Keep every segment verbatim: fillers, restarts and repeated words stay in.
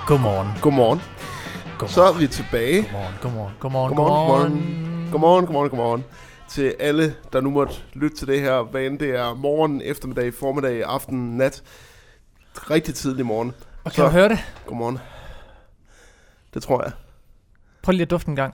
Godmorgen. Godmorgen. Godmorgen. Så er vi tilbage. Godmorgen, godmorgen, godmorgen, Godmorgen, godmorgen, godmorgen, godmorgen. Til alle, der nu måtte lytte til det her, hvad end det er morgen, eftermiddag, formiddag, aften, nat. Rigtig tidlig morgen. Og kan du høre det? Godmorgen. Det tror jeg. Prøv lige at dufte en gang.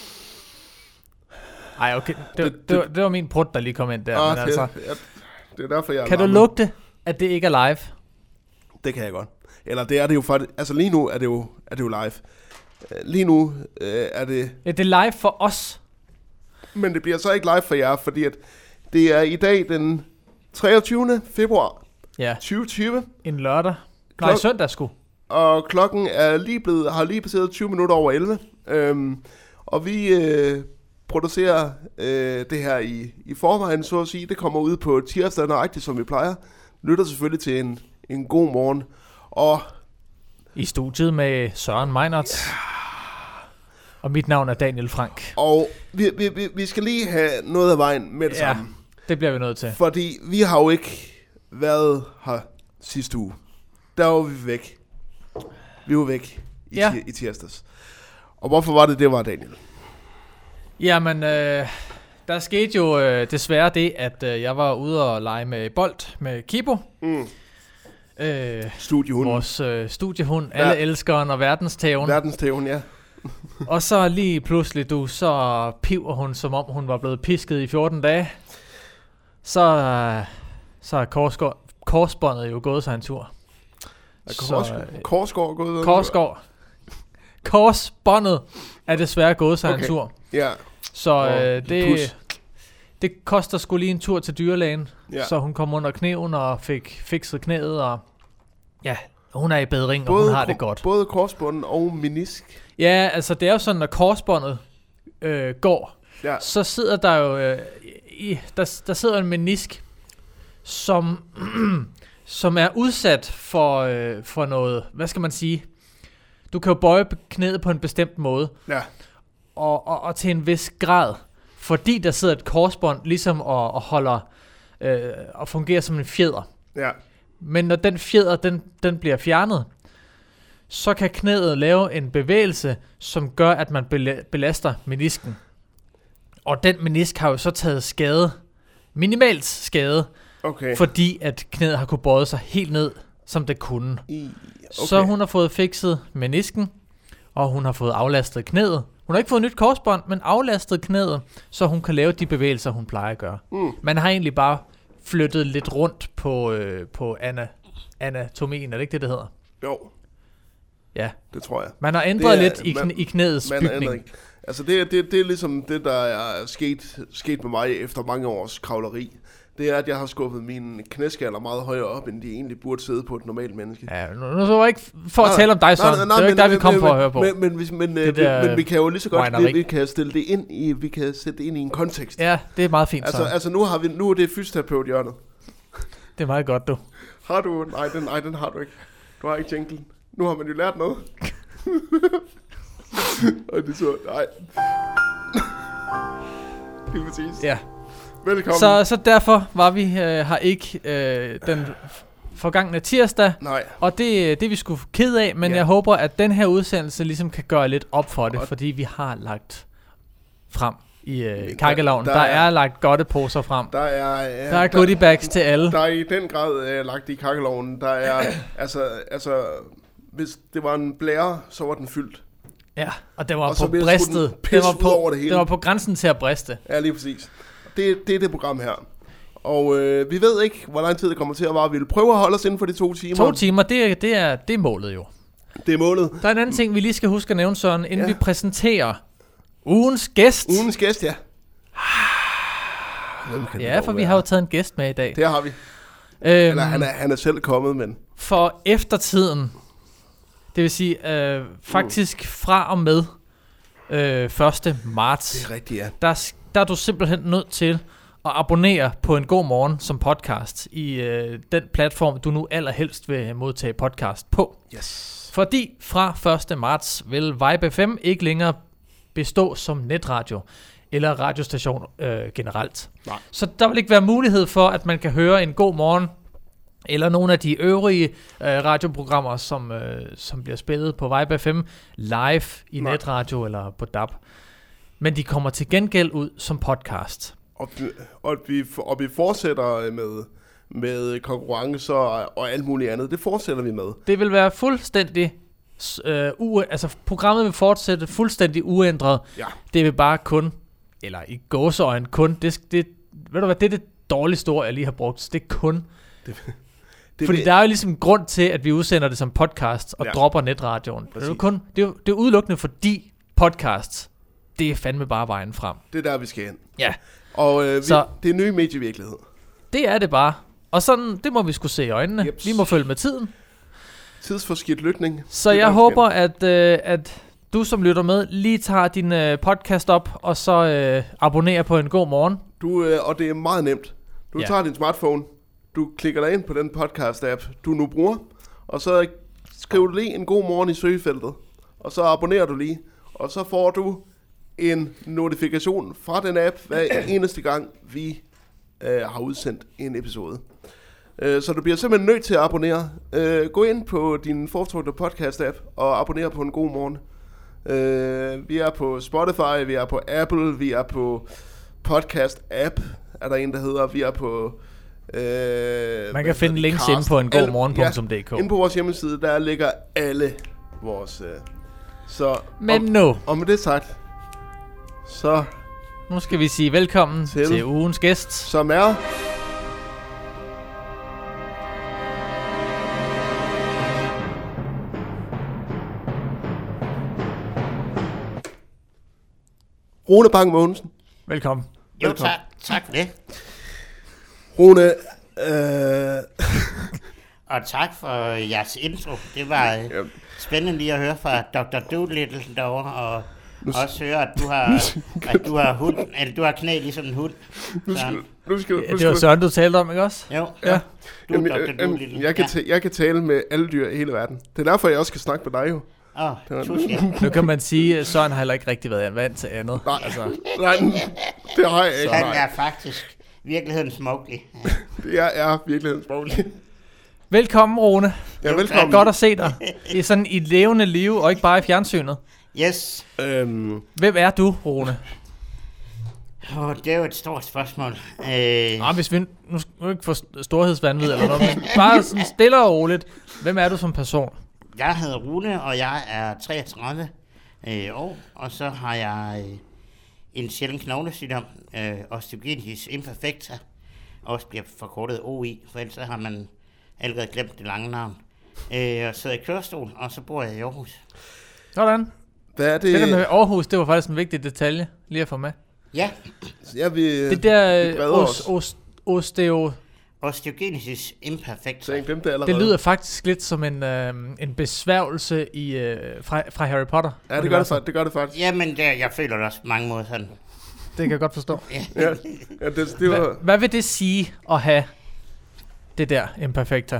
Ej, okay. Det, det, det, det, var, det var min prut, der lige kom ind der. Ah, men det, altså, jeg, det er derfor, jeg er kan du larmet. lugte, at det ikke er live? Det kan jeg godt. Eller det er det jo faktisk. Altså lige nu er det jo, er det jo live. Lige nu øh, er det... Ja, det er live for os. Men det bliver så ikke live for jer, fordi at det er i dag den treogtyvende februar Ja, tyve tyve. en lørdag. Nej, Klok- søndag sgu. Og klokken er lige blevet, har lige passeret tyve minutter over elleve. Øhm, og vi øh, producerer øh, det her i, i forvejen, så at sige. Det kommer ud på tirsdag, nøjagtigt som vi plejer. Lytter selvfølgelig til en, en god morgen. Og I studiet med Søren Meinerts. Og mit navn er Daniel Frank. Og vi, vi, vi, vi skal lige have noget af vejen med det Ja. samme. Det bliver vi nødt til. Fordi vi har jo ikke været her sidste uge. Der var vi væk. Vi var væk i, Ja. ja. i tirsdags. Og hvorfor var det, det var, Daniel? Jamen, øh, der skete jo øh, desværre det, at øh, jeg var ude og lege med bold med Kibo. Mm. Øh, Studiehunden. vores øh, studiehund, alle Ja. elsker den og verdenstæven. Verdenstæven, ja. Og så lige pludselig, du, så piver hun, som om hun var blevet pisket i fjorten dage. Så, øh, så er korsgård, korsbåndet jo gået sig en tur. Er Så, Kors, øh, Korsgård gået? Korsgård. Korsbåndet er desværre gået sig Okay. en tur. Ja. Så Og øh, det, pus. det koster sgu lige en tur til dyrlægen. Ja. Så hun kom under kniven og fik fikset knæet. Og ja, hun er i bedring, og Både, hun har ko- det godt. Både korsbånden og menisk. Ja, altså det er jo sådan, når korsbåndet øh, går, Ja. så sidder der jo øh, i, der, der sidder en menisk, som, som er udsat for, øh, for noget, hvad skal man sige? Du kan jo bøje knæet på en bestemt måde, Ja. og, og, og til en vis grad, fordi der sidder et korsbånd ligesom og, og holder øh, og fungerer som en fjeder. Ja. Men når den fjeder, den, den bliver fjernet, så kan knæet lave en bevægelse, som gør, at man bela- belaster menisken. Og den menisk har jo så taget skade, minimalt skade, Okay. fordi at knæet har kunne bøje sig helt ned, som det kunne. I, Okay. Så hun har fået fikset menisken, og hun har fået aflastet knæet. Hun har ikke fået nyt korsbånd, men aflastet knæet, så hun kan lave de bevægelser, hun plejer at gøre. Mm. Man har egentlig bare flyttet lidt rundt på, øh, på ana, anatomien, er det ikke det, det hedder? Jo, Ja. det tror jeg. Man har ændret Det er- lidt i, man- kn- i knæets Man ændrer bygning. ikke. Altså det, det, det er ligesom det, der er sket, sket med mig efter mange års kravleri. Det er, at jeg har skubbet mine knæskaller meget højere op, end de egentlig burde sidde på et normalt menneske. Ja, nu, nu så var ikke for at Nej, tale om dig, nej, Søren. nej, Det nej, er jo ikke men- der, vi kom men- for at høre på. Men, men, hvis- men, Det øh, der vi, men vi kan jo lige så godt, vi, winery. vi kan stille det ind i, vi kan sætte det ind i en kontekst. Ja, det er meget fint, Altså, Søren. altså nu har vi, nu er det fysioterapeut-hjørnet. Det er meget godt, du. Har du? Nej, den, nej, den har du ikke. Du har ikke jinglen. Nu har man jo lært noget. Og det er så, nej. Det er præcis. Ja. Velkommen. Så, så derfor var vi øh, her ikke øh, den f- forgangne tirsdag. Nej. Og det, det er vi sgu ked af, men Ja. jeg håber, at den her udsendelse ligesom kan gøre lidt op for det, Og- fordi vi har lagt frem i øh, kakkeloven. der Der, der er- er lagt godteposer frem. Der er, ja, Der er goodie bags til alle. Der er i den grad uh, lagt i kakkeloven. Der er, altså, altså, hvis det var en blære, så var den fyldt. Ja, og det var Og så på bliver bristet. den Det pis var ud på, over det hele. det var på grænsen til at briste. Ja, lige præcis. Det, det er det program her. Og øh, vi ved ikke, hvor lang tid det kommer til at vare. Vi vil prøve at holde os inden for de to timer. To timer, det, er- det, er, det er målet jo. Det er målet. Der er en anden ting, vi lige skal huske at nævne, Søren, inden Ja. vi præsenterer ugens gæst. Ugens gæst, ja. Hvem kan det Ja, dog for vi være? har jo taget en gæst med i dag. Det har vi. Øhm, Eller han er, han er selv kommet, men... For eftertiden, det vil sige øh, faktisk fra og med øh, første marts, Det er rigtigt, ja. der, s- der er du simpelthen nødt til at abonnere på En God Morgen som podcast i øh, den platform, du nu allerhelst vil modtage podcast på. Yes. Fordi fra første marts vil Vibe F M ikke længere bestå som netradio eller radiostation øh, generelt. Nej. Så der vil ikke være mulighed for, at man kan høre En God Morgen eller nogle af de øvrige øh, radioprogrammer, som, øh, som bliver spillet på Vibe F M live i Nej. netradio eller på D A B. Men de kommer til gengæld ud som podcast. Og, og, vi, og vi fortsætter med, med konkurrencer og, og alt muligt andet. Det fortsætter vi med. Det vil være fuldstændig... Øh, u- altså programmet vil fortsætte fuldstændig uændret. Ja. Det vil bare kun, eller i gåseøjne kun, det, det, ved du hvad, det er det dårligste ord, jeg lige har brugt. Det er kun. Det, det Fordi vil... der er jo ligesom en grund til, at vi udsender det som podcast og ja. dropper netradioen. Det er, kun, det, er, det er udelukkende fordi podcast, det er fandme bare vejen frem. Det er der, vi skal hen. Ja. Og øh, vi, Så, det er ny medievirkelighed. Det er det bare. Og sådan, det må vi skulle se i øjnene. Jeps. Vi må følge med tiden. Tidsforskidt lytning. Så jeg håber, at, øh, at du som lytter med, lige tager din øh, podcast op, og så øh, abonnerer på En God Morgen. Du, øh, og det er meget nemt. Du ja. tager din smartphone, du klikker dig ind på den podcast-app, du nu bruger, og så skriver du lige En God Morgen i søgefeltet, og så abonnerer du lige, og så får du en notifikation fra den app, hver eneste gang vi øh, har udsendt en episode. Så du bliver simpelthen nødt til at abonnere. Uh, gå ind på din foretrukne podcast-app og abonner på En God Morgen. Uh, vi er på Spotify, vi er på Apple, vi er på podcast-app, er der en, der hedder. Vi er på... Uh, Man kan finde links inde på en god morgen punktum d k. Ja, inde på vores hjemmeside, der ligger alle vores... Uh, så, Men og, nu... Og med det sagt, så... Nu skal vi sige velkommen til, til ugens gæst. Som er... Rune Bang Mogensen. Velkommen. Jo, tak. Tak for det. Rune, øh... og tak for jeres intro. Det var øh, spændende lige at høre fra doktor Dolittle derovre, og nu også høre, at du har, at du har, hund, eller du har knæ ligesom en hund. Nu skal, nu skal, nu skal, det var Søren, du talte om, ikke også? Jo, ja. Du er doktor Dolittle. Jeg kan, ja. jeg kan tale med alle dyr i hele verden. Det er derfor, jeg også skal snakke med dig jo. Åh, oh, nu kan man sige, at Søren har heller ikke rigtig været vant til andet. Nej, altså, nej det har jeg ikke. Han er faktisk virkelighedens Mowgli. Jeg er virkelighedens Mowgli. Velkommen, Rune. Ja, velkommen. Godt at se dig. I sådan i levende liv, og ikke bare i fjernsynet. Yes. Øhm. Hvem er du, Rune? Oh, det er jo et stort spørgsmål. Øh... Ah, hvis vi nu skal ikke få storhedsvanvid eller noget, men bare sådan stille og roligt. Hvem er du som person? Jeg hedder Rune, og jeg er treogtredive øh, år, og så har jeg øh, en sjælden knoglesygdom, øh, osteogenesis imperfecta, også bliver forkortet O I, for ellers har man allerede glemt det lange navn. Øh, jeg sidder i kørestol, og så bor jeg i Aarhus. Sådan. Hvad er det? Det der med Aarhus, det var faktisk en vigtig detalje, lige at få med. Ja. Ja, vi, det der vi os, os, osteo... Osteogenesis imperfecta. Det, det, det lyder faktisk lidt som en, øh, en besværgelse i, øh, fra, fra Harry Potter. Ja, det gør det, det gør det faktisk. Jamen, det, jeg føler det også på mange måder sådan. Det kan jeg godt forstå. Ja. ja, ja, det, det var... Hva, hvad vil det sige at have det der imperfecta?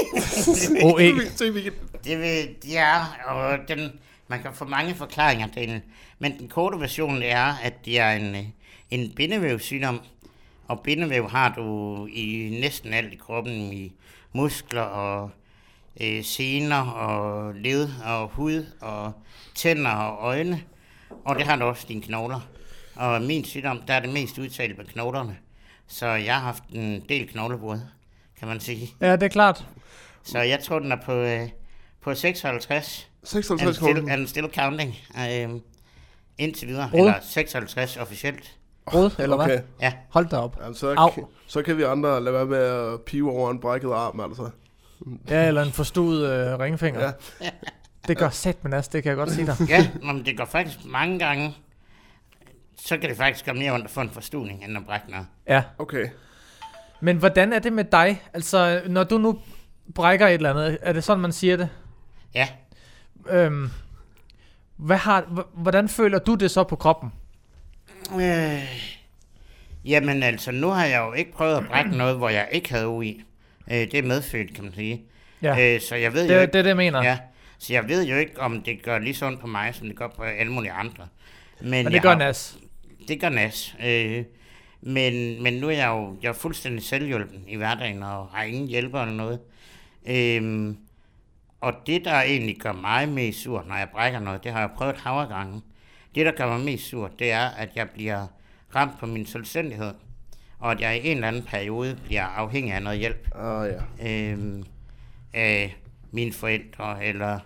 O E. Det vil, ja, og den, man kan få mange forklaringer til den. Men den korte version er, at det er en, en bindevævssygdom. Og bindevæv har du i næsten alt i kroppen, i muskler og øh, sener og led og hud og tænder og øjne. Og det har du også dine knogler. Og min sygdom, der er det mest udtalt med knoglerne. Så jeg har haft en del knoglebrud, kan man sige. Ja, det er klart. Så jeg tror, den er på, øh, på seksoghalvtreds. seksoghalvtreds kroner. And still counting. Øh, indtil videre. Brud. Eller seksoghalvtreds officielt. Brud, eller okay. hvad? Ja. Hold da op. Altså, så, kan, så kan vi andre lade være med at pive over en brækket arm, altså. Ja, eller en forstuet øh, ringfinger. Ja. Det gør sæt med nas, det kan jeg godt sige dig. Ja, men det går faktisk mange gange. Så kan det faktisk komme mere under for en forstuning, end at brække noget. Ja. Okay. Men hvordan er det med dig? Altså, når du nu brækker et eller andet, er det sådan, man siger det? Ja. Øhm, hvad har, hvordan føler du det så på kroppen? Øh, jamen altså, nu har jeg jo ikke prøvet at brække noget, hvor jeg ikke havde U I. Øh, det er medfødt, kan man sige. Ja, øh, så jeg ved det, jo ikke, det er det, jeg mener. Ja, så jeg ved jo ikke, om det gør lige sådan på mig, som det gør på alle mulige andre. Men og det gør har, nas. Det gør nas. Øh, Men, men nu er jeg jo jeg er fuldstændig selvhjulpen i hverdagen, og har ingen hjælper eller noget. Øhm, og det, der egentlig gør mig mest sur, når jeg brækker noget, det har jeg prøvet havregangen. Det, der gør mig mest sur, det er, at jeg bliver ramt på min selvstændighed, og at jeg i en eller anden periode bliver afhængig af noget hjælp. Ah, ja. Øhm, af mine forældre, eller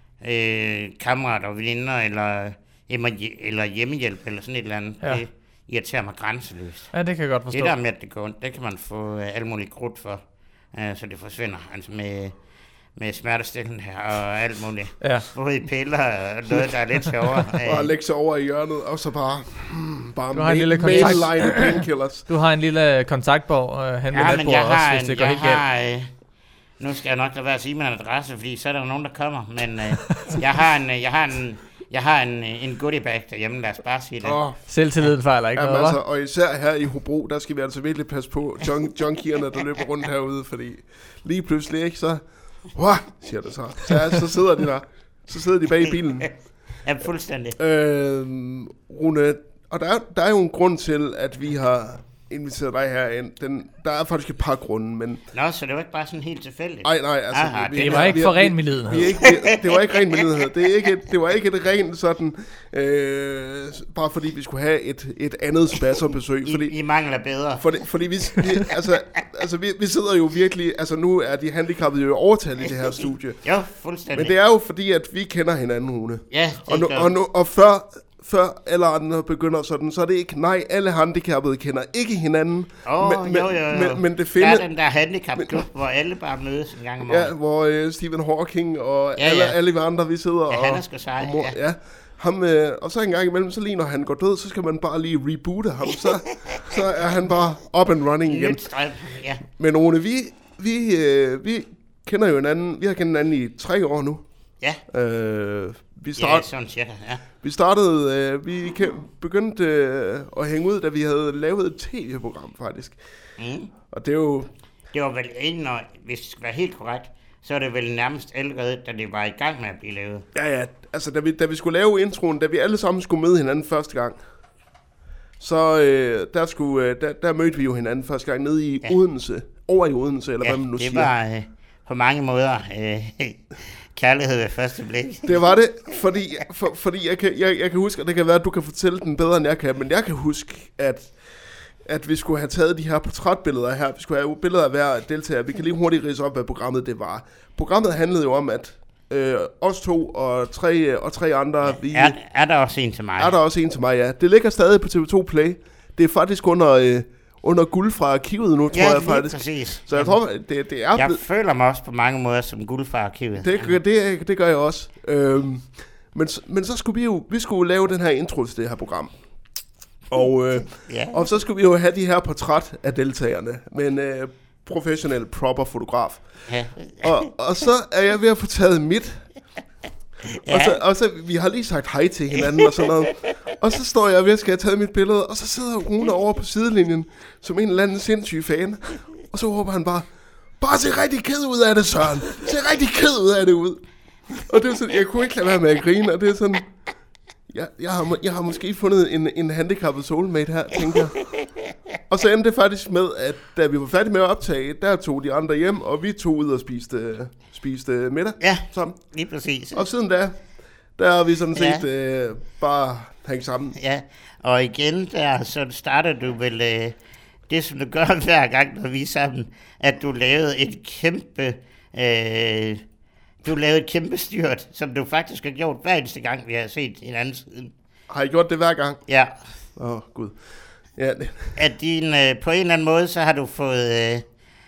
øh, kammerater og veninder, eller, eller hjemmehjælp, eller sådan et eller andet. Ja. Det irriterer mig grænseløst. Ja, det kan jeg godt forstå. Det der med, at det går ondt, det kan man få øh, alt muligt krudt for, øh, så det forsvinder. Altså med, med smertestillende her og alt muligt. Ja. Både i piller og noget, der er lidt sjovere. Og lægge sig over i hjørnet, og så bare, hmm, bare Du har en lille main kontakt. line painkillers. Du har en lille kontaktbog øh, hen ved Ja, men natbordet jeg har også, hvis en, det går jeg helt galt. har, øh, nu skal jeg nok lade være at sige min adresse, fordi så er der nogen, der kommer. Men øh, jeg har en, jeg har en, jeg har en, en goodie bag derhjemme, lad os bare sige det. Åh, Selvtilliden fejler ikke jamen noget, altså, hva'? og især her i Hobro, der skal vi altså virkelig passe på junk, junkierne, der løber rundt herude, fordi lige pludselig, ikke, så, wow, siger det så. Så, ja, så sidder de der, så sidder de bag i bilen. Ja, fuldstændig. Øh, Rune, og der er, der er jo en grund til, at vi har inviteret dig herind. Den, der er faktisk et par grunde, men... Nå, så det var ikke bare sådan helt tilfældigt? Nej, nej, altså... Aha, vi, Det vi, var ikke vi, for vi- ren medlidenhed. Vi er ikke, det, det var ikke ren medlidenhed. Det, er ikke et, det var ikke et rent sådan... Øh, bare fordi vi skulle have et, et andet spasserbesøg. Fordi, I, I mangler bedre. fordi, fordi vi, vi, altså, altså vi, vi sidder jo virkelig... Altså nu er de handicappede jo i overtal i det her studie. Jo, fuldstændig. Men det er jo fordi, at vi kender hinanden, Rune. Ja, det Og, nu, gør og, nu, og før, før alle andre begynder sådan, så er det ikke, nej, alle handicappede kender ikke hinanden. Åh, men, men, jo, jo, jo. Men, men det Der finder, er den der handicapklub, hvor alle bare mødes en gang om året. ja, hvor øh, Stephen Hawking og Ja, alle, ja. alle vi andre, vi sidder Ja, og... han er sgu sej, og mor, ja. ja. Ham, øh, og så en gang imellem, så lige når han går død, så skal man bare lige reboote ham, så, så er han bare up and running igen. Nyt strøm, ja. Men Rune, vi, vi, øh, vi kender jo hinanden, vi har kendt hinanden i tre år nu. Ja, Øh, vi, ja, start, sådan cirka, ja. vi startede, øh, vi ke- begyndte øh, at hænge ud, da vi havde lavet et tv-program faktisk. Mm. Og det er jo, Det var vel inden, når, hvis det skal være helt korrekt, så er det vel nærmest allerede, da det var i gang med at blive lavet. ja ja, altså da vi, da vi skulle lave introen, da vi alle sammen skulle møde hinanden første gang, så øh, der, skulle, øh, der, der mødte vi jo hinanden første gang nede i Ja. Odense, over i Odense, eller Ja, hvad man nu det siger. var øh, på mange måder øh, kærlighed ved første blik. Det var det, fordi, for, fordi jeg, kan, jeg, jeg kan huske, og det kan være, at du kan fortælle den bedre, end jeg kan, men jeg kan huske, at, at vi skulle have taget de her portrætbilleder her. Vi skulle have billeder af hver deltager. Vi kan lige hurtigt ridse op, hvad programmet det var. Programmet handlede jo om, at øh, os to og tre, og tre andre, vi, Er, er der også en til mig? er der også en til mig, ja. Det ligger stadig på T V to Play. Det er faktisk under, øh, under guld fra arkivet nu, tror ja, jeg lige faktisk. præcis. Så jeg tror, det, det er Jeg blevet... føler mig også på mange måder som guld fra arkivet. Det, det, det, det gør jeg også. Øhm, men, s- men så skulle vi jo vi skulle lave den her intro til det her program. Og, øh, Ja. og så skulle vi jo have de her portræt af deltagerne med en øh, professionel, proper fotograf. Ja. Og, og så er jeg ved at få taget mit. Ja. Og, så, og så, vi har lige sagt hej til hinanden og sådan noget. Og så står jeg ved at skal have taget mit billede, og så sidder Rune over på sidelinjen, som en eller anden sindssyg fan. Og så råber han bare, bare se rigtig ked ud af det, Søren. Se rigtig ked ud af det ud. Og det er sådan, jeg kunne ikke lade være med at grine, og det er sådan, jeg, jeg, har, må- jeg har måske fundet en, en handicappet soulmate her, tænker jeg. Og så endte det faktisk med, at da vi var færdige med at optage, der tog de andre hjem, og vi tog ud og spiste, spiste middag Ja, sammen. lige præcis. Og siden da, der har vi sådan Ja. set øh, bare hængt sammen. Ja, og igen der, så starter du vel øh, det, som du gør hver gang, når vi er sammen, at du lavede et kæmpe, øh, du lavede et kæmpe styrt, som du faktisk har gjort hver eneste gang, vi har set hinanden siden. Har I gjort det hver gang? Ja, Åh, oh, gud. Ja, det, at din, øh, på en eller anden måde, så har du fået, øh,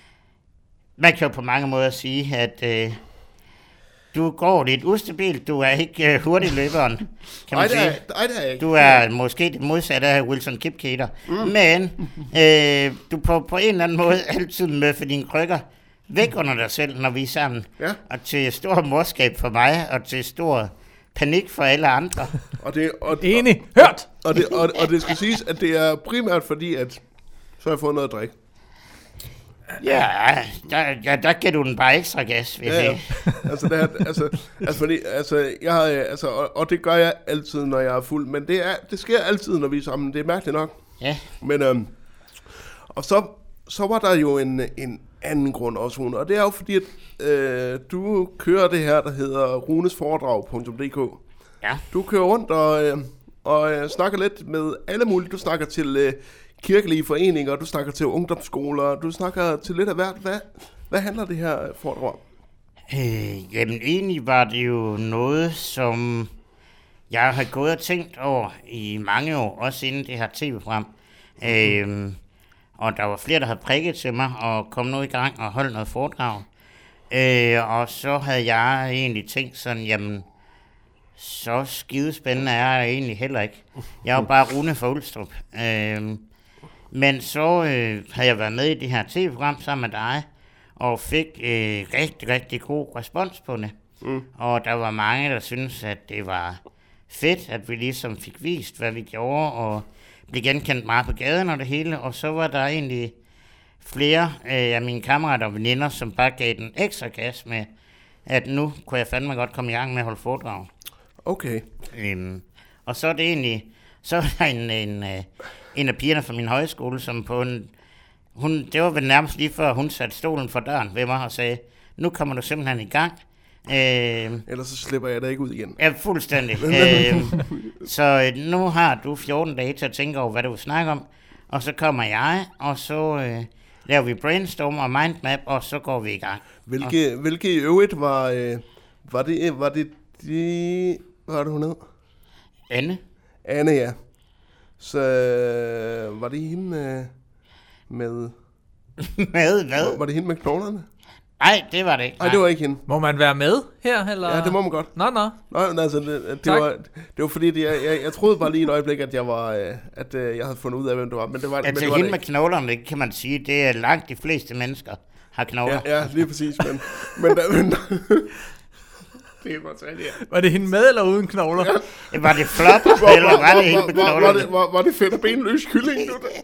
man kan jo på mange måder sige, at øh, du går lidt ustabilt, du er ikke øh, hurtig løberen, kan man ej, det sige. er, ej, det er jeg ikke. Du er måske det modsatte af Wilson Kipketer, mm. men øh, du på, på en eller anden måde altid møffer dine krykker væk under dig selv, når vi er sammen. Ja. Og til stor morskab for mig, og til stor panik for alle andre. Og det, og, Enig. Hørt! Og, og, det, og, og det skal siges, at det er primært fordi, at så har jeg fået noget at drikke. Ja, der, ja, der giver du den bare ekstra gas, vil jeg Ja, ja. sige. altså, det er, altså, altså, fordi, altså, jeg har, øh, altså og, og det gør jeg altid, når jeg er fuld. Men det, er, det sker altid, når vi er sammen. Det er mærkeligt nok. Ja, Men, øhm, Og så, så var der jo en, en anden grund også, Rune, og det er jo fordi, at øh, du kører det her, der hedder runesforedrag punktum d k. Ja. Du kører rundt og, øh, og øh, snakker lidt med alle mulige. Du snakker til øh, kirkelige foreninger, du snakker til ungdomsskoler, du snakker til lidt af hvert. Hvad, hvad handler det her foredrag om? Øh, jamen egentlig var det jo noget, som jeg har gået og tænkt over i mange år, også inden det her tv-program. Mm-hmm. Øh, og der var flere, der havde prikket til mig og kom nu i gang og holdt noget foredrag. Øh, og så havde jeg egentlig tænkt sådan, jamen, så skidespændende er jeg egentlig heller ikke. Jeg var bare Rune fra Ulstrup. Øh, men så øh, havde jeg været med i det her tv-program sammen med dig, og fik øh, rigtig, rigtig god respons på det. Mm. Og der var mange, der syntes, at det var fedt, at vi ligesom fik vist, hvad vi gjorde, og blev genkendt meget på gaden og det hele. Og så var der egentlig flere øh, af mine kammerater og veninder, som bare gav den ekstra gas med, at nu kunne jeg fandme godt komme i gang med at holde foredrag. Okay. Øhm, og så er det egentlig, så er der en, en, øh, en af pigerne fra min højskole, som på en, hun, det var vel nærmest lige før, hun satte stolen for døren ved mig og sagde, nu kommer du simpelthen i gang. Øhm, Ellers så slipper jeg dig ikke ud igen. Ja, fuldstændig. øhm, så øh, nu har du fjorten dage til at tænke over, hvad du vil snakke om, og så kommer jeg, og så øh, laver vi brainstorm og mindmap, og så går vi i gang. Hvilke, og, hvilke i øvrigt var, øh, var det, var det de, hvad var det hun hed? Anne. Anne, ja. Så øh, var det hende øh, med... med hvad? Var, var det hende med knoglerne? Nej, det var det ikke. Nej, det var ikke hende. Må man være med her, eller? Ja, det må man godt. Nå, nå. Nej, men altså, det, det, var, det var fordi, det, jeg, jeg, jeg troede bare lige et øjeblik, at jeg var, øh, at øh, jeg havde fundet ud af, hvem det var. Men det var, altså, men det var hende det med knoglerne, det kan man sige, det er langt de fleste mennesker har knogler. Ja, ja, lige præcis. Men, men, der, men det er godt rigtigt, ja. Var det hende med eller uden knogler? Ja. Var det flot, eller var det hende med knoglerne? Var, var, det, var, var det fedt og benløs kylling, nu det?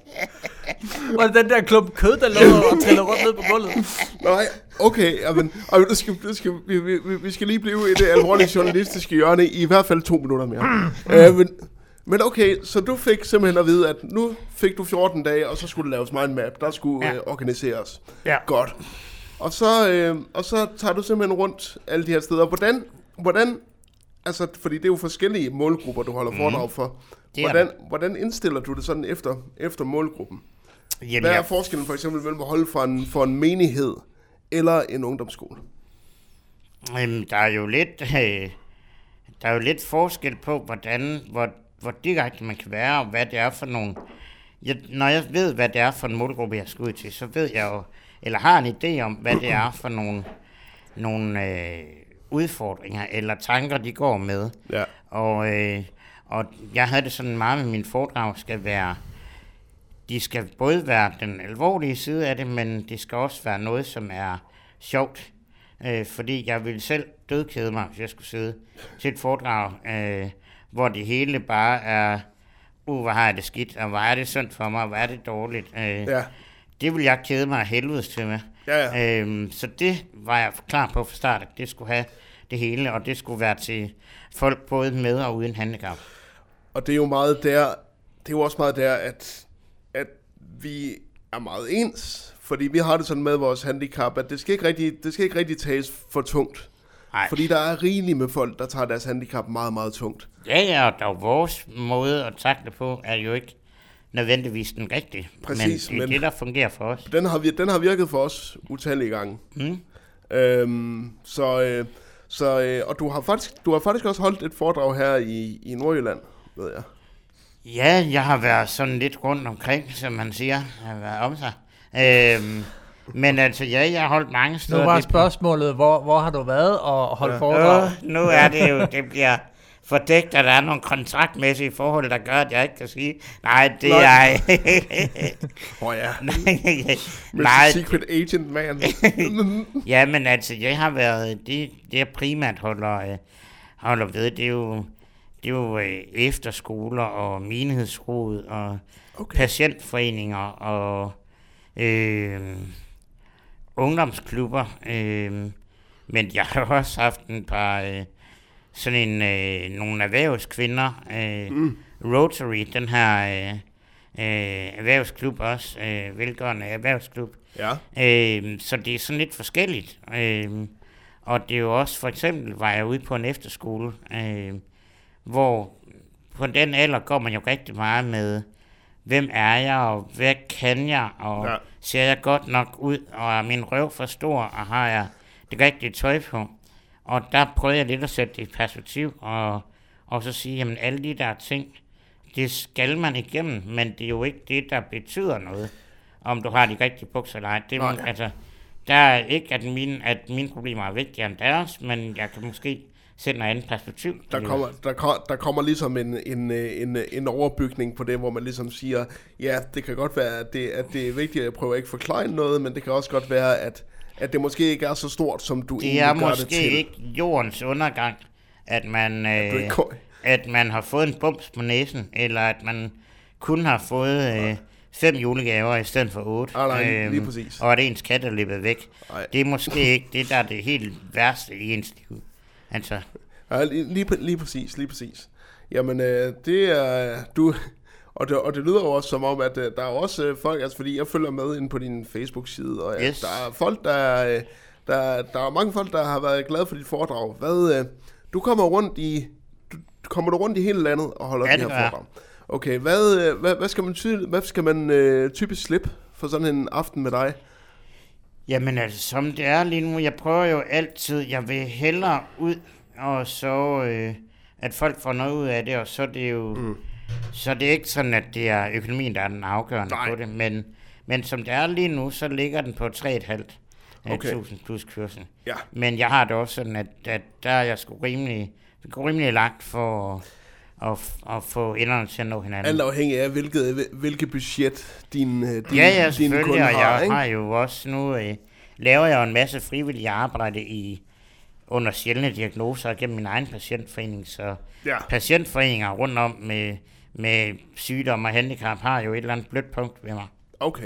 Var det den der klump kød, der lå og trillede rundt ned på gulvet? Nej, okay, jamen, og det skal, det skal, vi, vi, vi skal lige blive i det alvorlige journalistiske hjørne i, i hvert fald to minutter mere. uh, men, men okay, så du fik simpelthen at vide, at nu fik du fjorten dage, og så skulle der laves mindmap, der skulle ja. uh, organiseres. Ja. Godt. Og så, øh, og så tager du simpelthen rundt alle de her steder. Hvordan, hvordan, altså, fordi det er jo forskellige målgrupper, du holder mm. foredrag for. Hvordan, hvordan indstiller du det sådan efter, efter målgruppen? Jamen, hvad er jeg... forskellen for eksempel mellem at holde for en, for en menighed eller en ungdomsskole? Jamen, der er jo lidt, øh, der er jo lidt forskel på, hvordan, hvor, hvor direkte man kan være, og hvad det er for nogle... Jeg, når jeg ved, hvad det er for en målgruppe, jeg skal ud til, så ved jeg jo, eller har en idé om, hvad det er for nogle, nogle øh, udfordringer eller tanker, de går med. Ja. Og, øh, og jeg havde det sådan meget med mine foredrag, skal være, de skal både være den alvorlige side af det, men det skal også være noget, som er sjovt. Øh, fordi jeg ville selv dødkede mig, hvis jeg skulle sidde til et foredrag, øh, hvor det hele bare er, uh, hvor har jeg det skidt, og hvor er det synd for mig, og hvor er det dårligt. Øh, ja. Det ville jeg kede mig af helvedes til med. Ja, ja. Øhm, så det var jeg klar på fra start, at det skulle have det hele, og det skulle være til folk både med og uden handicap. Og det er jo meget der, det er jo også meget der, at, at vi er meget ens, fordi vi har det sådan med vores handicap, at det skal ikke rigtig, det skal ikke rigtig tages for tungt. Ej. Fordi der er rigeligt med folk, der tager deres handicap meget, meget tungt. Ja, ja, og der er vores måde at takle på, er jo ikke nødvendigvis den rigtige, præcis, men det er men det, der fungerer for os. Den har, den har virket for os utallige gange. Mm. Øhm, så, øh, så, øh, og du har, faktisk, du har faktisk også holdt et foredrag her i, i Nordjylland, ved jeg. Ja, jeg har været sådan lidt rundt omkring, som man siger. Jeg har været om sig. Øhm, men altså, ja, jeg har holdt mange steder. Nu var spørgsmålet, hvor, hvor har du været og holdt ja. foredrag? Øh, nu er det jo, det bliver fordækt, at der er nogle kontraktmæssige forhold, der gør, at jeg ikke kan sige, nej, det nej. er... Åh oh, ja. Nej. Secret agent, man. Ja, men altså, jeg har været, det, det jeg primært holder, holder ved, det er jo, det er jo efterskoler og menighedsråd og okay. patientforeninger og øh, ungdomsklubber. Øh, men jeg har også haft en par... Øh, sådan en, øh, nogle erhvervskvinder, øh, mm. Rotary, den her, øh, øh, erhvervsklub også, øh, velgørende erhvervsklub. Ja. Øh, så det er sådan lidt forskelligt. Øh, og det er jo også, for eksempel var jeg ude på en efterskole, øh, hvor på den alder går man jo rigtig meget med, hvem er jeg, og hvad kan jeg, og ja. Ser jeg godt nok ud, og er min røv for stor, og har jeg det rigtige tøj på. Og der prøvede jeg lidt at sætte det i perspektiv, og, og så sige, jamen alle de der ting, det skal man igennem, men det er jo ikke det, der betyder noget, om du har de rigtige bukser eller ej. Det er, okay. Altså, der er ikke, at mine, at mine problemer er vigtigere end deres, men jeg kan måske sætte noget andet perspektiv. Der kommer, der, der kommer ligesom en, en, en, en overbygning på det, hvor man ligesom siger, ja, det kan godt være, at det, at det er vigtigt, at jeg prøver ikke at forklare noget, men det kan også godt være, at, at det måske ikke er så stort, som du det egentlig gør det til. Det er måske ikke jordens undergang, at man, øh, at man har fået en bums på næsen, eller at man kun har fået øh, fem julegaver i stedet for otte. Ah, nej, lige, lige præcis. Og at ens kat er løbet væk. Ej. Det er måske ikke det, der er det helt værste i ens liv. Altså. Ja, lige, lige, lige præcis, lige præcis. Jamen, øh, det er du, og det, og det lyder jo også som om, at øh, der er også øh, folk, altså fordi jeg følger med inde på din Facebook-side, og yes. øh, der er folk, der, øh, der, der er mange folk, der har været glade for dit foredrag. Hvad, øh, du kommer rundt i, du, kommer du rundt i hele landet og holder ja, de her foredrag? Okay, hvad, øh, hvad, hvad skal man, ty- hvad skal man øh, typisk slippe for sådan en aften med dig? Jamen altså, som det er lige nu, jeg prøver jo altid, jeg vil hellere ud, og så, øh, at folk får noget ud af det, og så er det jo, mm. så det er ikke sådan, at det er økonomien, der er den afgørende Nej. På det, men, men som det er lige nu, så ligger den på tre komma fem okay. tusind plus kørsel. Ja. Men jeg har det også sådan, at, at der er jeg sgu rimelig, rimelig langt for at, at få enderne til at nå hinanden. Alt afhængig af, hvilket, hvilket budget din, din, ja, ja, din kunde har, jeg ikke? har jo også nu, øh, laver jeg jo en masse frivillige arbejde i, under sjældne diagnoser gennem min egen patientforening, så ja. Patientforeninger rundt om med, med sygdom og handicap har jo et eller andet blødt punkt ved mig. Okay.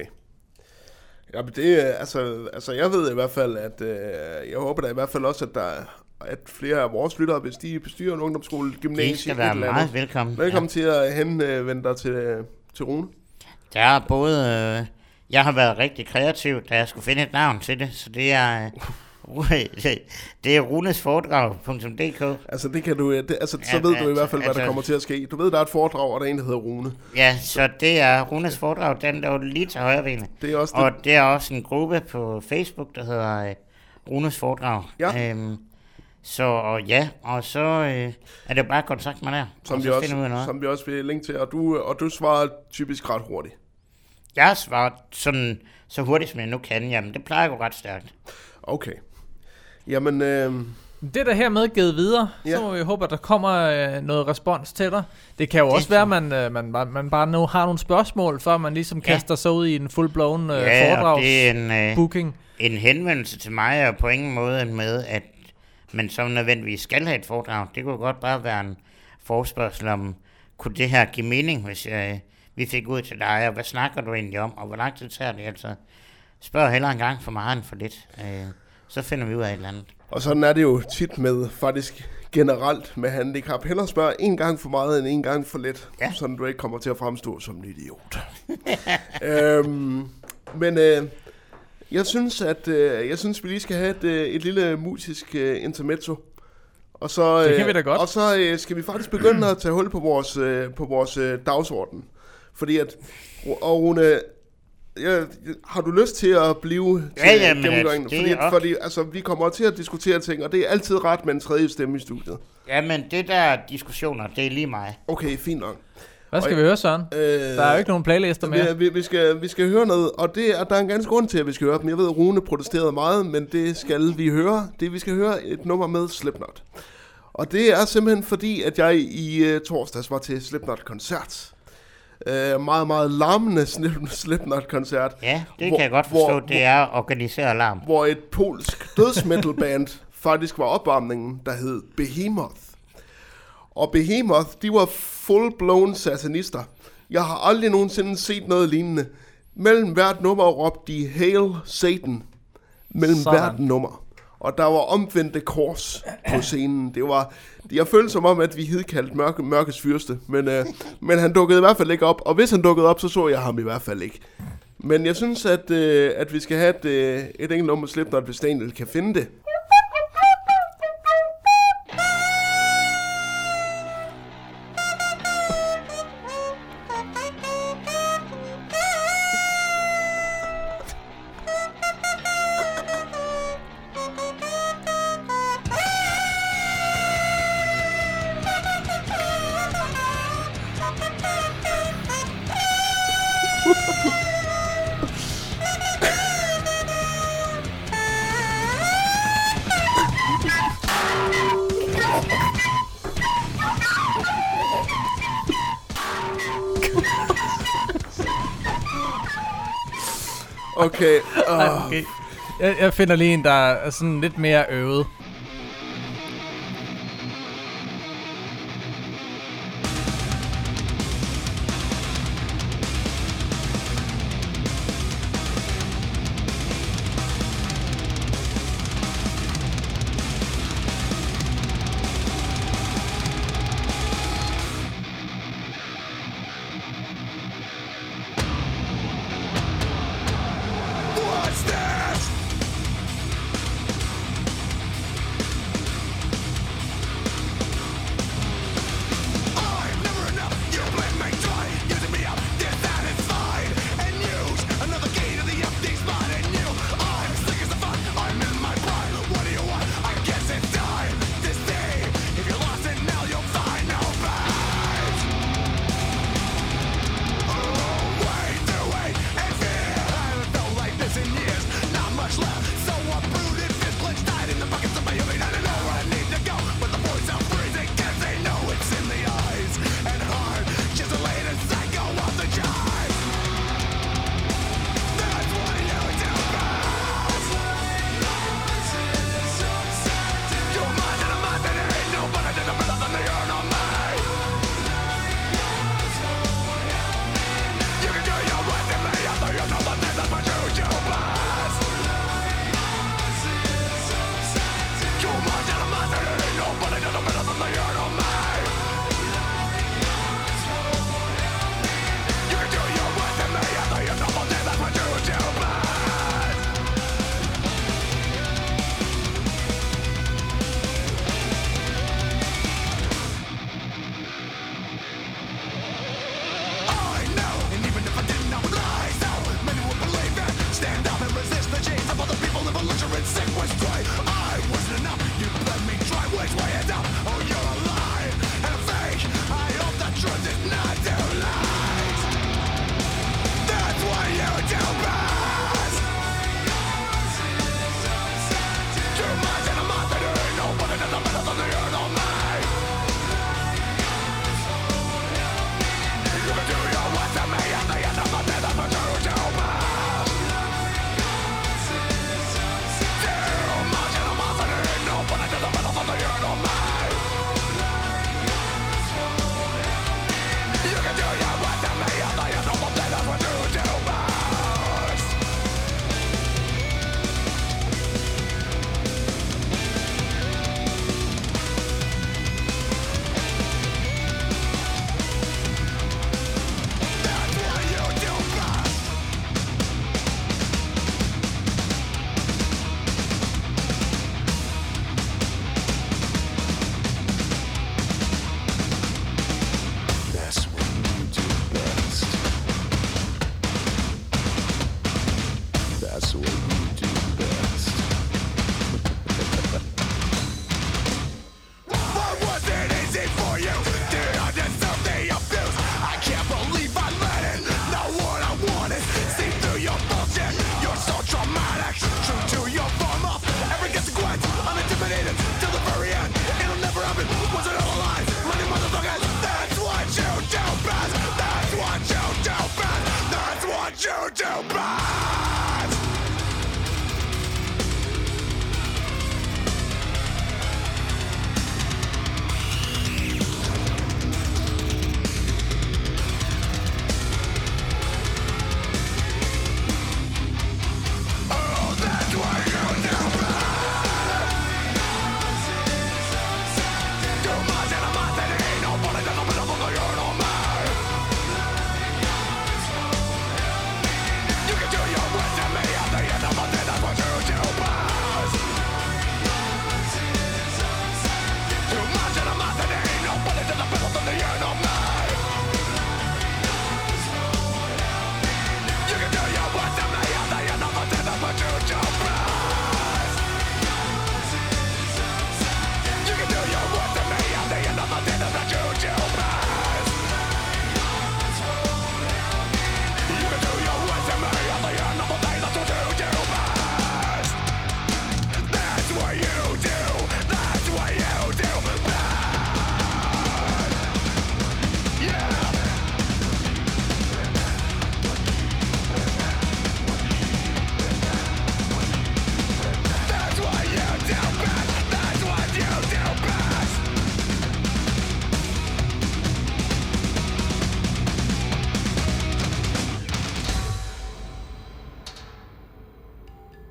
Ja, men det, altså, altså jeg ved i hvert fald, at øh, jeg håber da i hvert fald også, at der at flere af vores lyttere, hvis de bestyrer en ungdomsskole, gymnasie, de skal være meget velkommen. Velkommen ja. til at henvende dig til, til Rune. Der er både, øh, jeg har været rigtig kreativ, da jeg skulle finde et navn til det, så det er, øh, det er runesforedrag punktum d k. Altså det kan du, det, altså ja, så ved ja, du i hvert fald, hvad altså, der kommer til at ske. Du ved, der er et foredrag, og der er en, der hedder Rune. Ja, så det er Runes foredrag, den der er lige til højre benet. Det er også og det. det er også en gruppe på Facebook, der hedder øh, Runes foredrag. Ja. Øhm, Så og ja, og så øh, er det bare kontakt med der, som, vi også, som vi også vil linke til, og du, og du svarer typisk ret hurtigt. Jeg svarer sådan så hurtigt, som jeg nu kan, jamen det plejer at gå ret stærkt. Okay. Jamen... Øh... Det er der hermed givet videre, ja. Så må vi håbe, at der kommer øh, noget respons til dig. Det kan jo det også være, at man, øh, man, man bare nu har nogle spørgsmål, før man ligesom ja. kaster sig ud i en full-blown øh, ja, foredrags-booking. Ja, en, øh, en henvendelse til mig er på ingen måde med, at men som nødvendigvis skal have et foredrag. Det kunne godt bare være en forespørgsel om, kunne det her give mening, hvis jeg, vi fik ud til dig, og hvad snakker du egentlig om, og hvor lang tid tager det? Altså, spørg hellere en gang for meget end for lidt. Øh, så finder vi ud af et eller andet. Og sådan er det jo tit med, faktisk generelt med handicap. Hellere spørg en gang for meget end en gang for lidt, ja. Sådan du ikke kommer til at fremstå som en idiot. øhm, men... Øh, Jeg synes, at øh, jeg synes, vi lige skal have et, øh, et lille musisk øh, intermezzo. Og så, øh, det kan vi da godt. Og så øh, skal vi faktisk begynde at tage hul på vores, øh, på vores øh, dagsorden. Fordi at, og Rune, ja, har du lyst til at blive til ja, ja, gennemgangen? Fordi, fordi altså, vi kommer til at diskutere ting, og det er altid ret med en tredje stemme i studiet. Jamen, det der diskussioner, det er lige mig. Okay, fint nok. Hvad skal og, vi høre, Søren? Øh, der er jo ikke nogen playlister mere. Vi, vi, skal, vi skal høre noget, og det er, der er en ganske grund til, at vi skal høre dem. Jeg ved, at Rune protesterede meget, men det skal vi høre. Det vi skal høre et nummer med Slipknot. Og det er simpelthen fordi, at jeg i uh, torsdags var til Slipknot-koncert. Uh, meget, meget larmende Slipknot-koncert. Ja, det hvor, kan jeg godt forstå. Hvor, det er organiseret larm. Hvor et polsk dødsmetalband faktisk var opvarmningen, der hed Behemoth. Og Behemoth, de var full-blown satanister. Jeg har aldrig nogensinde set noget lignende. Mellem hvert nummer råbte de Hail Satan. Mellem Sådan. hvert nummer. og der var omvendte kors på scenen. Det var, jeg følte som om, at vi hed kaldt mørke, mørkets fyrste, men, øh, men han dukkede i hvert fald ikke op, og hvis han dukkede op, så så jeg ham i hvert fald ikke. Men jeg synes, at, øh, at vi skal have et, øh, et enkelt nummer Slipknot, hvis Daniel kan finde det. Okay. Uh. okay. Jeg, jeg finder lige en, der er sådan lidt mere øvet.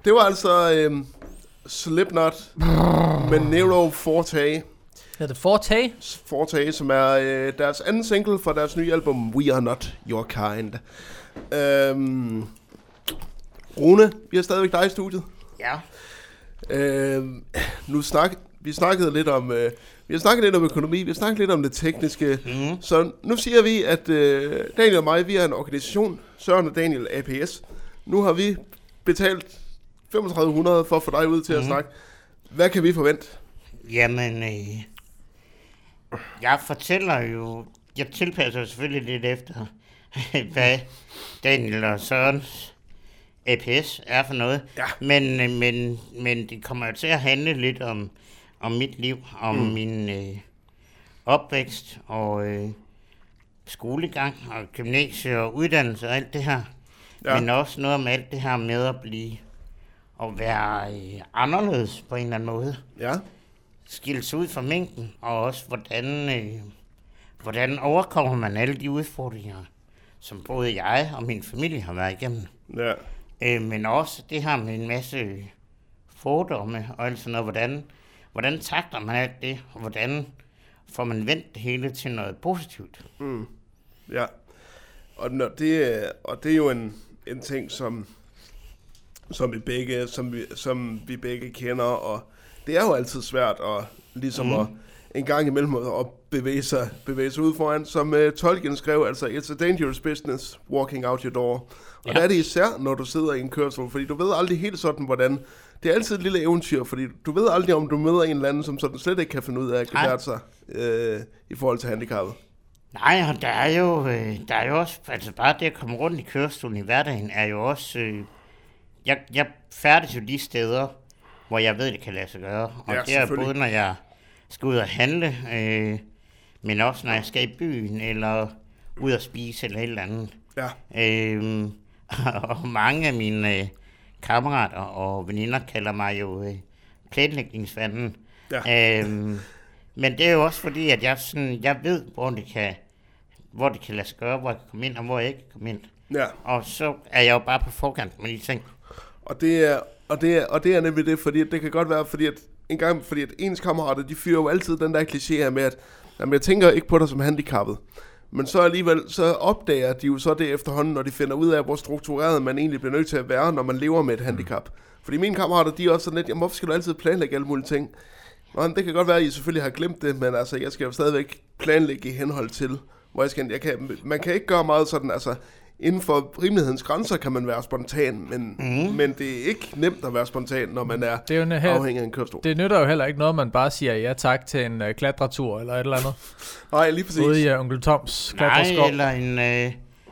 det var altså øhm, Slipknot med Nero Forte. Er det Forte? Forte, som er øh, deres anden single fra deres nye album We Are Not Your Kind. Øhm, Rune, vi har stadigvæk dig i studiet. Ja. Øhm, nu snak, vi snakkede lidt om, øh, vi har snakket lidt om økonomi, vi har snakket lidt om det tekniske. Mm. Så nu siger vi, at øh, Daniel og mig, vi er en organisation, Søren og Daniel A P S. Nu har vi betalt femogtredive hundrede for at få dig ud til mm. at snakke. Hvad kan vi forvente? Jamen, øh, jeg fortæller jo, jeg tilpasser selvfølgelig lidt efter, hvad Daniel og Sørens A P S er for noget. Ja. Men, øh, men, men det kommer jo til at handle lidt om, om mit liv, om mm. min øh, opvækst og øh, skolegang og gymnasie og uddannelse og alt det her. Ja. Men også noget om alt det her med at blive og være øh, anderledes på en eller anden måde. Ja. Skille sig ud fra mængden, og også hvordan, øh, hvordan overkommer man alle de udfordringer, som både jeg og min familie har været igennem. Ja. Øh, men også det her med en masse fordomme og alt sådan noget. Hvordan, hvordan takter man alt det, og hvordan får man vendt det hele til noget positivt. Mm. Ja. Og, når det, og det er jo en, en ting, som, som, vi begge, som, vi, som vi begge kender, og det er jo altid svært at, ligesom mm. at en gang imellem at bevæge sig, bevæge sig ud foran. Som uh, Tolkien skrev, altså, it's a dangerous business walking out your door. Og ja. Der er det især, når du sidder i en kørsel, fordi du ved aldrig helt sådan, hvordan. Det er altid et lille eventyr, fordi du ved aldrig, om du møder en eller anden, som sådan slet ikke kan finde ud af at gebære sig øh, i forhold til handicappet. Nej, og der er jo, øh, der er jo også, altså bare det at komme rundt i kørestolen i hverdagen, er jo også, øh, jeg, jeg færdes jo de steder, hvor jeg ved, det kan lade sig gøre. Og ja, det er både, når jeg skal ud og handle, øh, men også når jeg skal i byen, eller ud og spise, eller et eller andet. Ja. Øh, og mange af mine øh, kammerater og veninder kalder mig jo øh, planlægningsfanden. Ja. Øh, men det er jo også fordi, at jeg, sådan, jeg ved, hvor det, kan, hvor det kan lade sig gøre, hvor jeg kan komme ind, og hvor jeg ikke kan komme ind. Ja. Og så er jeg jo bare på forkant med de ting. Og det er, og det er, og det er nemlig det, fordi det kan godt være, fordi at en gang, fordi at ens kammerater, de fyrer jo altid den der kliché her med, at jamen, jeg tænker ikke på dig som handicappet. Men så alligevel, så opdager de jo så det efterhånden, når de finder ud af, hvor struktureret man egentlig bliver nødt til at være, når man lever med et handicap. Fordi mine kammerater, de er også sådan lidt, jamen, hvorfor skal du altid planlægge alle mulige ting? Nå, det kan godt være, at I selvfølgelig har glemt det, men altså, jeg skal jo stadigvæk planlægge i henhold til, hvor jeg skal, jeg kan, man kan ikke gøre meget sådan, altså, inden for rimelighedens grænser kan man være spontan, men, mm. men det er ikke nemt at være spontan, når man er, det er jo afhængig af en kørestol. Det nytter jo heller ikke noget, man bare siger ja tak til en uh, klatretur eller et eller andet. Nej, lige præcis. Ude i uh, Onkel Toms klatreskov. Nej, eller en, øh,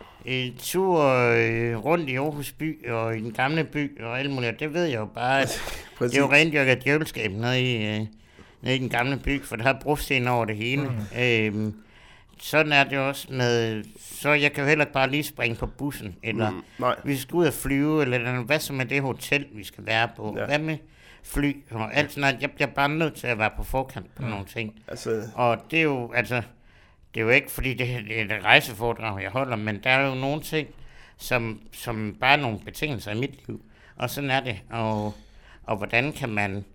en tur øh, rundt i Aarhus by og i den gamle by og alt muligt. Det ved jeg jo bare, at det er jo rendyrket djævelskab nede i, øh, nede i den gamle by, for der har brosten over det hele. Mm. Øhm, Sådan er det også med, så jeg kan jo heller ikke bare lige springe på bussen, eller mm, vi skal ud og flyve, eller hvad så med det hotel, vi skal være på, ja. Hvad med fly, og alt sådan noget. Jeg bliver bare nødt til at være på forkant på mm. nogle ting. Altså. Og det er jo, altså, det er jo ikke, fordi det, det er et rejseforedrag, jeg holder, men der er jo nogle ting, som, som bare er nogle betingelser i mit liv, og sådan er det, og, og hvordan kan man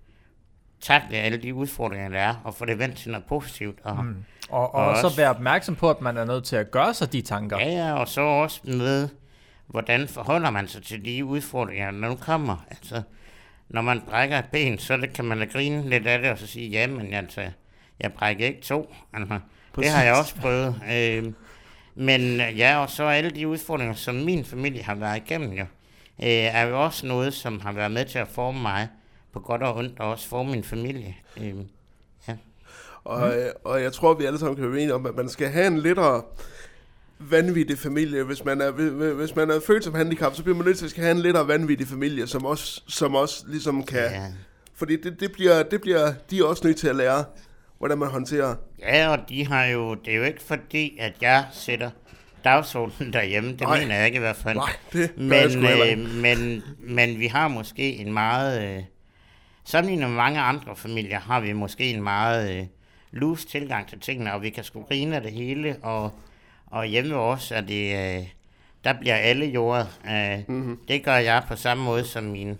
takle alle de udfordringer, der er, og få det vendt til noget positivt, og mm. Og, og, og så være opmærksom på, at man er nødt til at gøre sig de tanker. Ja, ja, og så også med, hvordan forholder man sig til de udfordringer, når nu kommer. Altså, når man brækker et ben, så det, kan man da grine lidt af det, og så sige, ja, men altså, jeg brækker ikke to. Altså, det har jeg også prøvet. Øh, men ja, og så alle de udfordringer, som min familie har været igennem, jo, øh, er jo også noget, som har været med til at forme mig på godt og ondt, og også forme min familie. Øh, ja. Og, mm. og jeg tror, vi alle sammen kan være enige om, at man skal have en lettere vanvittig familie. Hvis man er, hvis man er født som handicap, så bliver man nødt til at have en lettere vanvittig familie, som også, som også ligesom kan. Ja. Fordi det, det, bliver, det bliver de er også nødt til at lære, hvordan man håndterer. Ja, og de har jo, det er jo ikke fordi, at jeg sætter dagsordenen derhjemme. Det Nej. mener jeg ikke i hvert fald. Nej, det men, øh, men, men vi har måske en meget, øh, sammenlignet med mange andre familier, har vi måske en meget øh, loose tilgang til tingene, og vi kan sgu grine af det hele, og, og hjemme også er det, øh, der bliver alle jordet. Øh, mm-hmm. Det gør jeg på samme måde som min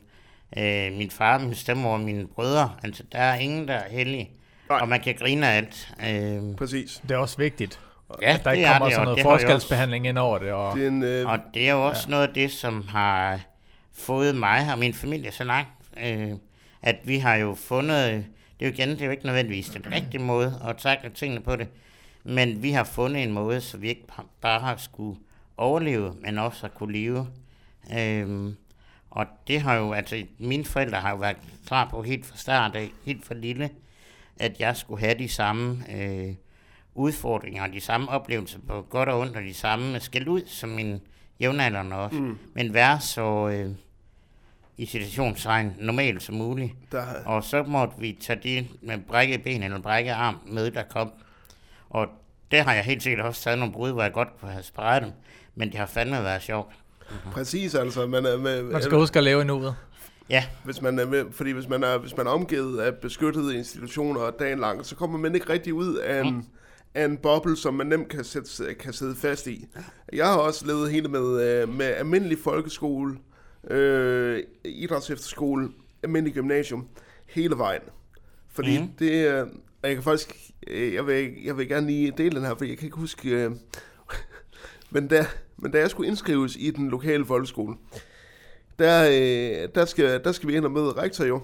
øh, min far, min stemmor og mine brødre. Altså, der er ingen, der er heldige. Og man kan grine af alt. Øh, Præcis. Det er også vigtigt, ja, at der det ikke er kommer det, sådan og noget det har jeg forskelsbehandling ind over det. Og, Det er en, øh, Og det er jo også ja. noget af det, som har fået mig og min familie så langt, øh, at vi har jo fundet, det er jo igen, det er jo ikke nødvendigvis den rigtige måde at takle tingene på det, men vi har fundet en måde, så vi ikke bare har skulle overleve, men også har kunne leve. Øh, og det har jo, altså mine forældre har jo været klar på helt fra start af, helt fra lille, at jeg skulle have de samme øh, udfordringer, de samme oplevelser på godt og ondt, og de samme skæld ud, som min jævnaldrende også. Mm. Men være så øh, i situationstegn normalt som muligt. Der... Og så måtte vi tage det med brækket ben eller brækket arm med, der kom. Og det har jeg helt sikkert også taget nogle brud, hvor jeg godt kunne have sparet dem. Men det har fandme været sjovt. Mm-hmm. Præcis, altså. Man, er med, man skal huske at leve i nuet. Ja. Hvis man er med, fordi hvis man er, hvis man er omgivet af beskyttede institutioner dagen lang, så kommer man ikke rigtig ud af en, mm. af en boble, som man nemt kan, sætte, kan sidde fast i. Jeg har også levet hele med, med almindelig folkeskole, øh, idrætsefterskole, almindelig gymnasium, hele vejen. Fordi mm. det er, jeg kan faktisk, jeg vil, jeg vil gerne lige dele den her, for jeg kan ikke huske, øh, men, da, men da jeg skulle indskrives i den lokale folkeskole, Der, øh, der, skal, der skal vi ind og møde rektor jo.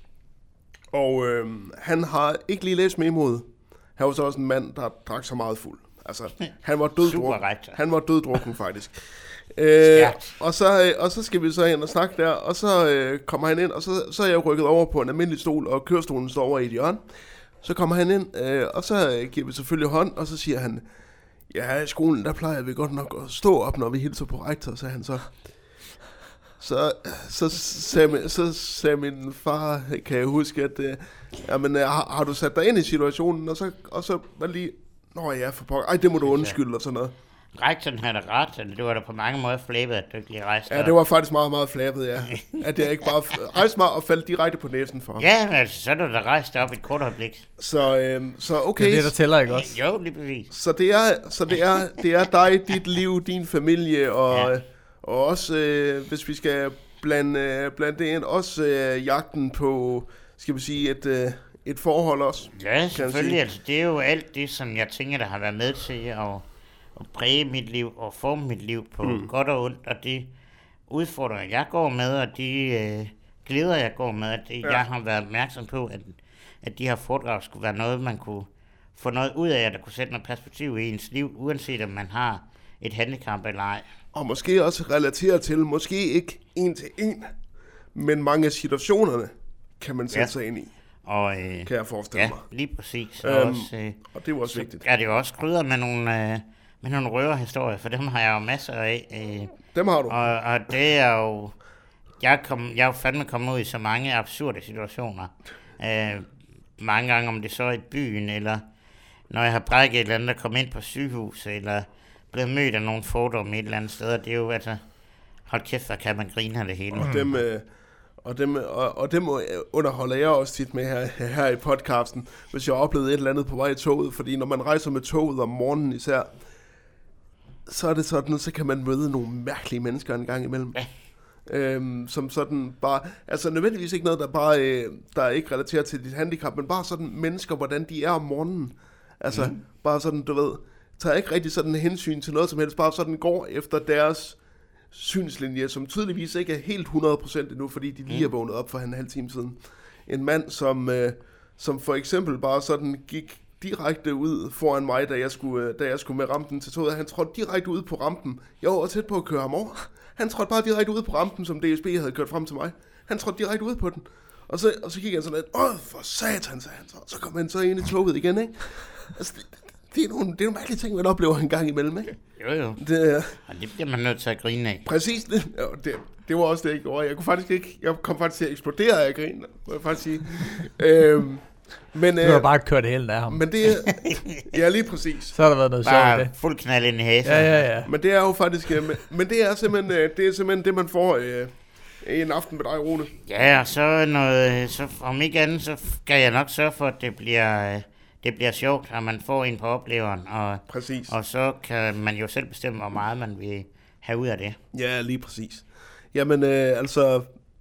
Og øh, han har ikke lige læst memoet. Han var så også en mand, der drak så meget fuld. Altså, han var døddrukken. Han var døddrukken faktisk. øh, og, så, og så skal vi så ind og snakke der, og så øh, kommer han ind, og så, så er jeg rykket over på en almindelig stol, og kørestolen står over i et hjørne. Så kommer han ind, øh, og så øh, giver vi selvfølgelig hånd, og så siger han, ja, i skolen, der plejer vi godt nok at stå op, når vi hilser på rektor, sagde han så. Så, så, sagde, så sagde min far, kan jeg huske, at øh, jamen, har, har du sat dig ind i situationen, og så, og så var lige, nå ja, for pokker, ej, det må du undskylde, og sådan noget. Rektoren havde da ret, eller det var da på mange måder flabet, at du ikke lige rejste. Ja, det var faktisk meget, meget flabet, ja. At jeg ikke bare rejste mig og faldt direkte på næsen for ham. Ja, altså, så er du da rejst op i et kort øjeblik. Så, øh, så okay. Det er det, der tæller, ikke også? Jo, lige bevis. Så det er, så det er, det er dig, dit liv, din familie, og... Ja. Og også, øh, hvis vi skal blande, øh, blande det ind, også øh, jagten på, skal vi sige, et, øh, et forhold også. Ja, selvfølgelig. Altså, det er jo alt det, som jeg tænker, der har været med til at, at præge mit liv og forme mit liv på mm. godt og ondt. Og de udfordringer, jeg går med, og de øh, glæder, jeg går med, at det, ja. jeg har været opmærksom på, at, at de her foredrag skulle være noget, man kunne få noget ud af, der kunne sætte noget perspektiv i ens liv, uanset om man har et handicap eller ej. Og måske også relatere til, måske ikke en til en, men mange af situationerne kan man sætte ja. sig ind i. Og, øh, kan jeg forestille ja, mig. lige præcis. Øhm, og, også, øh, og det er jo også så vigtigt. er det jo også krydret med nogle, øh, med nogle røverhistorier, for dem har jeg jo masser af. Øh, dem har du. Og, og det er jo... Jeg, kom, jeg er jo fandme kommet ud i så mange absurde situationer. Øh, mange gange, om det så er i byen, eller når jeg har brækket et eller andet, der kom ind på sygehus, eller blevet mødt af nogle fordomme et eller andet sted, og det er jo altså, hold kæft, hvad kan man grine af det hele. Og dem, øh, og dem, og, og dem underholder jeg også tit med her, her i podcasten, hvis jeg har oplevet et eller andet på vej i toget, fordi når man rejser med toget om morgenen især, så er det sådan, så kan man møde nogle mærkelige mennesker en gang imellem. Ja. Øhm, som sådan bare, altså nødvendigvis ikke noget, der bare, øh, der er ikke relateret til dit handicap, men bare sådan mennesker, hvordan de er om morgenen. Altså, mm. bare sådan, du ved, tager ikke rigtig sådan hensyn til noget som helst, bare sådan går efter deres synslinje, som tydeligvis ikke er helt hundrede procent endnu, fordi de lige er vågnet op for en halv time siden. En mand, som, øh, som for eksempel bare sådan gik direkte ud foran mig, da jeg skulle, da jeg skulle med rampen til toget. Han trådte direkte ud på rampen. Jeg var tæt på at køre ham over. Han trådte bare direkte ud på rampen, som D S B havde kørt frem til mig. Han trådte direkte ud på den. Og så, og så gik han sådan lidt, åh, for satan, sagde han så. Så kom han så ind i toget igen, ikke? Altså, det, det, er nogle, det er nogle mærkelige ting, man oplever en gang imellem, ikke? Jo, jo. Det, og det bliver man nødt til at grine af. Præcis, det, det, det var også det, jeg gjorde. Jeg kunne faktisk ikke, jeg kom faktisk til at eksplodere af grin, må jeg faktisk sige. øhm, men, du har øh, bare kørt hælen af ham. Men det er, ja, lige præcis. Så har der været noget sjovt i det. Fuld knald ind i hæsen. Ja, ja, ja. Men det er jo faktisk, men, men det er simpelthen det, er simpelthen det man får øh, en aften med dig, Rune. Ja, og så noget, så om ikke andet, så skal jeg nok sørge for, at det bliver, det bliver sjovt, at man får en på opleveren. Og, præcis. Og så kan man jo selv bestemme, hvor meget man vil have ud af det. Ja, lige præcis. Jamen, øh, altså,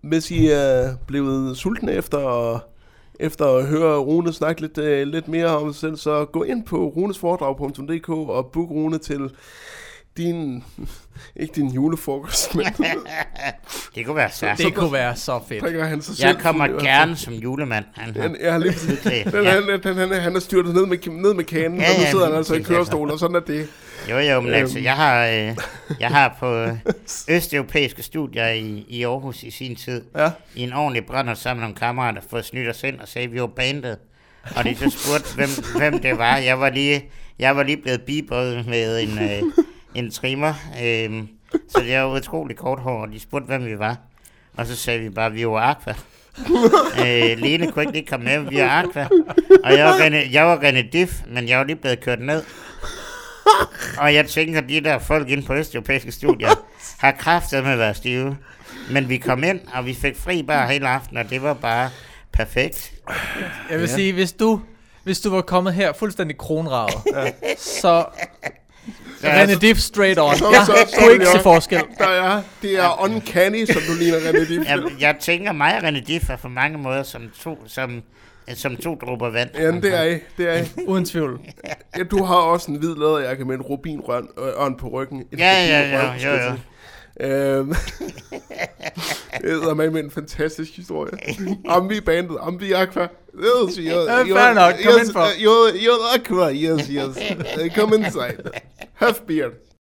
hvis I er blevet sultne efter, efter at høre Rune snakke lidt, uh, lidt mere om sig selv, så gå ind på runesforedrag punktum d k og book Rune til din, ikke din julefrokost, men det kunne være så. Det kunne være så fedt. Han sig Jeg selv kommer fuld, gerne altså. som julemand. Han, Han, ja, lige præcis. ja. Den, han, den, han, han er styrtet ned med, ned med kanen, Ja, og nu ja, sidder han men altså i det er kørestol, og sådan er det. Jo, jo, men Øhm. altså, jeg har, øh, jeg har på øh, østeuropæiske studier i, i Aarhus i sin tid, Ja. i en ordentlig brænder sammen med nogle kammerater, fået snydt os ind og sagde, at vi var bandet. Og de så spurgte, hvem, hvem det var. Jeg var lige, jeg var lige blevet bibøjet med en, øh, en trimmer, øh, så det var utroligt kort hår, og de spurgte, hvem vi var. Og så sagde vi bare, at vi var Aqua. øh, Lene kunne ikke lige komme med, vi er Aqua. Og jeg var, René, jeg var René Diff, men jeg var lige blevet kørt ned. Og jeg tænker, at de der folk inde på østeuropæiske studier har kraftet med at være stive. Men vi kom ind, og vi fik fri bar hele aftenen, og det var bare perfekt. Jeg vil Ja. sige, hvis du, hvis du var kommet her fuldstændig kronravet, ja. så René Diff straight on. Så- Jeg så- så kunne vil ikke jeg se også- forskel. Der er, det er uncanny, som du ligner René Diff. Jeg, jeg tænker, mig og René Diff er på mange måder som to, som, som to dråber vand. Ja, det er I. Det er I. Uden tvivl. Ja, du har også en hvid læderjakke med en rubinrøn på ryggen. En Ja, ja, ja, rubinrøn, jo, skal jeg jo. sige. Øhm, det er med med en fantastisk historie. Ambi bandet, Ambi Aqua. Yes, yes, Ja, fair nok. Kom yes, indenfor. uh, you're, you're Aqua, yes, yes. Uh, come inside. Have beer.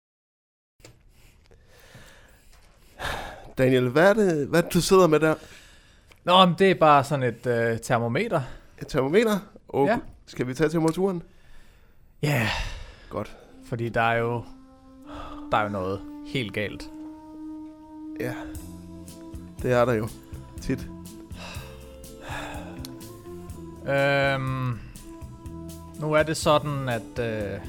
Daniel, hvad er det, hvad er det, du sidder med der? Nå, men det er bare sådan et øh, termometer. Et termometer? Og Ja. skal vi tage temperaturen? Ja, yeah, Godt. fordi der er jo der er jo noget helt galt. Ja, det er der jo tit. Øhm, nu er det sådan, at øh,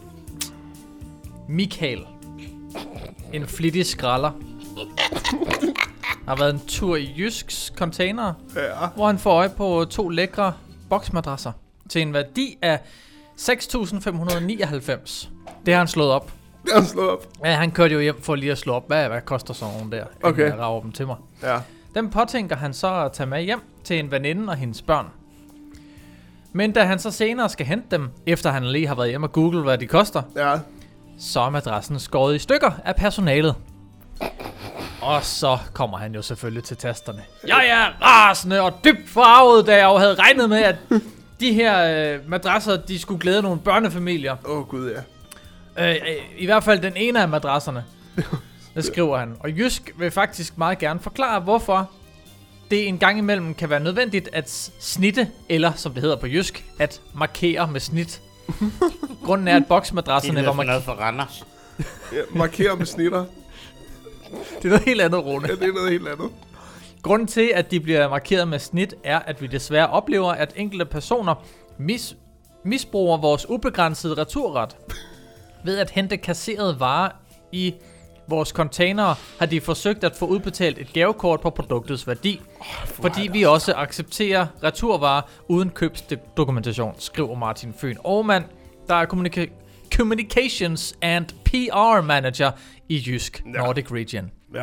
Michael, en flittig skralder, har været en tur i Jysks container, Ja. hvor han får øje på to lækre boksmadrasser til en værdi af seks tusind fem hundrede nioghalvfems. Det har han slået op. Det er slået op. Ja, han kørte jo hjem for lige at slå op. Hvad, hvad koster sådan nogle der? Okay. Jeg rager dem til mig. Ja. Dem påtænker han så at tage med hjem til en veninde og hendes børn. Men da han så senere skal hente dem, efter han lige har været hjemme og google, hvad de koster, Ja. så er madrassen skåret i stykker af personalet. Og så kommer han jo selvfølgelig til tasterne. Jeg er rasende og dybt forarvet, da jeg jo havde regnet med, at de her øh, madrasser, de skulle glæde nogle børnefamilier. Åh oh, gud, ja. Øh, øh, I hvert fald den ene af madrasserne. Det skriver han. Og Jysk vil faktisk meget gerne forklare, hvorfor det en gang imellem kan være nødvendigt at snitte, eller som det hedder på jysk, at markere med snit. Grunden er, at Det boksmadrasserne lyder var for markeret. noget for Randers. Ja, markerer med snitter. Det er noget helt andet, Rune. Ja, det er noget helt andet. Grunden til, at de bliver markeret med snit, er, at vi desværre oplever, at enkelte personer mis- misbruger vores ubegrænsede returret. Ved at hente kasserede varer i vores containere, har de forsøgt at få udbetalt et gavekort på produktets værdi. Oh, fordi vi også accepterer returvarer uden købsdokumentation, skriver Martin Føhn Aarmand, der er kommunika- Communications and P R Manager i Jysk Ja. Nordic Region. Ja.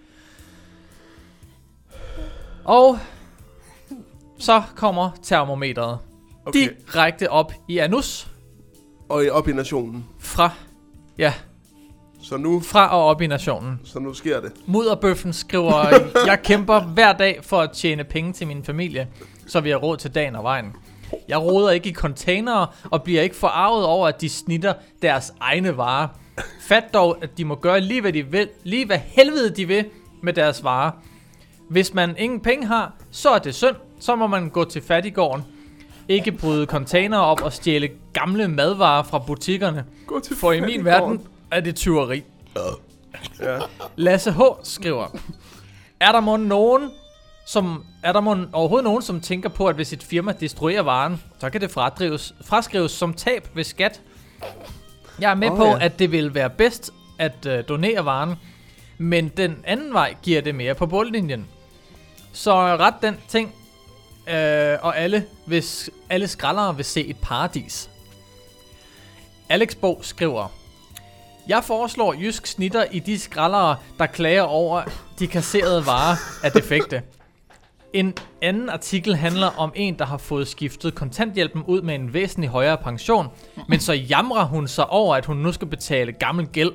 Og så kommer termometeret Okay. direkte op i anus Og i- op i nationen. fra, ja, Så nu, fra og op i nationen. så nu sker det. Mudderbøffen skriver, jeg kæmper hver dag for at tjene penge til min familie, så vi har råd til dagen og vejen. Jeg roder ikke i containere og bliver ikke forarvet over, at de snitter deres egne varer. Fat dog, at de må gøre lige hvad de vil, lige hvad helvede de vil med deres varer. Hvis man ingen penge har, så er det synd. Så må man gå til fattiggården. Ikke bryde containere op og stjæle gamle madvarer fra butikkerne. Gå til For i min fattiggården. verden er det tyveri. Ja. Lasse H. skriver, er der mon nogen, som, er der mon overhovedet nogen, som tænker på, at hvis et firma destruerer varen, så kan det fradrives, fraskrives som tab ved skat? Jeg er med Oh, på, ja. at det vil være bedst at øh, donere varen, men den anden vej giver det mere på bundlinjen. Så ret den ting, øh, og alle, hvis alle skraldere vil se et paradis. Alex Bo skriver, Jeg foreslår Jysk snitter i de skraldere, der klager over, de kasserede varer er defekte. En anden artikel handler om en, der har fået skiftet kontanthjælpen ud med en væsentlig højere pension, men så jamrer hun sig over, at hun nu skal betale gammel gæld.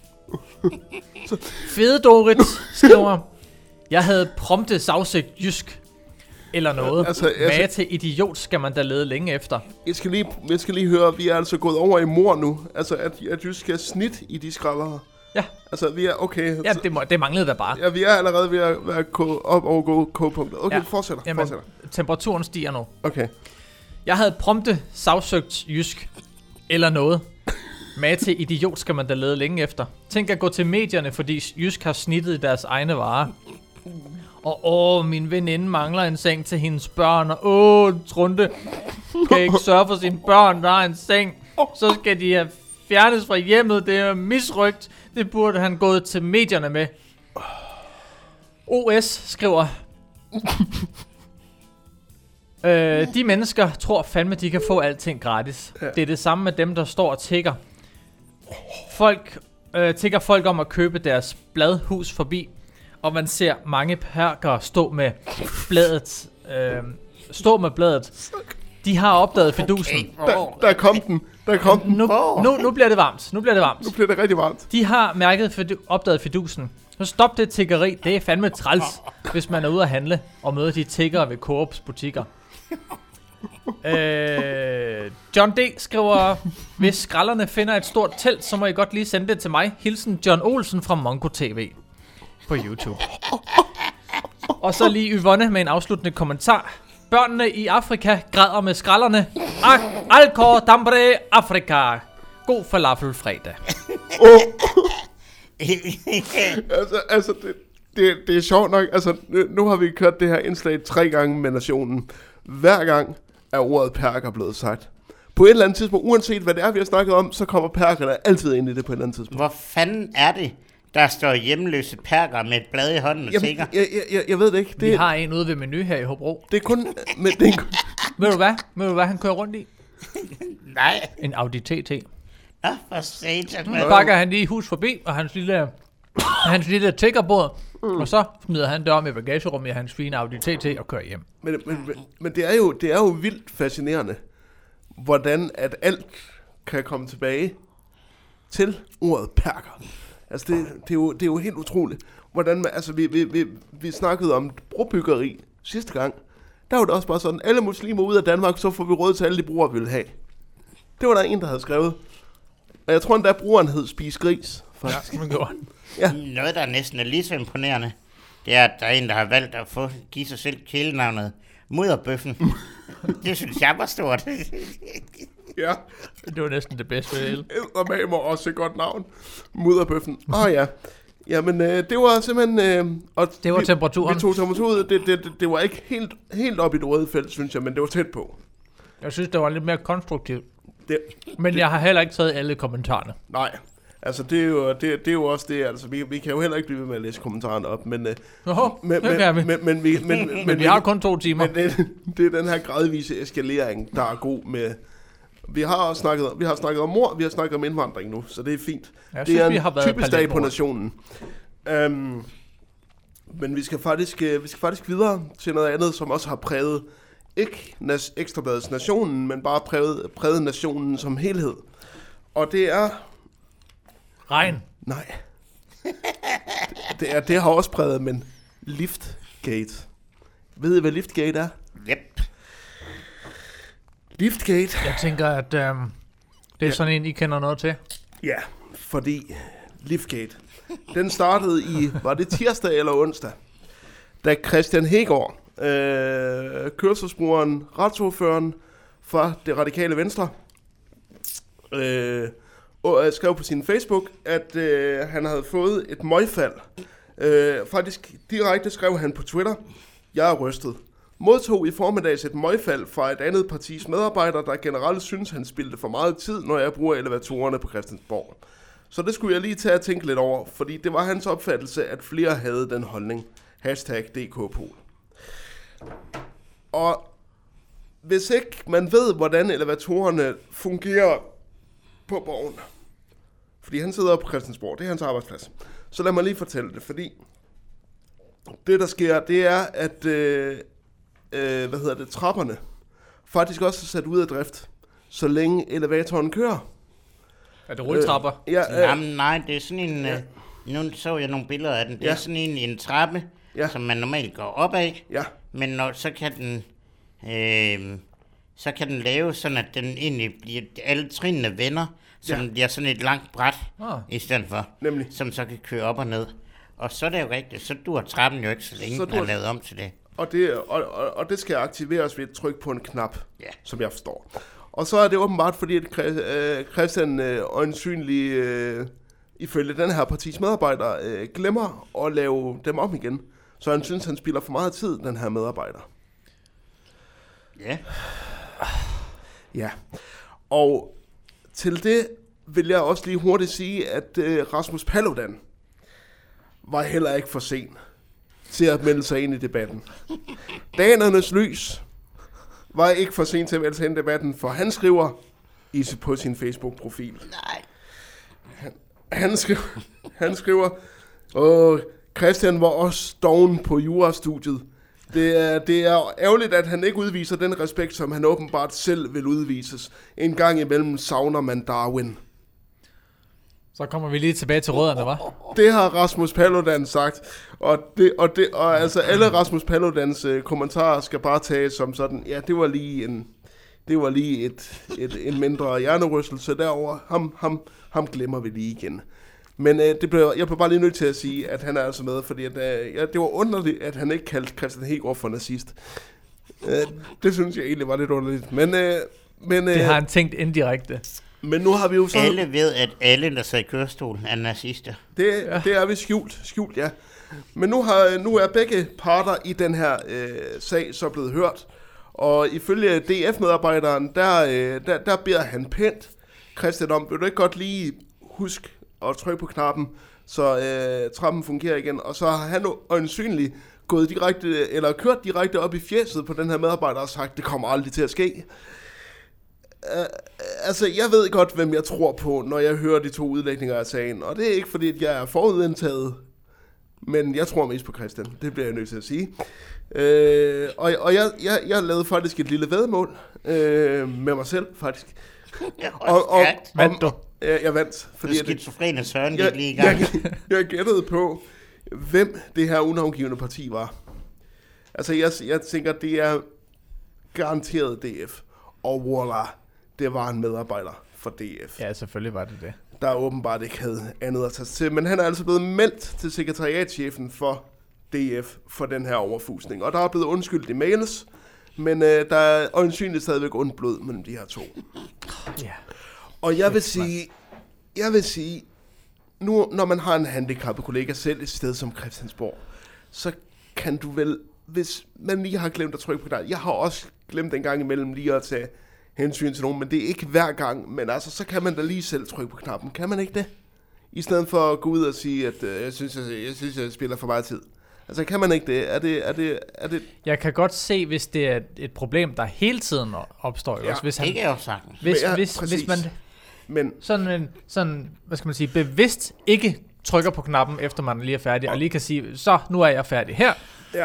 Fede Dorit skriver, jeg havde prompte sagsigt Jysk eller noget. Altså, altså, Mage til idiot skal man da lede længe efter. Jeg skal lige, jeg skal lige høre, vi er altså gået over i mor nu. Altså, at, at Jysk skal snit i de skraldere. Ja. Altså, vi er okay. Ja, det, må, det manglede da bare. Ja, vi er allerede ved at være ko- op over gå kogepunktet. Okay, ja. fortsætter, Jamen, fortsætter. Temperaturen stiger nu. Okay. Jeg havde prompte sagsøgt Jysk eller noget. Mage til idiot skal man da lede længe efter. Tænk at gå til medierne, fordi Jysk har snittet i deres egne varer. Og åh, min veninde mangler en seng til hendes børn. Og åh, Trunte kan ikke sørge for sine børn, der har en seng. Så skal de have fjernes fra hjemmet. Det er misrygt. Det burde han gået til medierne med. O S skriver... øh, de mennesker tror fandme, de kan få alting gratis. Ja. Det er det samme med dem, der står og tigger. Folk øh, tigger folk om at købe deres bladhus forbi. Og man ser mange perker stå med bladet. Øh, stå med bladet. De har opdaget fidusen. Okay. Der, der kom den. Der kom den. Nu, nu, nu bliver det varmt. Nu bliver det varmt. Nu bliver det rigtig varmt. De har mærket fidu- opdaget fidusen. Så stop det tiggeri. Det er fandme træls, hvis man er ude at handle og møder de tiggere ved Coops butikker. øh, John D. skriver, hvis skralderne finder et stort telt, så må I godt lige sende det til mig. Hilsen John Olsen fra Mongo T V på YouTube. Og så lige Yvonne med en afsluttende kommentar. Børnene i Afrika græder med skralderne. Alcor dambre Afrika. God falafelfredag. Oh. altså, altså det, det, det er sjovt nok. Altså, nu har vi kørt det her indslag tre gange med Nationen. Hver gang er ordet perker blevet sagt. På et eller andet tidspunkt, uanset hvad det er, vi har snakket om, så kommer perkerne altid ind i det på et eller andet tidspunkt. Hvor fanden er det, der står hjemløse perker med et blad i hånden og tigger? Jeg, jeg, jeg, jeg ved det ikke. Det, vi har en ude ved Menu her i Hobro. Det er kun... Men det er kun ved du hvad? Ved du hvad han kører rundt i? Nej. En Audi T T. Nå, for satan. Nu pakker han lige hus forbi, og hans lille, hans lille tiggerbord, mm. og så smider han det om i bagagerummet i hans fine Audi T T og kører hjem. Men, men, men, men det, er jo, det er jo vildt fascinerende, hvordan at alt kan komme tilbage til ordet perker. Altså, det, det, er, jo, det er jo helt utroligt. Hvordan man, altså, vi, vi, vi, vi snakkede om brobyggeri sidste gang. Der var det også bare sådan, alle muslimer ud af Danmark, så får vi råd til alle de brugere, vi vil have. Det var der en, der havde skrevet. Og jeg tror endda, brugeren hed Spis Gris. Faktisk. Ja, gjorde han. Ja. Noget, der næsten er lige så imponerende, det er, at der er en, der har valgt at få, give sig selv kælenavnet Mudderbøffen. Det synes jeg var stort. Ja. Det var næsten det bedste ved det. Og med mig også et godt navn. Mudderbøffen. Åh oh, ja. Jamen, øh, det var simpelthen... Øh, og det var vi, temperaturen. Vi tog temperaturen. Det, det, det, det var ikke helt, helt op i det røde felt, synes jeg, men det var tæt på. Jeg synes, det var lidt mere konstruktivt. Det, men det, jeg har heller ikke taget alle kommentarerne. Nej. Altså, det er jo, det, det er jo også det, altså, vi, vi kan jo heller ikke blive ved med at læse kommentarerne op, men... Joho, men, det kan vi. Men, men, vi, men, men, men vi har kun to timer. Men det, det er den her gradvise eskalering, der er god med... Vi har snakket, vi har snakket om mor, vi har snakket om indvandring nu, så det er fint. Jeg det synes, er vi har en været typisk dag på Nationen. Um, men vi skal, faktisk, vi skal faktisk videre til noget andet, som også har præget, ikke nas, Ekstrabladets Nationen, men bare præget, præget Nationen som helhed. Og det er... Regn. Nej. Det, det, er, det har også præget, men Liftgate. Ved I, hvad Liftgate er? Yep. Liftgate. Jeg tænker, at øhm, det er ja. sådan en, I kender noget til. Ja, fordi Liftgate, den startede i, var det tirsdag eller onsdag, da Christian Hegaard, øh, kørselsbrugeren, retsordføreren fra Det Radikale Venstre, øh, og skrev på sin Facebook, at øh, han havde fået et møgfald. Øh, faktisk direkte skrev han på Twitter, jeg er rystet. Modtog i formiddags et møgfald fra et andet partis medarbejdere, der generelt synes, han spildte for meget tid, når jeg bruger elevatorerne på Christiansborg. Så det skulle jeg lige tage at tænke lidt over, fordi det var hans opfattelse, at flere havde den holdning. Hashtag D K Pol. Og hvis ikke man ved, hvordan elevatorerne fungerer på Borgen, Fordi han sidder på Christiansborg, det er hans arbejdsplads. Så lad mig lige fortælle det, fordi det, der sker, det er, at øh, øh, hvad hedder det, trapperne faktisk også er sat ud af drift, så længe elevatoren kører. Er det rulletrapper? Øh, ja, øh, Jamen, nej, det er sådan en... Ja. Øh, nu så jeg nogle billeder af den. Det ja. er sådan en, en trappe, ja. som man normalt går op af. Ja. Men når, så kan den... Øh, så kan den lave sådan, at den egentlig bliver... Alle trinene vender, så ja. den bliver sådan et langt bræt ah. i stedet for. Nemlig. Som så kan køre op og ned. Og så er det jo rigtigt, så dur trappen jo ikke, så længe så den er lavet om til det. Og det, og, og, og det skal aktiveres ved et tryk på en knap, ja. som jeg forstår. Og så er det åbenbart, fordi at Christian øh, øjensynligt, øh, ifølge den her partis medarbejder, øh, glemmer at lave dem om igen. Så han synes, han spilder for meget tid, den her medarbejder. Ja. Ja. Og til det vil jeg også lige hurtigt sige, at øh, Rasmus Paludan var heller ikke for sen til at melde sig ind i debatten. Danernes lys var ikke for sent til at melde sig ind i debatten, for han skriver i, på sin Facebook-profil. Nej. Han, han skriver, han skriver Åh, Christian var også doven på jurastudiet. Det er, det er ærgerligt, at han ikke udviser den respekt, som han åbenbart selv vil udvises. En gang imellem savner man Darwin. Så kommer vi lige tilbage til rødderne, hva'? Det har Rasmus Paludan sagt, og, det, og, det, og altså alle Rasmus Paludans øh, kommentarer skal bare tages som sådan, ja, det var lige en, det var lige et, et, en mindre hjernerystelse derover. Ham, ham, ham glemmer vi lige igen. Men øh, det blev, jeg blev bare lige nødt til at sige, at han er altså med, fordi at, øh, ja, det var underligt, at han ikke kaldte Christian Hegård for nazist. Øh, det synes jeg egentlig var lidt underligt. Men, øh, men, øh, det har han tænkt indirekte. Men nu har vi jo så... Alle ved, at alle, der sidder i kørestolen, er nazister. Det, ja. det er vi skjult, skjult, ja. Men nu, har, nu er begge parter i den her øh, sag så blevet hørt. Og ifølge D F-medarbejderen, der, øh, der, der beder han pænt Christian om, vil du ikke godt lige huske at trykke på knappen, så øh, trappen fungerer igen. Og så har han øjensynligt gået direkte, eller kørt direkte op i fjeset på den her medarbejder og sagt, det kommer aldrig til at ske. Uh, altså, jeg ved godt, hvem jeg tror på, når jeg hører de to udlægninger af sagen. Og det er ikke fordi, at jeg er forudindtaget, men jeg tror mest på Christian. Det bliver jeg nødt til at sige. Uh, og og jeg, jeg, jeg lavede faktisk et lille væddemål uh, med mig selv, faktisk. og, og, vandt du? Jeg, jeg vandt. Fordi du skizofrene Søren gik lige i gang. Jeg, jeg, jeg gættede på, hvem det her unavngivende parti var. Altså, jeg, jeg tænker, det er garanteret D F. Og voila, det var en medarbejder for D F. Ja, selvfølgelig var det det. Der åbenbart ikke havde andet at tage til. Men han er altså blevet meldt til sekretariatschefen for D F for den her overfusning. Og der er blevet undskyldt i mails, men øh, der er øjensynligt stadigvæk ondt blod mellem de her to. Ja. Og jeg vil sige, jeg vil sige, nu når man har en handicappet kollega selv et sted som Christiansborg, så kan du vel, hvis man lige har glemt at trykke på dig, jeg har også glemt en gang imellem lige at tage hensyn til nogen, men det er ikke hver gang, men altså, så kan man da lige selv trykke på knappen. Kan man ikke det? I stedet for at gå ud og sige, at øh, jeg, synes, jeg, jeg synes, jeg spiller for meget tid. Altså, kan man ikke det? Er det, er det, er det? Jeg kan godt se, hvis det er et problem, der hele tiden opstår. Ja, også, hvis han, det kan jeg jo sagtens. Hvis, ja, hvis, hvis man men, sådan, en, sådan, hvad skal man sige, bevidst ikke trykker på knappen, efter man lige er færdig, og, og lige kan sige, så nu er jeg færdig her. Ja.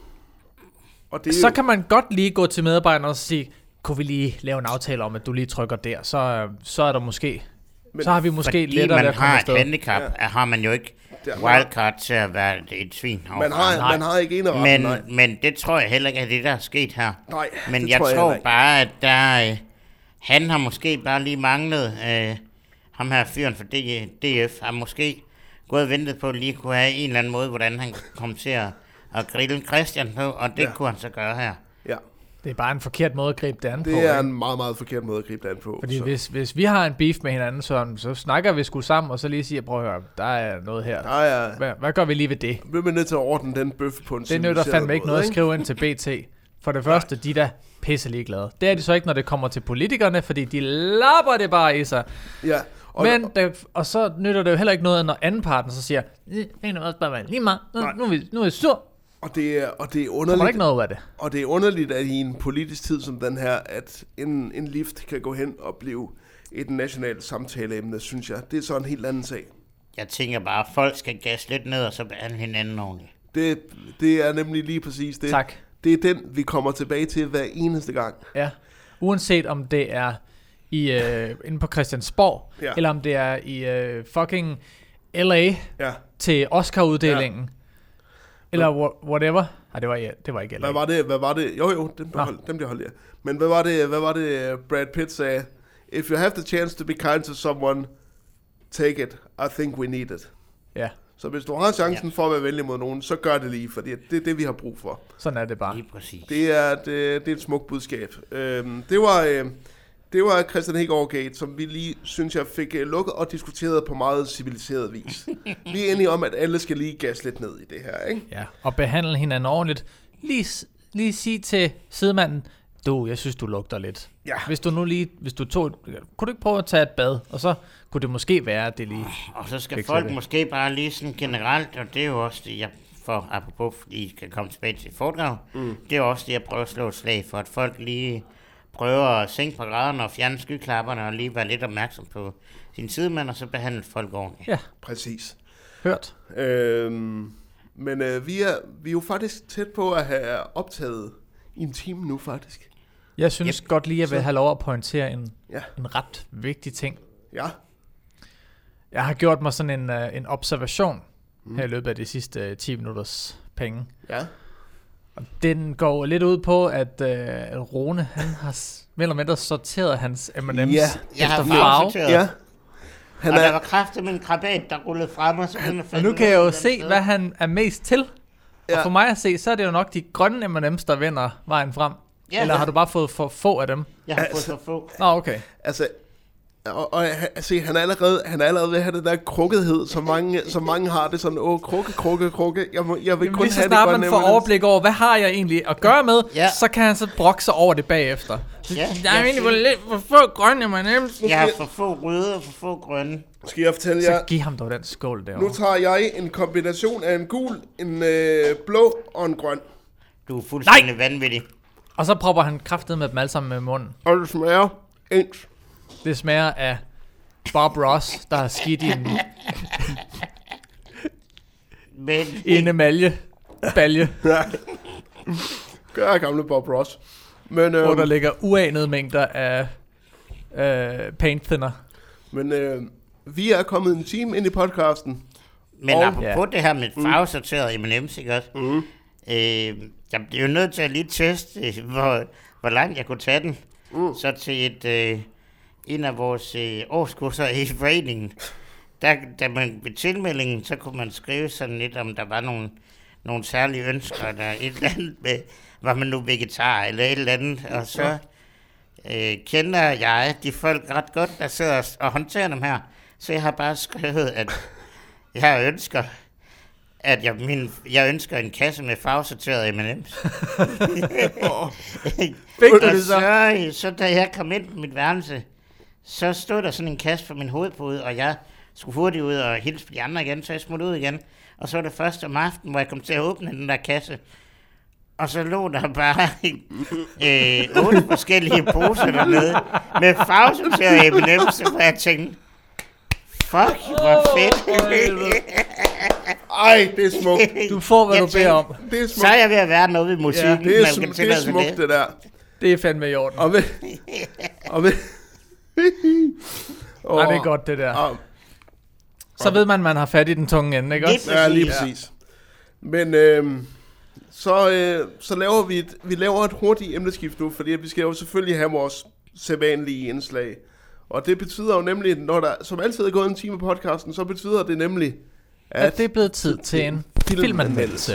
Og det så jo... kan man godt lige gå til medarbejderen og sige, kunne vi lige lave en aftale om, at du lige trykker der, så, så er der måske, men, så har vi måske lettere ved at komme afsted. Fordi man har et handicap, ja. har man jo ikke wildcard til at være et svin. Man har, man har ikke en men, men det tror jeg heller ikke, at det der er sket her. Nej, men jeg tror, jeg tror bare, at der, øh, han har måske bare lige manglet, øh, ham her fyren for D F, har måske gået og ventet på at lige kunne have en eller anden måde, hvordan han kom til at, at grille Christian på, og det ja. kunne han så gøre her. Ja. Det er bare en forkert måde at gribe det an det på. Det er en meget, meget forkert måde at gribe det an på. Fordi hvis, hvis vi har en beef med hinanden, så, så snakker vi sgu sammen, og så lige siger, prøv at høre, der er noget her. Der er, hvad, hvad gør vi lige ved det? Vi er nødt til at ordne den bøf på en det nytter fandme ikke noget at skrive ind til B T. For det første, de der pisse ligeglade. Det er de så ikke, når det kommer til politikerne, fordi de lapper det bare i sig. Ja. Og, Men, der, og så nytter det jo heller ikke noget, når anden parten så siger, det er også bare lige meget, nu, nu, er vi, nu er vi sur. Og det er, og det er underligt, ikke noget ud af det. Og det er underligt, at i en politisk tid som den her, at en, en lift kan gå hen og blive et nationalt samtaleemne, synes jeg. Det er så en helt anden sag. Jeg tænker bare, at folk skal gasse lidt ned, og så behandle hinanden ordentligt. Det, det er nemlig lige præcis det. Tak. Det er den, vi kommer tilbage til hver eneste gang. Ja, uanset om det er i øh, inde på Christiansborg, Ja. eller om det er i øh, fucking L A Ja. til Oscar-uddelingen, ja. eller wha- whatever. Nej, det var, ja, det var ikke L A. Hvad var det? Hvad var det? Jo jo, dem bliver holdt, dem bliver holdt, ja. Men hvad var det? Hvad var det Brad Pitt sagde? If you have the chance to be kind to someone, take it. I think we need it. Ja, Så hvis du har chancen Ja. for at være venlig mod nogen, så gør det lige, fordi det er det, vi har brug for. sådan er det bare. Lige præcis. Det er et, øh, det er et smukt budskab. Øhm, det var øh, det var Christian Hækgaard Gate, som vi lige, synes jeg, fik øh, lukket og diskuteret på meget civiliseret vis. Vi er enige om, at alle skal lige gas lidt ned i det her, ikke? Ja, og behandle hinanden ordentligt. Lige, s- lige sige til sidemanden, du, jeg synes, du lugter lidt. Ja. Hvis du nu lige, hvis du tog, kunne du ikke prøve at tage et bad, og så kunne det måske være, at det lige... Og så skal Fik folk det. måske bare lige sådan generelt, og det er jo også det, jeg får, apropos, fordi I kan komme tilbage til foredrag, mm. det er også det, jeg prøver at slå et slag for, at folk lige prøver at sænke på graderne og fjerne skyklapperne, og lige være lidt opmærksom på sin sidemand, og så behandle folk ordentligt. Ja, Præcis. hørt. Øhm, men øh, vi, er, vi er jo faktisk tæt på at have optaget i en time nu, faktisk. Jeg synes Yep. godt lige, at jeg vil Så- have lov at pointere en, Ja. en ret vigtig ting. Ja. Jeg har gjort mig sådan en, uh, en observation mm. her i løbet af de sidste uh, ti minutters penge. Ja. Og den går lidt ud på, at uh, Rune, han har s- mere eller mindre sorteret hans M and M's Ja. Jeg har efter farve. farvesorteret. Ja. Han Og der er, var kraftigt med en krabat, der rullede frem, og så begyndte at Og nu kan jeg jo se, hvad han er mest til. Ja. Og for mig at se, så er det jo nok de grønne M and M's, der vinder vejen frem. Ja. Eller har du bare fået for få af dem? Jeg har fået Altså- for få. Nå, okay. altså, og, og se, han er allerede, han er allerede ved at have det der krukkethed, som mange, som mange har det sådan, åh, krukke, krukke, krukke, jeg, må, jeg vil Jamen, kun lige så have det snart grønne man får M and M's. overblik over, hvad har jeg egentlig at gøre med, Ja. så kan han så brokke sig over det bagefter. Ja, jeg jeg har egentlig synes- fået lidt for få grønne M and M's. Jeg har for få røde og for få grønne. Skal jeg fortælle Så jer, giv ham dog den skål nu derovre. tager jeg en kombination af en gul, en øh, blå og en grøn. Du er fuldstændig vanvittig. Og så propper han kraftet med dem alle sammen med munden. Og det smager ens. Det smager af Bob Ross, der har skidt i en, Men i en emalje balje, Ja. Gør gamle Bob Ross. Men, hvor der øh, ligger uanede mængder af øh, paint thinner. men øh, vi er kommet en time ind i podcasten. Men Og- apropos Ja. det her med farvesorteret M and M's, ikke også? Mm. Øh, jeg blev jo nødt til at lige teste, øh, hvor, hvor langt jeg kunne tage den. Mm. Så til et, øh, en af vores øh, årskurser i foreningen, der, da man ved tilmeldingen, så kunne man skrive sådan lidt, om der var nogle, nogle særlige ønsker, eller et eller andet med, var man nu vegetar, eller et eller andet, og så øh, kender jeg de folk ret godt, der sidder og, og håndterer dem her, så jeg har bare skrevet, at jeg ønsker, at jeg, min, jeg ønsker en kasse med farvesorteret M and M's. Fik du Og det så? så, så da jeg kom ind på mit værelse, så stod der sådan en kasse for min hovedpude, og jeg skulle hurtigt ud og hilse på de andre igen, så jeg smuttede ud igen. Og så var det først om aftenen, hvor jeg kom til at åbne den der kasse. Og så lå der bare øh, otte forskellige poser dernede med farvesorterede M and M's, hvor jeg tænkte, fuck, hvor fedt. Ej, det er smukt. Du får, hvad Jeg du beder om. Det er Så smukt. er jeg ved at være noget ved musikken. Ja, Det er, man sm- kan det tillade er sig smukt, det der. Det er fandme i orden. Og ved... og ved... Nej, det er godt, det der. Og, Så ved man, man har fat i den tunge ende, ikke Lige også? ja, lige præcis. præcis. Men øhm, så, øh, så laver vi et, vi laver et hurtigt emneskift nu, fordi vi skal jo selvfølgelig have vores sædvanlige indslag. Og det betyder jo nemlig, når der som altid er gået en time på podcasten, så betyder det nemlig, at... At det er blevet tid til en filmanmeldelse.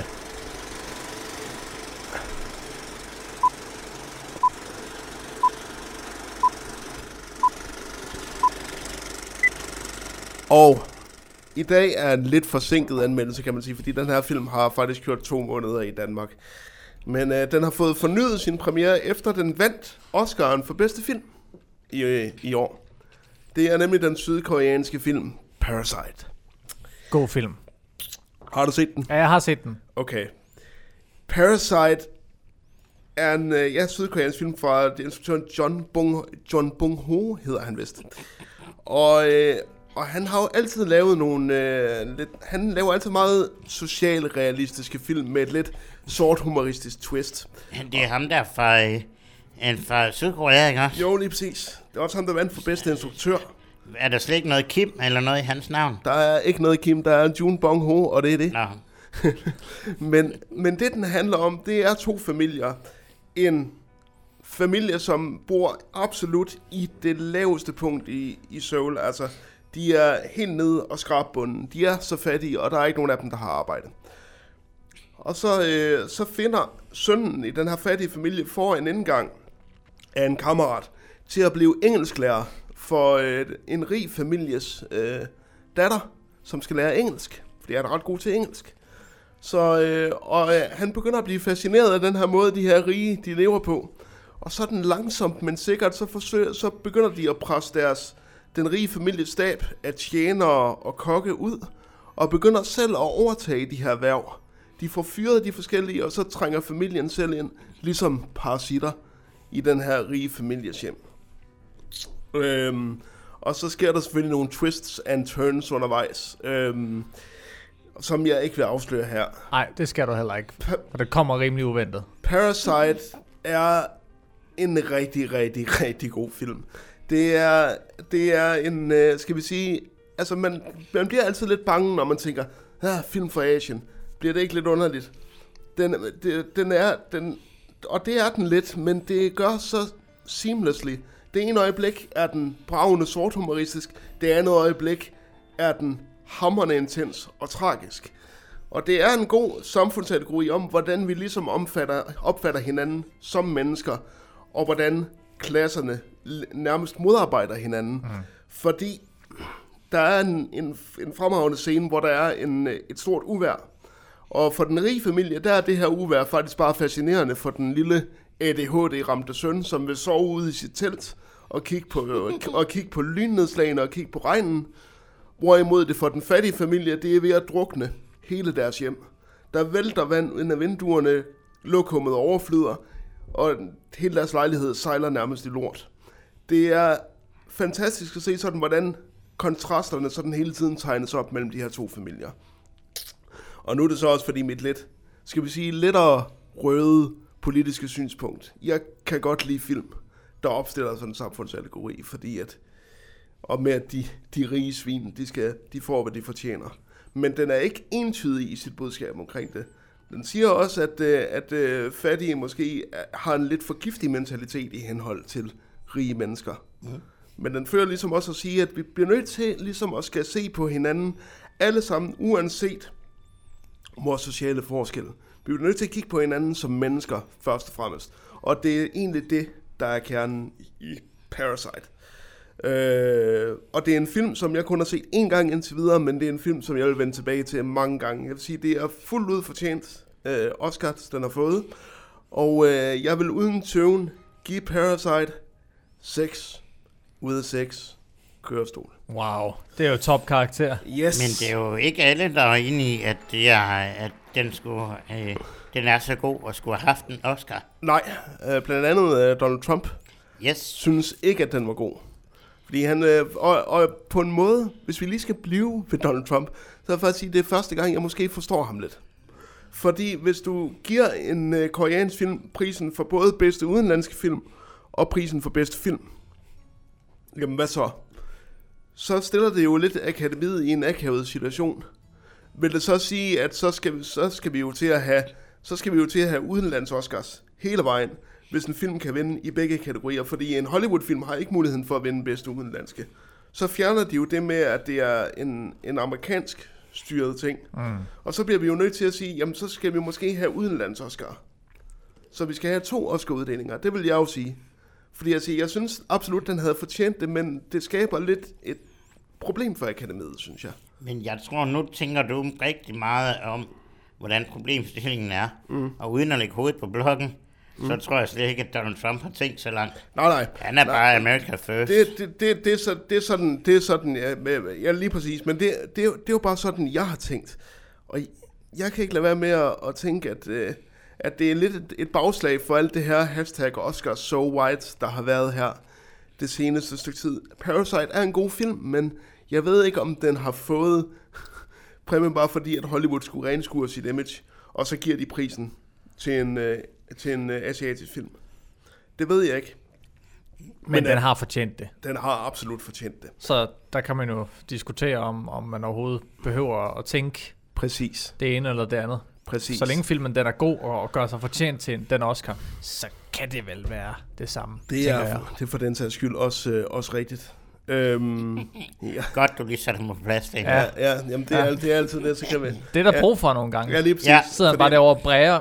Og i dag er en lidt forsinket anmeldelse, kan man sige, fordi den her film har faktisk kørt to måneder i Danmark. Men øh, den har fået fornyet sin premiere, efter den vandt Oscar'en for bedste film i, øh, i år. Det er nemlig den sydkoreanske film Parasite. God film. Har du set den? Ja, jeg har set den. Okay. Parasite er en øh, ja, sydkoreansk film fra instruktøren John Bong, John Bong-ho, hedder han vist. Og, øh, og han har jo altid lavet nogle, øh, lidt, han laver altid meget socialrealistiske film med et lidt sort humoristisk twist. Det er ham der fra, øh, fra Sydkorea, ikke også? Jo, lige præcis. Det var også ham, der vandt for bedste instruktør. Er der slet ikke noget Kim eller noget i hans navn? Der er ikke noget Kim, der er en Jun Bong-ho, og det er det. Nå. men, men det, den handler om, det er to familier. En familie, som bor absolut i det laveste punkt i, i Seoul. Altså, de er helt nede og skrabbunden. De er så fattige, og der er ikke nogen af dem, der har arbejde. Og så, øh, så finder sønnen i den her fattige familie for en indgang af en kammerat til at blive engelsklærer for øh, en rig families øh, datter, som skal lære engelsk. Fordi han er ret god til engelsk. Så, øh, og øh, han begynder at blive fascineret af den her måde, de her rige, de lever på. Og så den langsomt, men sikkert, så, forsøger, så begynder de at presse deres, den rige families stab af tjenere og kokke ud, og begynder selv at overtage de her værv. De får fyret de forskellige, og så trænger familien selv ind, ligesom parasitter i den her rige families hjem. Øhm, og så sker der selvfølgelig nogle twists and turns undervejs, øhm, som jeg ikke vil afsløre her. Nej, det skal du heller ikke, for det kommer rimelig uventet. Parasite er en rigtig, rigtig, rigtig god film. Det er, det er en, skal vi sige, altså man, man bliver altid lidt bange, når man tænker, ah, film fra Asien, bliver det ikke lidt underligt? Den, det, den er, den, og det er den lidt, men det gør så seamlessly. Det ene øjeblik er den bravende sorthumoristisk, det andet øjeblik er den hamrende intens og tragisk. Og det er en god samfundsallegori om, hvordan vi ligesom omfatter, opfatter hinanden som mennesker, og hvordan klasserne nærmest modarbejder hinanden. Mm. Fordi der er en, en, en fremragende scene, hvor der er en, et stort uvejr. Og for den rige familie, der er det her uvejr faktisk bare fascinerende for den lille A D H D-ramte søn, som vil sove ude i sit telt og kigge på, og kigge på lynnedslagene og kigge på regnen. Hvorimod det for den fattige familie, det er ved at drukne hele deres hjem. Der vælter vand ind af vinduerne, lokummet overflyder, og hele deres lejlighed sejler nærmest i lort. Det er fantastisk at se sådan, hvordan kontrasterne sådan hele tiden tegnes op mellem de her to familier. Og nu er det så også fordi mit lidt, skal vi sige, lettere røde politiske synspunkt. Jeg kan godt lide film, der opstiller sådan en samfundsallegori, fordi at, og med at de, de rige svin, de, skal, de får, hvad de fortjener. Men den er ikke entydig i sit budskab omkring det. Den siger også, at, at, at fattige måske har en lidt for giftig mentalitet i henhold til rige mennesker. Mm. Men den fører ligesom også at sige, at vi bliver nødt til ligesom at skal se på hinanden, alle sammen, uanset vores sociale forskel. Vi bliver nødt til at kigge på hinanden som mennesker, først og fremmest. Og det er egentlig det, der er kernen i Parasite. Øh, og det er en film, som jeg kun har set én gang indtil videre, men det er en film, som jeg vil vende tilbage til mange gange. Jeg vil sige, det er fuldt ud fortjent øh, Oscars, den har fået. Og øh, jeg vil uden tøven give Parasite seks ud af seks kørestol. Wow, det er jo top karakter. Yes. Men det er jo ikke alle, der er inde i, at, det er, at den, skulle, øh, den er så god og skulle have haft en Oscar. Nej, øh, blandt andet øh, Donald Trump yes. synes ikke, at den var god. Fordi han, øh, og, og på en måde, hvis vi lige skal blive ved Donald Trump, så vil jeg faktisk sige, at det er første gang, jeg måske forstår ham lidt. Fordi hvis du giver en øh, koreansk film prisen for både bedste udenlandske film og prisen for bedste film, jamen hvad så? Så stiller det jo lidt akademiet i en akavet situation. Vil det så sige, at så skal, så skal vi jo til at have, så skal vi jo til at have udenlands Oscars hele vejen, hvis en film kan vinde i begge kategorier, fordi en Hollywood-film har ikke muligheden for at vinde bedste udenlandske. Så fjerner de jo det med, at det er en, en amerikansk styret ting. Mm. Og så bliver vi jo nødt til at sige, jamen så skal vi måske have udenlands Oscar. Så vi skal have to Oscar-uddelinger, det vil jeg jo sige. Fordi jeg, siger, jeg synes absolut, den havde fortjent det, men det skaber lidt et problem for akademiet, synes jeg. Men jeg tror, nu tænker du rigtig meget om, hvordan problemstillingen er. Mm. Og uden at lægge hovedet på blokken, mm. så tror jeg slet ikke, at Donald Trump har tænkt så langt. Nej, nej. Han er nej, bare America first. Det, det, det, det, er, så, det er sådan, det er sådan ja, ja, lige præcis. Men det, det, det er jo bare sådan, jeg har tænkt. Og jeg kan ikke lade være med at, at tænke, at, at det er lidt et, et bagslag for alt det her hashtag Oscar so white, der har været her det seneste stykke tid. Parasite er en god film, men jeg ved ikke, om den har fået præmien bare fordi, at Hollywood skulle renskue sit image, og så giver de prisen til en, øh, til en øh, asiatisk film. Det ved jeg ikke. Men, Men den har fortjent det. Den har absolut fortjent det. Så der kan man jo diskutere, om, om man overhovedet behøver at tænke Præcis. det ene eller det andet. Præcis. Så længe filmen den er god og, og gør sig fortjent til den Oscar, så kan det vel være det samme. Det er, for, det er for den sags skyld også, øh, også rigtigt. Øhm, ja. Godt, du lige sætter mig på plads. Det. Ja, ja, jamen det er, ja. det er altid det, så kan vi... Det er der ja. brug for nogle gange. Ja, lige præcis. Ja. Så sidder han bare derovre og bræger,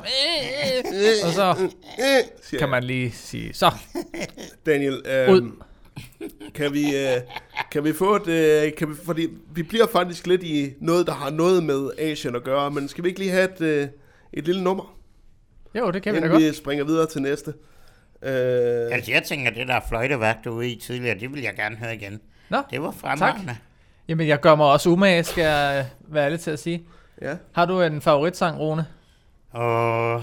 og så Siger kan man lige sige, så, Daniel, øh, ud. Kan vi, øh, kan vi få et... Øh, kan vi, fordi vi bliver faktisk lidt i noget, der har noget med Asien at gøre, men skal vi ikke lige have et, øh, et lille nummer? Jo, det kan vi da Inden godt. vi springer videre til næste. Øh, Altså, jeg tænker, det der fløjteværk, du var i tidligere, det vil jeg gerne høre igen. Nå, Det var fremragende. jamen jeg gør mig også umage, skal jeg være ærlig til at sige. ja. Har du en favoritsang, Rune? Og...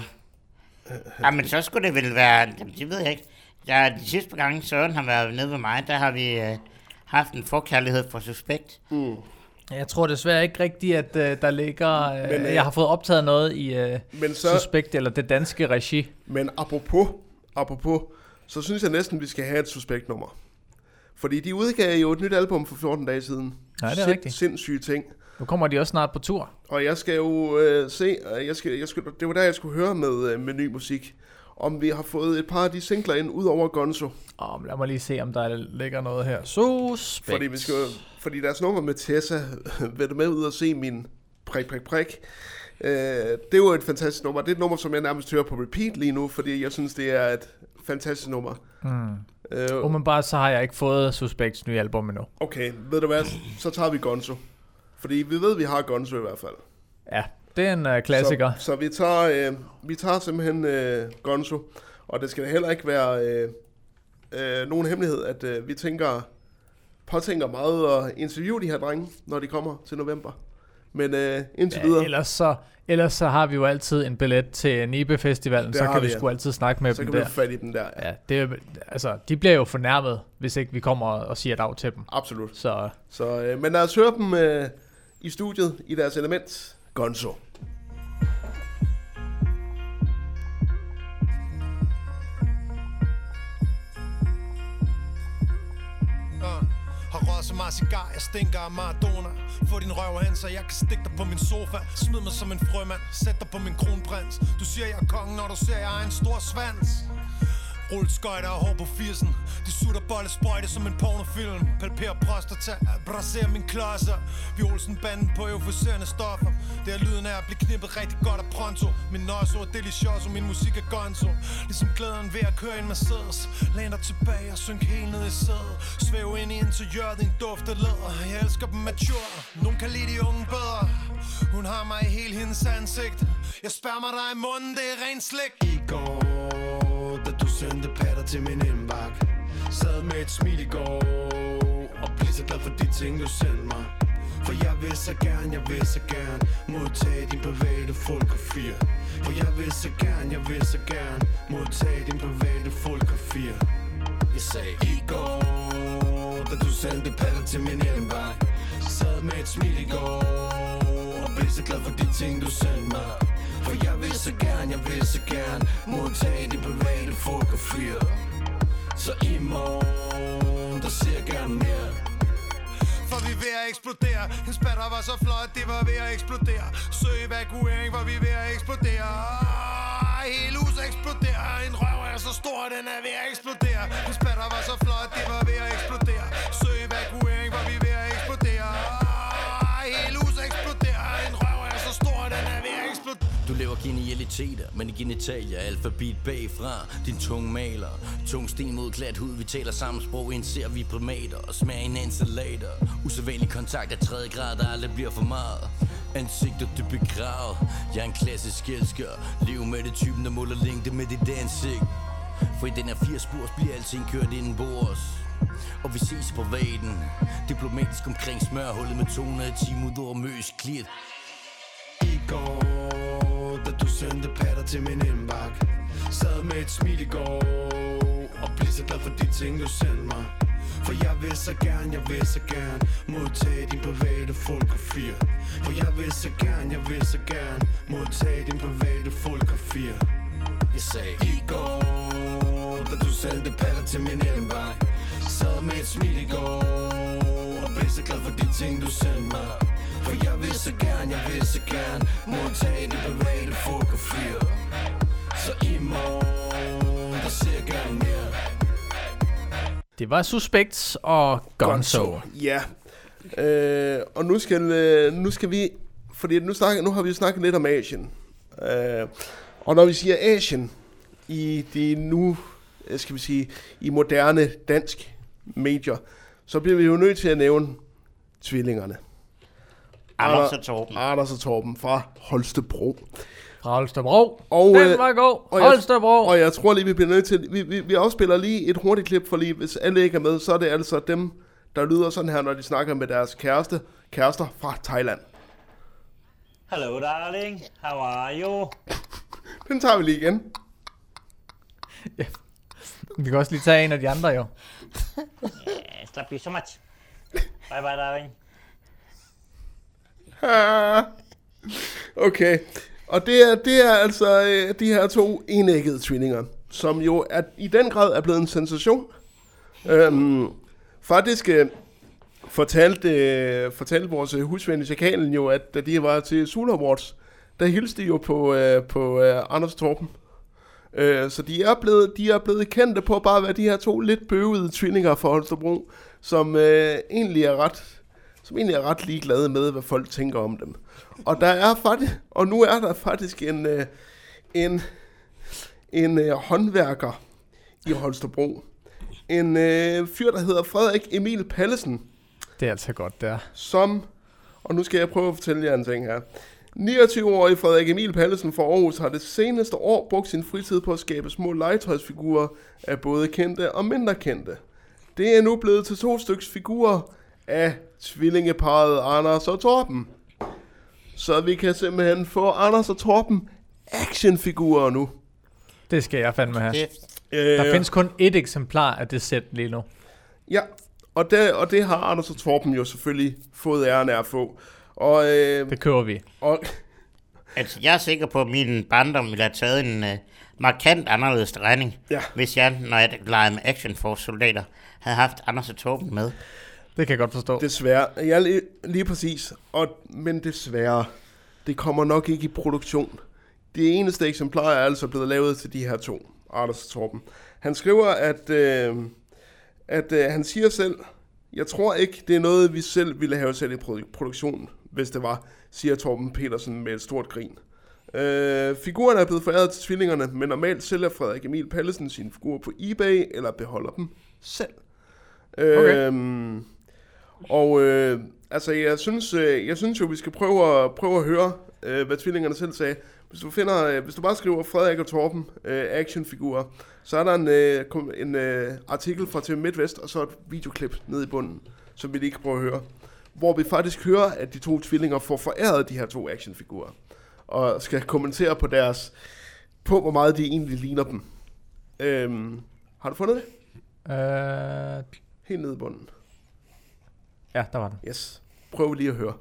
Jamen, så skulle det vel være... Jamen, det ved jeg ikke. Der, de sidste par gange, Søren har været nede ved mig, der har vi øh, haft en forkærlighed for Suspekt. Mm. Jeg tror desværre ikke rigtigt, at uh, der ligger... Uh, Men, øh, jeg har fået optaget noget i uh, Men så... Suspekt, eller det danske regi. Men apropos, apropos, så synes jeg næsten, vi skal have et Suspekt-nummer. Fordi de udgav jo et nyt album for fjorten dage siden. Nej, det er Sind, rigtigt. Sindssyge ting. Nu kommer de også snart på tur. Og jeg skal jo øh, se, og jeg skal, jeg skal, det var der, jeg skulle høre med, øh, med ny musik, om vi har fået et par af de singler ind, ud over Gonzo. Oh, lad mig lige se, om der ligger noget her. Suspekt. Fordi, vi skal, fordi deres nummer med Tessa, vil du med ud og se min prik, prik, prik. Øh, det er jo et fantastisk nummer. Det er et nummer, som jeg nærmest hører på repeat lige nu, fordi jeg synes, det er et fantastisk nummer. Mm. Øh, Umiddelbart så har jeg ikke fået Suspects nye album endnu. okay, ved du hvad, så tager vi Gonzo. Fordi vi ved, vi har Gonzo i hvert fald. Ja, det er en uh, klassiker. Så, så vi, tager, øh, vi tager simpelthen øh, Gonzo, og det skal heller ikke være øh, øh, nogen hemmelighed, at øh, vi tænker, påtænker meget at interviewe de her drenge, når de kommer til november. Men øh, indtil Ja, videre, ellers, så, ellers så har vi jo altid en billet til Nibe Festivalen, Det så har kan vi, vi ja. sgu altid snakke med så dem kan vi der. få fat i den der. Ja. Ja, det er, altså, de bliver jo fornærmet, hvis ikke vi kommer og siger dag til dem. Absolut. Så Så, øh, men lad os høre dem øh, i studiet i deres element. Gonzo. Har røget så meget cigar, jeg stinker af Maradona. Få din røv hen, så jeg kan stikke dig på min sofa. Smid mig som en frømand, sæt dig på min kronprins. Du siger, jeg er kongen, når du ser, jeg har en stor svans. Rulleskøjter og hår på firsen. De sutter bolle sprøjte som en pornofilm. Palperer prostata, braserer min klodser. Vi Olsen-banden på euforiserende stoffer. Det er lyden af at blive knippet rigtig godt af pronto. Min nosso er delicioso, min musik er gonzo. Ligesom glæden ved at køre en Mercedes. Læn dig tilbage og synk helt ned i sædet. Svæv ind i interiøret, din duft af læder. Jeg elsker dem mature. Nogen kan lide de unge bedre. Hun har mig i hele hendes ansigt. Jeg spærmer dig i munden, det er ren slik. I går da du sendte patter til min indbakke. Sad med et smil i går og blev så glad for de ting du sendte mig. For jeg vil så gerne, jeg vil så gerne modtage din private fotografier. For jeg vil så gerne, jeg vil så gerne modtage din private fotografier. Jeg sagde i går da du sendte patter til min indbakke. Sad med et smil i går og blev så glad for de ting du sendte mig. For jeg vil så gerne, jeg vil så gerne modtage de private fotografier. Så i morgen, der ser jeg gerne mere. For vi er ved at eksplodere. Hendes batter var så flot, det var ved at eksplodere. Søg evakuering, for vi er ved at eksplodere. Hele huset eksploderer. En røv er så stor, den er ved at eksplodere. Hendes batter var så flot, det var ved at eksplodere. Søg evakuering, for vi er ved at eksplodere. Hele huset eksploderer. En røv er så stor, den er ved at eksplodere. Du laver genialiteter, men i genitalia alfabet bagfra. Din tunge maler, tung sten mod glat hud. Vi taler samme sprog, indser vi primater og smager hinandens salater. Usædvanlig kontakt af tredje grad, der aldrig bliver for meget. Ansigter du begravet, jeg er en klassisk elsker. Lev med det typen, der måler længde med dit ansigt. For i den her fire spors bliver alting kørt inden på os. Og vi ses på vaden, diplomatisk omkring smørhullet med to hundrede timer ud over møs klit. I går da du sendte patter til min indbakke. Sad med et smil i går og blev så glad for de ting du sendte mig. For jeg vil så gerne, jeg vil så gerne modtage din private fotografier. For jeg vil så gerne, jeg vil så gerne modtage din private fotografier. Jeg sagde i går, da du sendte patter til min indbakke. Sad med et smil i går og blev så glad for de ting du sendte mig. For jeg vil så gerne, jeg vil så gerne modtage de private fotografier. Så i morgen, der ser jeg gerne mere. Det var Suspects og Gonzo. Ja. Øh, og nu skal, øh, nu skal vi, fordi nu, snakke, nu har vi jo snakket lidt om Asien. Øh, og når vi siger Asien i de nu, skal vi sige, i moderne dansk medier, så bliver vi jo nødt til at nævne tvillingerne. Anders og Torben. Anders og Torben fra Holstebro. Fra Holstebro. Og, Den øh, var god. og Holstebro. Jeg, og jeg tror lige, vi bliver nødt til... Vi, vi, vi afspiller lige et hurtigt klip, for lige, hvis alle ikke er med, så er det altså dem, der lyder sådan her, når de snakker med deres kæreste, kærester fra Thailand. Hello darling, how are you? Den tager vi lige igen. Ja. Vi kan også lige tage en af de andre, jo. Yes, love you so much. Bye bye darling. Okay. Og det er, det er altså øh, de her to enæggede tvillinger, som jo er, i den grad er blevet en sensation. Øhm, faktisk øh, fortalte, øh, fortalte vores husven i Chakalen jo, at da de var til Zulu Awards, der hilste de jo på, øh, på øh, Anders Torben. Øh, så de er, blevet, de er blevet kendte på bare at være de her to lidt bøvede tvillinger fra Holstebro, som øh, egentlig er ret... som egentlig er ret ligeglade med, hvad folk tænker om dem. Og der er faktisk, og nu er der faktisk en, øh, en, en øh, håndværker i Holstebro. En øh, fyr, der hedder Frederik Emil Pallesen. Det er altså godt, der. Som, og nu skal jeg prøve at fortælle jer en ting her. niogtyve-årige Frederik Emil Pallesen fra Aarhus har det seneste år brugt sin fritid på at skabe små legetøjsfigurer af både kendte og mindre kendte. Det er nu blevet til to styks figurer af tvillingeparret Anders og Torben. Så vi kan simpelthen få Anders og Torben actionfigurer nu. Det skal jeg fandme have. Øh, Der findes kun ét eksemplar af det sæt lige nu. Ja, og det, og det har Anders og Torben jo selvfølgelig fået æren af at få. Og, øh, Det kører vi. og Altså, jeg er sikker på, at min barndom ville have taget en uh, markant anderledes drejning, Ja. hvis jeg, når jeg legede med Action Force-soldater, havde haft Anders og Torben med. Det kan jeg godt forstå. desværre, ja, lige, lige præcis, og, men desværre, det kommer nok ikke i produktion. Det eneste eksemplar er altså blevet lavet til de her to, Anders og Torben. Han skriver, at, øh, at øh, han siger selv, jeg tror ikke, det er noget, vi selv ville have selv i produ- produktion, hvis det var, siger Torben Petersen med et stort grin. Øh, figurerne er blevet foræret til tvillingerne, men normalt sælger Frederik Emil Pallesen sine figurer på eBay, eller beholder dem selv. Okay. Øhm, og øh, altså, jeg synes, øh, jeg synes jo, vi skal prøve at, prøve at høre, øh, hvad tvillingerne selv sagde. Hvis du finder, øh, hvis du bare skriver Frederik og Torben øh, actionfigurer, så er der en, øh, kom- en øh, artikel fra T V MidtVest, og så et videoklip nede i bunden, som vi lige kan prøve at høre. Hvor vi faktisk hører, at de to tvillinger får foræret de her to actionfigurer. Og skal kommentere på deres, på hvor meget de egentlig ligner dem. Øhm, har du fundet det? Øh, Helt nede i bunden. ja, der var den. Yes. Prøv lige at høre.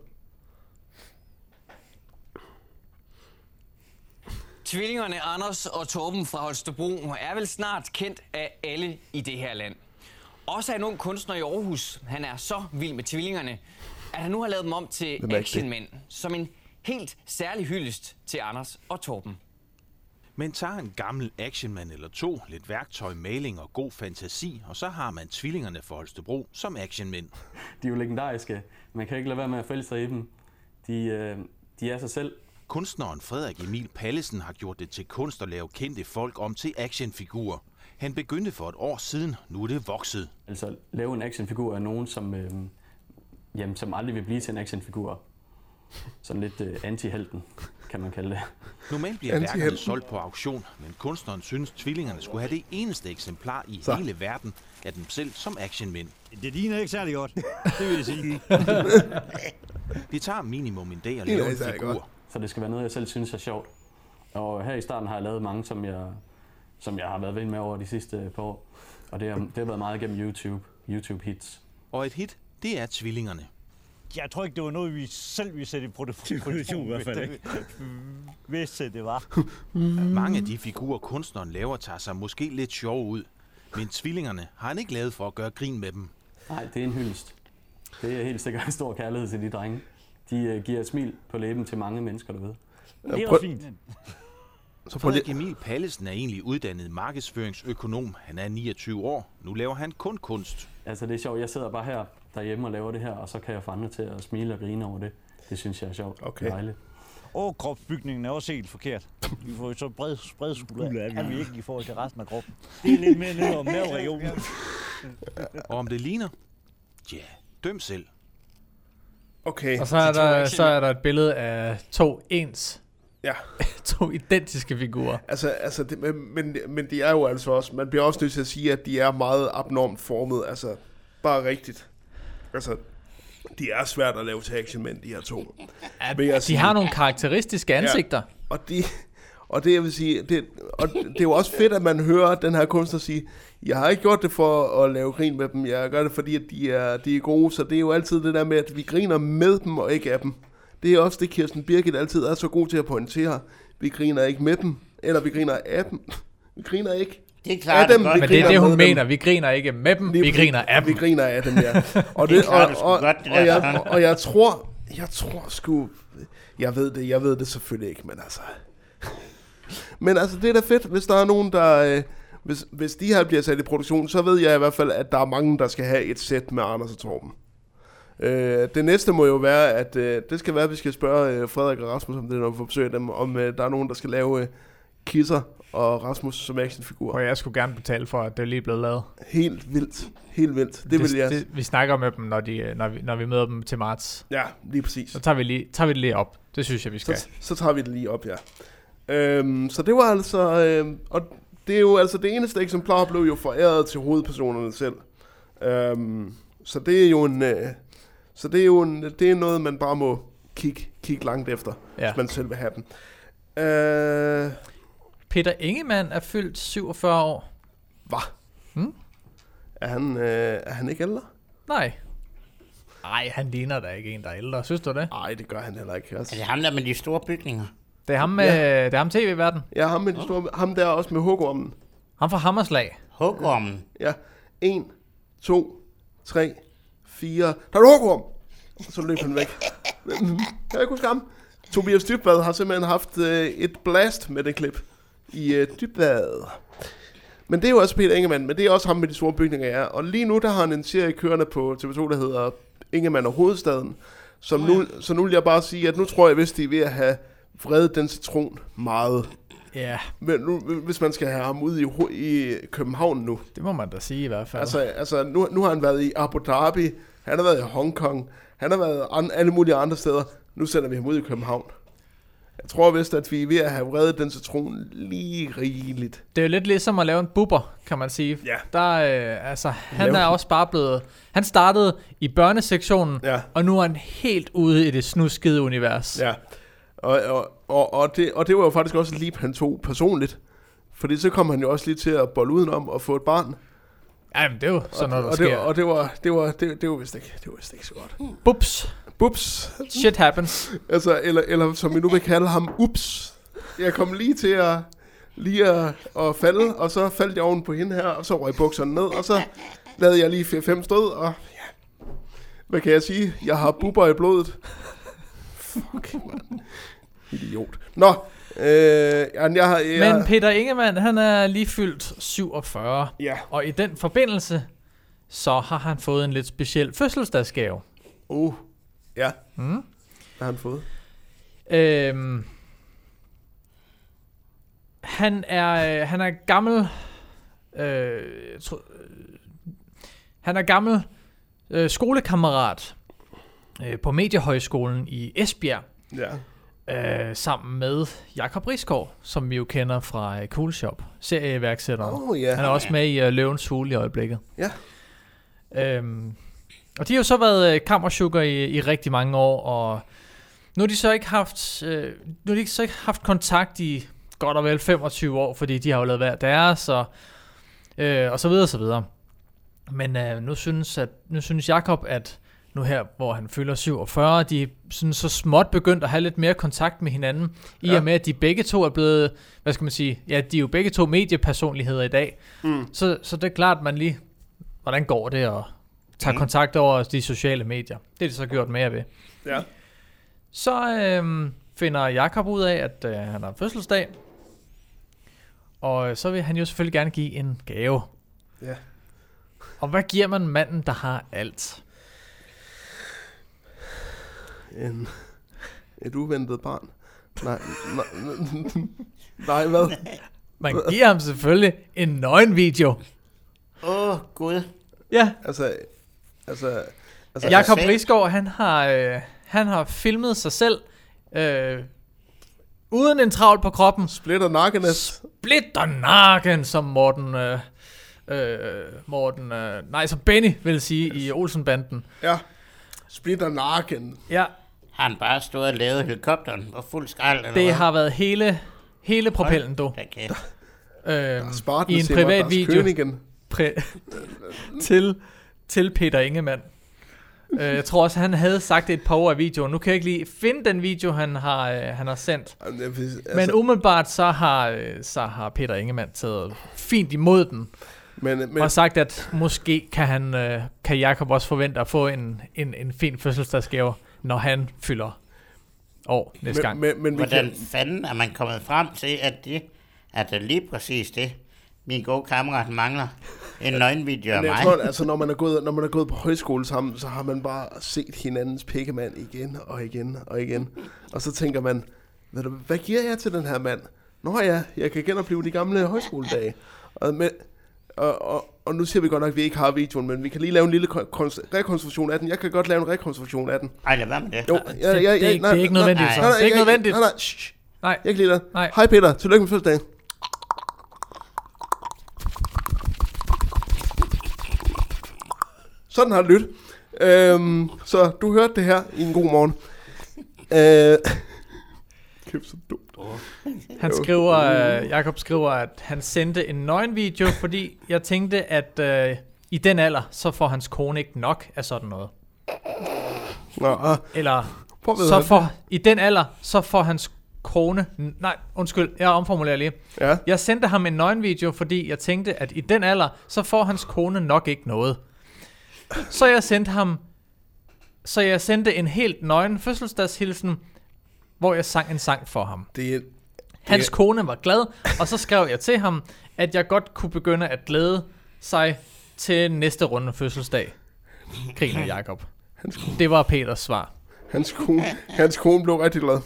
Tvillingerne Anders og Torben fra Holstebro er vel snart kendt af alle i det her land. Også af en ung kunstner i Aarhus, han er så vild med tvillingerne, at han nu har lavet dem om til actionmænd, som en helt særlig hyldest til Anders og Torben. Men tager en gammel actionmand eller to, lidt værktøj, maling og god fantasi, og så har man tvillingerne fra Holstebro som actionmænd. De er jo legendariske. Man kan ikke lade være med at forelske sig i dem. De, øh, de er sig selv. Kunstneren Frederik Emil Pallesen har gjort det til kunst at lave kendte folk om til actionfigurer. Han begyndte for et år siden, nu er det vokset. Altså lave en actionfigur af nogen, som, øh, jamen, som aldrig vil blive til en actionfigur. Sådan lidt øh, anti-helten, kan man kalde det. Normalt bliver værkerne solgt på auktion, men kunstneren synes, tvillingerne skulle have det eneste eksemplar i Så. hele verden af dem selv som actionmænd. Det ligner ikke særlig godt, det vil jeg sige. Det tager minimum en dag at lave en figur. Så det skal være noget, jeg selv synes er sjovt. Og her i starten har jeg lavet mange, som jeg, som jeg har været ven med over de sidste par år. Og det har, det har været meget gennem YouTube, YouTube hits. Og et hit, det er Tvillingerne. Jeg tror ikke, det var noget, vi selv ville sætte i produktion, i hvert fald ikke. Hvis det var. Mange af de figurer, kunstneren laver, tager sig måske lidt sjov ud. Men Tvillingerne har han ikke lavet for at gøre grin med dem. Nej, det er en hyldest. Det er helt sikkert en stor kærlighed til de drenge. De uh, giver et smil på læben til mange mennesker, du ved. Det er også fint. Så Frederik Emil Pallesen er egentlig uddannet markedsføringsøkonom. Han er niogtyve år. Nu laver han kun kunst. Altså det er sjovt. Jeg sidder bare her derhjemme og laver det her, og så kan jeg få andre til at smile og grine over det. Det synes jeg er sjovt. Okay. Dejligt. Og kropsbygningen er også helt forkert. Vi får jo så bred spredskulder, er vi ikke i forhold til resten af kroppen. Det er lidt mere ned om maveregionen. Og om det ligner? Ja, døm selv. Okay. Og så er, der, så er der et billede af to ens. Ja. to identiske figurer. Altså, altså det, men, men de er jo altså også, man bliver også nødt til at sige, at de er meget abnormt formet. Altså, bare rigtigt. Altså, de er svært at lave til action, men de her to. Ja, de sige. Har nogle karakteristiske ansigter. Ja, og de... Og det, jeg vil sige, det, og det er jo også fedt, at man hører den her kunstner sige, jeg har ikke gjort det for at lave grin med dem, jeg gør det, fordi at de, er, de er gode, så det er jo altid det der med, at vi griner med dem og ikke af dem. Det er også det, Kirsten Birgit altid er så god til at pointere. Vi griner ikke med dem, eller vi griner af dem. Vi griner ikke det er klart, af dem, men det er det, hun mener. Dem. Vi griner ikke med dem, vi, vi griner af dem. Vi griner af dem, ja. Og, det, det klart, og, og, godt, det og, jeg, og, og jeg tror, jeg tror sgu, jeg ved det, jeg ved det selvfølgelig ikke, men altså... Men altså, det er da fedt, hvis der er nogen, der... Øh, hvis, hvis de her bliver sat i produktion, så ved jeg i hvert fald, at der er mange, der skal have et sæt med Anders og Torben. Øh, det næste må jo være, at... Øh, det skal være, at vi skal spørge øh, Frederik og Rasmus, om det er, når vi får besøg af dem, om øh, der er nogen, der skal lave øh, Kisser og Rasmus som actionfigur. Og jeg skulle gerne betale for, at det er lige blevet lavet. Helt vildt. Helt vildt. Det, det vil jeg... Det, vi snakker med dem, når, de, når, vi, når vi møder dem til marts. Ja, lige præcis. Så tager vi, lige, tager vi det lige op. Det synes jeg, vi skal. Så, så tager vi det lige op, ja. Øhm, så det var altså, øhm, og det er jo altså det eneste eksemplar blev jo foræret til hovedpersonerne selv. Øhm, så det er jo en, øh, så det er jo en, det er noget man bare må kigge, kigge langt efter, ja. Hvis man selv vil have dem. Øh, Peter Ingemann er fyldt syvogfyrre år. Hvad? Hmm? Er han, øh, er han ikke ældre? Nej. Nej, han ligner da ikke en, der er ældre. Synes du det? Nej, det gør han heller ikke. Altså. Er det ham der med de store bygninger? Det er ham med ja. Det er ham tv-verden. Ja, ham med de store, ham der også med hugormen. Ham fra Hammerslag. Hugormen? Ja. En, to, tre, fire. Der er hugorm! Så løb han væk. Jeg kan huske ham. Tobias Dybvad har simpelthen haft øh, et blast med det klip i øh, Dybvad. Men det er jo også Peter Ingemann, men det er også ham med de store bygninger, ja. Og lige nu, der har han en serie kørende på T V to, der hedder Ingemann og Hovedstaden. Som nu, så nu vil jeg bare sige, at nu tror jeg, hvis de er ved at have vredet den citron meget. Ja. Yeah. Men nu, hvis man skal have ham ud i, i København nu. Det må man da sige i hvert fald. Altså, altså nu, nu har han været i Abu Dhabi, han har været i Hongkong, han har været an, alle mulige andre steder. Nu sender vi ham ud i København. Jeg tror vist, at vi er ved at have vredet den citron lige rigeligt. Det er jo lidt ligesom at lave en bubber, kan man sige. Ja. Der, øh, altså, han er også bare blevet... Han startede i børnesektionen, ja. Og nu er han helt ude i det snuskede univers. Ja, og, og, og, og, det, og det var jo faktisk også lige han tog personligt. Fordi så kom han jo også lige til at bolle udenom og få et barn. Jamen, det er jo sådan noget, der og sker. Det, og det var, det var, det, det var vist ikke, det var vist ikke så godt. Bups. Bups. Shit happens. Altså, eller, eller som vi nu vil kalde ham, ups. Jeg kom lige til at, lige at, at falde, og så faldt jeg oven på hende her, og så røg bukserne ned, og så lavede jeg lige fire fem stød, og ja, hvad kan jeg sige? Jeg har bubber i blodet. Fuck, man. Idiot. Nå, øh, jeg, jeg, jeg, Men Peter Ingemann, han er lige fyldt syvogfyrre, ja. Og i den forbindelse, så har han fået en lidt speciel fødselsdagsgave. Uh, ja. Mm. Hvad har han fået? Øhm, han er han er gammel. Øh, tro, øh, han er gammel øh, skolekammerat øh, på Mediehøjskolen i Esbjerg. Ja. Øh, sammen med Jakob Risgaard, som vi jo kender fra uh, Cool Shop, serieiværksætteren. Oh, yeah. Han er også med i uh, Løvens Hule i øjeblikket. Ja. Øhm, og de har jo så været uh, kammersugar i, i rigtig mange år, og nu har de så ikke haft, uh, nu har de så ikke haft kontakt i godt og vel femogtyve år, fordi de har jo lavet hver deres, og, øh, og så videre, og så videre. Men øh, nu synes, at, nu synes Jakob, at nu her, hvor han fylder syvogfyrre, de synes så småt begyndt at have lidt mere kontakt med hinanden, i ja. og med, at de begge to er blevet, hvad skal man sige, ja, de er jo begge to mediepersonligheder i dag. Mm. Så, så det er klart, at man lige, hvordan går det, og tager mm. kontakt over de sociale medier. Det er de så gjort mere ved. Ja. Så øh, finder Jakob ud af, at øh, han har fødselsdag, og så vil han jo selvfølgelig gerne give en gave. Ja. Og hvad giver man manden, der har alt? En, et uventet barn. Nej, nej, nej, hvad? Man giver ham selvfølgelig en nøgenvideo. Åh, oh, Gud. Ja. Altså, altså, altså Jakob Risgaard, han har, øh, han har filmet sig selv, øh, uden en travl på kroppen. Splitter nakenes. Splitter naken, som Morten, øh, øh, Morten, øh, nej, som Benny vil sige i Olsenbanden. Ja. Splitter naken. Ja. Har han bare stået og lavet helikopteren på fuld skrald? Eller det hvad? har været hele, hele propellen, du. Okay. Øhm, I en privat video præ- til, til Peter Ingemann. uh, Jeg tror også, han havde sagt et par ord af videoen. Nu kan jeg ikke lige finde den video, han har, uh, han har sendt. Altså, men umiddelbart så har, uh, så har Peter Ingemann taget fint imod den. Men, men, og sagt, at måske kan, han, uh, kan Jakob også forvente at få en, en, en fin fødselsdagsgave, når han fylder år næste men, gang. Men, men Hvordan kan... fanden er man kommet frem til, at det at det lige præcis det, min gode kammerat mangler? En nøgenvideo af mig. Jeg tror, altså, når man er gået, når man er gået på højskole sammen, så har man bare set hinandens pikkemand igen og igen og igen. Og så tænker man, hvad, hvad giver jeg til den her mand? Nå ja, jeg kan genopleve de gamle højskoledage. Og, med, og, og, og nu siger vi godt nok, at vi ikke har videoen, men vi kan lige lave en lille rekonstruktion af den. Jeg kan godt lave en rekonstruktion af den. Ej, lad være med det. Jo, ja, ja, ja, det, er ikke, nej, det er ikke nødvendigt. Nej, nej, nej, det er ikke nødvendigt. Nej, nej, shh. Nej. Jeg kan lide dig. Hej Peter, tillykke med fødselsdagen. Sådan har det lyttet. Øhm, så du hørte det her i en god morgen. Øh, Kæft så dumt. Han skriver, øh, Jakob skriver, at han sendte en nøgenvideo, fordi jeg tænkte, at øh, i den alder, så får hans kone ikke nok af sådan noget. Nå, uh, Eller så for, i den alder, så får hans kone... Nej, undskyld, jeg omformulerer lige. Ja. Jeg sendte ham en nøgenvideo, fordi jeg tænkte, at i den alder, så får hans kone nok ikke noget. Så jeg sendte ham... Så jeg sendte en helt nøgen fødselsdagshilsen, hvor jeg sang en sang for ham. Det, det, hans kone var glad, og så skrev jeg til ham, at jeg godt kunne begynde at glæde sig til næste runde fødselsdag. Griner Jakob. Det var Peters svar. Hans kone, hans kone blev rigtig glad.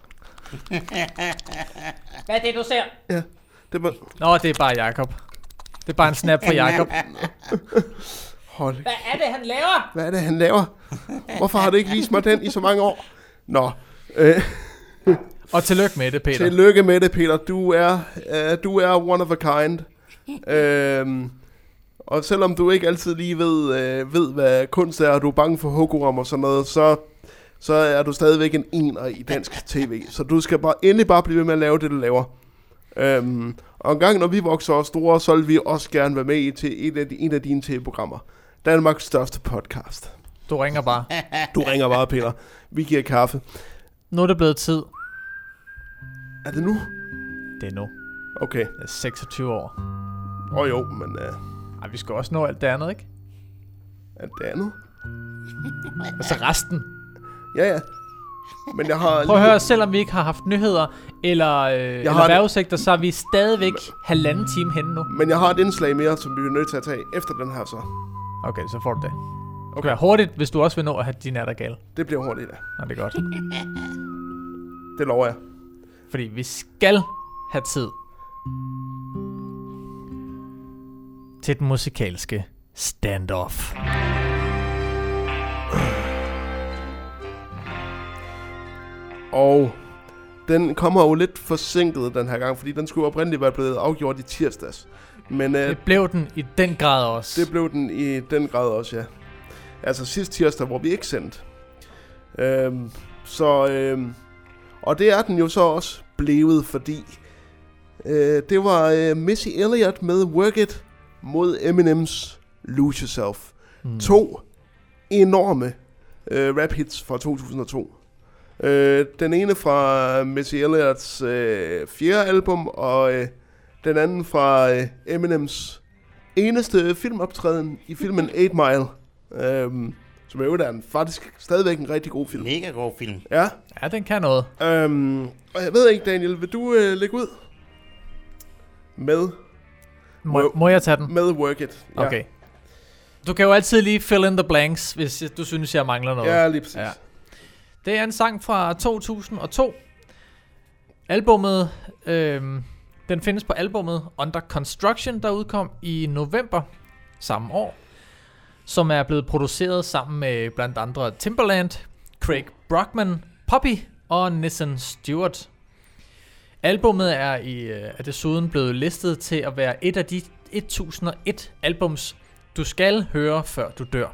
Hvad er det, du ser? Ja, det var... Nå, det er bare Jakob. Det er bare en snap fra Jakob. Hold. Hvad er det, han laver? Hvad er det, han laver? Hvorfor har du ikke vist mig den i så mange år? Nå. Øh. Og tillykke med det, Peter. Tillykke med det, Peter. Du er, uh, du er one of a kind. uh, og selvom du ikke altid lige ved, uh, ved hvad kunst er, og du er bange for hugorm og sådan noget, så, så er du stadigvæk en ener i dansk tv. Så du skal bare endelig bare blive ved med at lave det, du laver. Um, og en gang, når vi vokser os store, så vil vi også gerne være med i til en af, de, en af dine tv-programmer. Danmarks største podcast. Du ringer bare. Du ringer bare, Peter. Vi giver kaffe. Nu er det blevet tid. Er det nu? Det er nu. Okay. Jeg er seksogtyve år. Åh oh, jo, men... Uh... Ej, vi skal også nå alt det andet, ikke? Alt det andet? Altså resten. Ja, ja. Men jeg har... Prøv at høre, selvom vi ikke har haft nyheder eller, øh, eller vejrudsigter, så er vi stadigvæk halvanden time henne nu. Men jeg har et indslag mere, som vi er nødt til at tage efter den her så. Okay, så får du det. Det okay. Kan være hurtigt, hvis du også vil nå at have din nattergale. Det bliver hurtigt, ja. Ja, det er godt. Det lover jeg. Fordi vi skal have tid til den musikalske standoff. Og den kommer jo lidt forsinket den her gang, fordi den skulle oprindeligt være blevet afgjort i tirsdags. Men, det blev den i den grad også. Det blev den i den grad også, ja. Altså sidste tirsdag, hvor vi ikke sendte. Øhm, så, øhm, og det er den jo så også blevet, fordi Øh, det var øh, Missy Elliott med Work It mod Eminems Lose Yourself. Mm. To enorme øh, rap hits fra to tusind og to. Øh, den ene fra Missy Elliott's øh, fjerde album, og øh, den anden fra øh, Eminems eneste filmoptræden i filmen eight mile. Øh, som er jo der en, faktisk stadigvæk en rigtig god film. Mega god film. Ja. Ja, den kan noget. Øhm, og jeg ved ikke, Daniel, vil du øh, lægge ud med... Må, må jeg tage den? Med Work It. Ja. Okay. Du kan jo altid lige fill in the blanks, hvis du synes, jeg mangler noget. Ja, lige præcis. Ja. Det er en sang fra to tusind og to. Albummet, øhm, den findes på albummet Under Construction, der udkom i november samme år, som er blevet produceret sammen med blandt andre Timbaland, Craig Brockman, Poppy og Nissan Stewart. Albummet er, i, er desuden blevet listet til at være et af de et tusind og et albums, du skal høre, før du dør.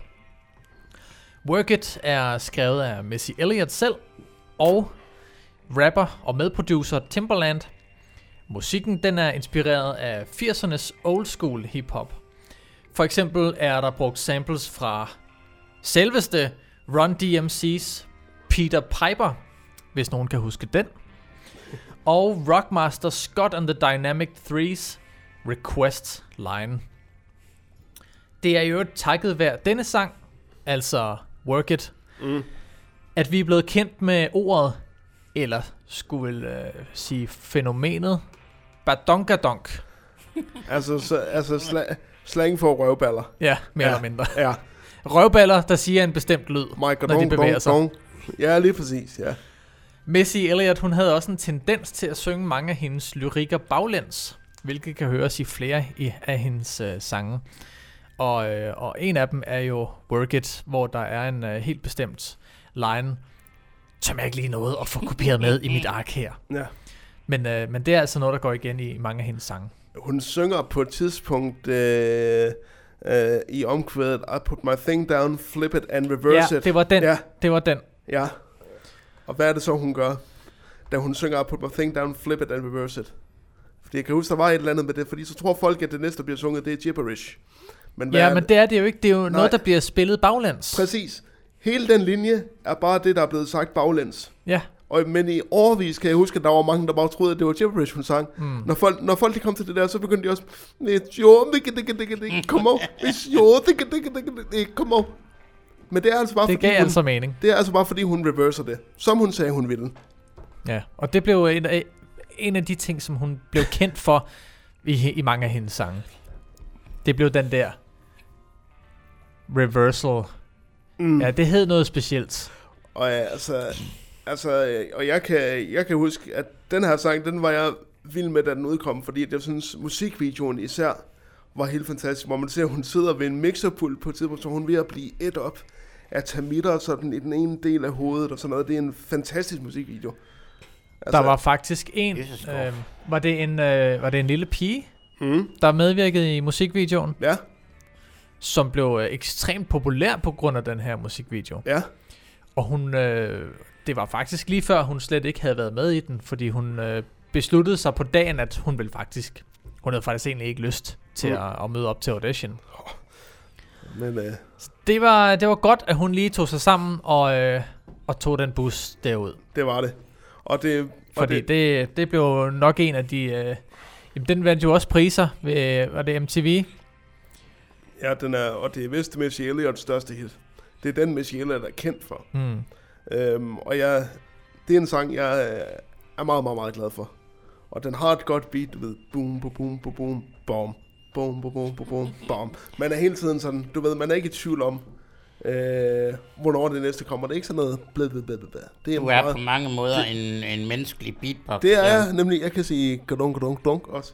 Work It er skrevet af Missy Elliott selv og rapper og medproducer Timbaland. Musikken den er inspireret af firsernes old school hiphop. For eksempel er der brugt samples fra selveste Run D M C's Peter Piper, hvis nogen kan huske den, og Rockmaster Scott and the Dynamic Threes Request Line. Det er jo takket være denne sang, altså Work It, mm. at vi er blevet kendt med ordet, eller skulle øh, sige fænomenet, badonkadonk. altså så, altså sla- slang for røvballer. Ja, mere ja. eller mindre. Ja. Røvballer, der siger en bestemt lyd, My når de bevæger sig. Dong. Ja, lige præcis, ja. Missy Elliott, hun havde også en tendens til at synge mange af hendes lyrikker baglæns, hvilket kan høres i flere i, af hendes øh, sange. Og, øh, og en af dem er jo Work It, hvor der er en øh, helt bestemt line, som jeg ikke lige nåede at få kopieret med i mit ark her. Ja. Men, øh, men det er altså noget, der går igen i mange af hendes sange. Hun synger på et tidspunkt øh, øh, i omkvædet, I put my thing down, flip it and reverse ja, it. det var den. Ja, det var den. Ja. Og hvad er det så, hun gør, da hun synger I put my thing down, flip it and reverse it? Fordi jeg kan huske, der var et eller andet med det, fordi så tror folk, at det næste, der bliver sunget, det er gibberish. Men ja, men det er det jo ikke. Det er jo Nej. noget, der bliver spillet baglæns. Præcis. Hele den linje er bare det, der er blevet sagt baglæns. Ja. Og, men i årevis kan jeg huske, at der var mange, der bare troede, at det var gibberish, hun sang. Mm. Når, folk, når folk de kom til det der, så begyndte de også, kom on, kom on. Men det er altså bare, det fordi gav hun, altså mening. Det er altså bare, fordi hun reverser det, som hun sagde, hun ville. Ja, og det blev en af, en af de ting, som hun blev kendt for i, i mange af hendes sange. Det blev den der reversal. Mm. Ja, det hed noget specielt. Og ja, altså, altså, og jeg kan, jeg kan huske, at den her sang, den var jeg vild med, da den udkom, fordi jeg synes, musikvideoen især var helt fantastisk, hvor man ser, at hun sidder ved en mixerpult på et tidspunkt, så hun er ved at blive et op af termitter sådan i den ene del af hovedet og sådan noget. Det er en fantastisk musikvideo. Altså, der var faktisk en, øh, var, det en øh, var det en lille pige, mm. der medvirkede i musikvideoen, ja. som blev øh, ekstremt populær på grund af den her musikvideo. Ja. Og hun, øh, det var faktisk lige før, hun slet ikke havde været med i den, fordi hun øh, besluttede sig på dagen, at hun ville faktisk, hun havde faktisk egentlig ikke lyst til mm. at, at møde op til audition. Men øh. det var det var godt, at hun lige tog sig sammen og øh, og tog den bus derud. Det var det. Og det og fordi det, det det blev nok en af de øh, jamen den vandt jo også priser ved, var det M T V? Ja, den er, og det er vist Missy Elliott's største hit. Det er den Missy Elliott er kendt for. Mm. Øhm, og jeg det er en sang jeg er meget meget meget glad for. Og den har et godt beat ved boom boom boom boom boom bom boom boom boom boom bom. Man er hele tiden sådan, du ved, man er ikke i tvivl om øh, hvornår det næste kommer. Det er ikke sådan noget blød blød blød blød. Det er du er meget, på mange måder det, en en menneskelig beatbox. Det er jeg, nemlig jeg kan sige gadong gadong dong også.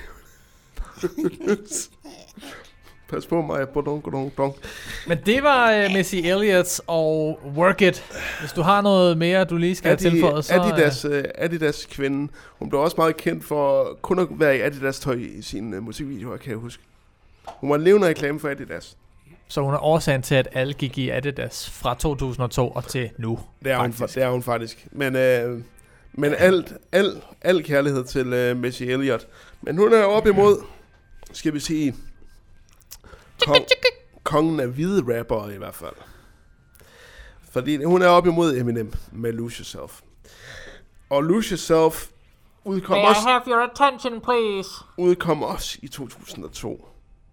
Pas på mig, gadong gadong dong. Men det var uh, Missy Elliott og Work It. Hvis du har noget mere, du lige skal have tilføjet, så... Adidas, uh, Adidas kvinde. Hun blev også meget kendt for kun at være i Adidas tøj i sine uh, musikvideoer, kan jeg huske. Hun var en levende reklame for Adidas. Så hun er årsagen til, at alle gik i Adidas fra to tusind og to og til nu. Det er, hun, det er hun faktisk. Men, uh, Men alt, alt, alt kærlighed til uh, Missy Elliott. Men hun er op imod, skal vi sige, kong, kongen af hvide rapper i hvert fald. Fordi hun er op imod Eminem med Lose Yourself. Og Lose Yourself udkom May også, I have your attention, please? udkom også i to tusind og to.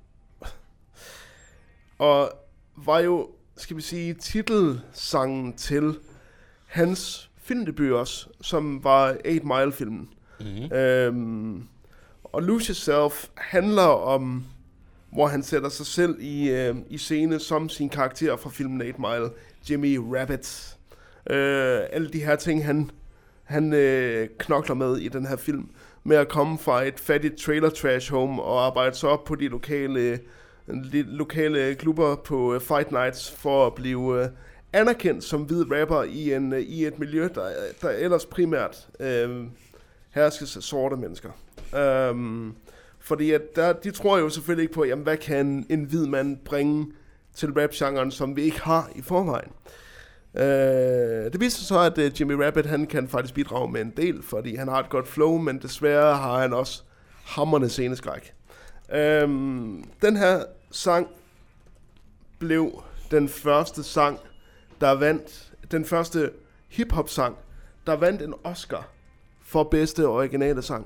Og var jo, skal vi sige, titelsangen til hans filmdebut også, som var eight Mile-filmen. Mm-hmm. Øhm, og Lose Yourself handler om, hvor han sætter sig selv i, øh, i scene som sin karakter fra filmen eight Mile, Jimmy Rabbit. Øh, alle de her ting, han, han øh, knokler med i den her film, med at komme fra et fattigt trailer trash home og arbejde sig op på de lokale, de lokale klubber på uh, Fight Nights for at blive uh, anerkendt som hvid rapper i, en, uh, i et miljø, der, der ellers primært uh, herskes af sorte mennesker. Um, fordi at der, de tror jo selvfølgelig ikke på, jamen, hvad kan en hvid mand bringe til rap-genren, som vi ikke har i forvejen. Uh, det viser så, at uh, Jimmy Rabbit, han kan faktisk bidrage med en del, fordi han har et godt flow, men desværre har han også hamrende sceneskræk. Um, den her sang blev den første sang, der vandt, den første hip-hop sang, der vandt en Oscar for bedste originale sang.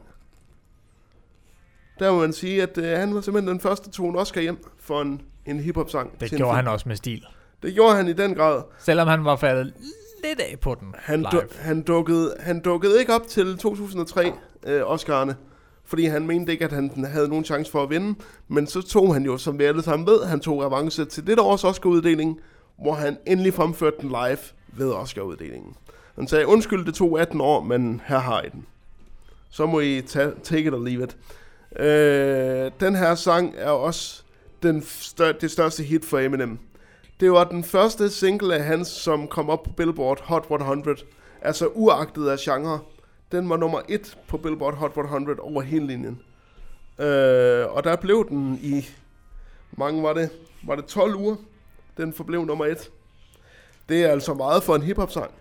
Der må man sige, at uh, han var simpelthen den første, der tog en Oscar hjem for en, en hip-hop sang. Det gjorde han også med stil. Det gjorde han i den grad. Selvom han var faldet lidt af på den han, live. du, han, dukkede, han dukkede ikke op til to tusind og tre øh, Oscar'erne, fordi han mente ikke, at han havde nogen chance for at vinde. Men så tog han jo, som vi alle sammen ved, han tog avance til dette års Oscar-uddeling, hvor han endelig fremførte den live ved Oscar-uddelingen. Han sagde, undskyld, det tog atten år, men her har I den. Så må I ta- take it or leave it. Øh, den her sang er også den stør- det største hit for Eminem. Det var den første single af hans, som kom op på Billboard Hot hundrede, altså uagtet af genre. Den var nummer et på Billboard Hot hundrede over hele linjen. Øh, og der blev den i, mange var det, var det tolv uger, den forblev nummer et. Det er altså meget for en hiphop-sang.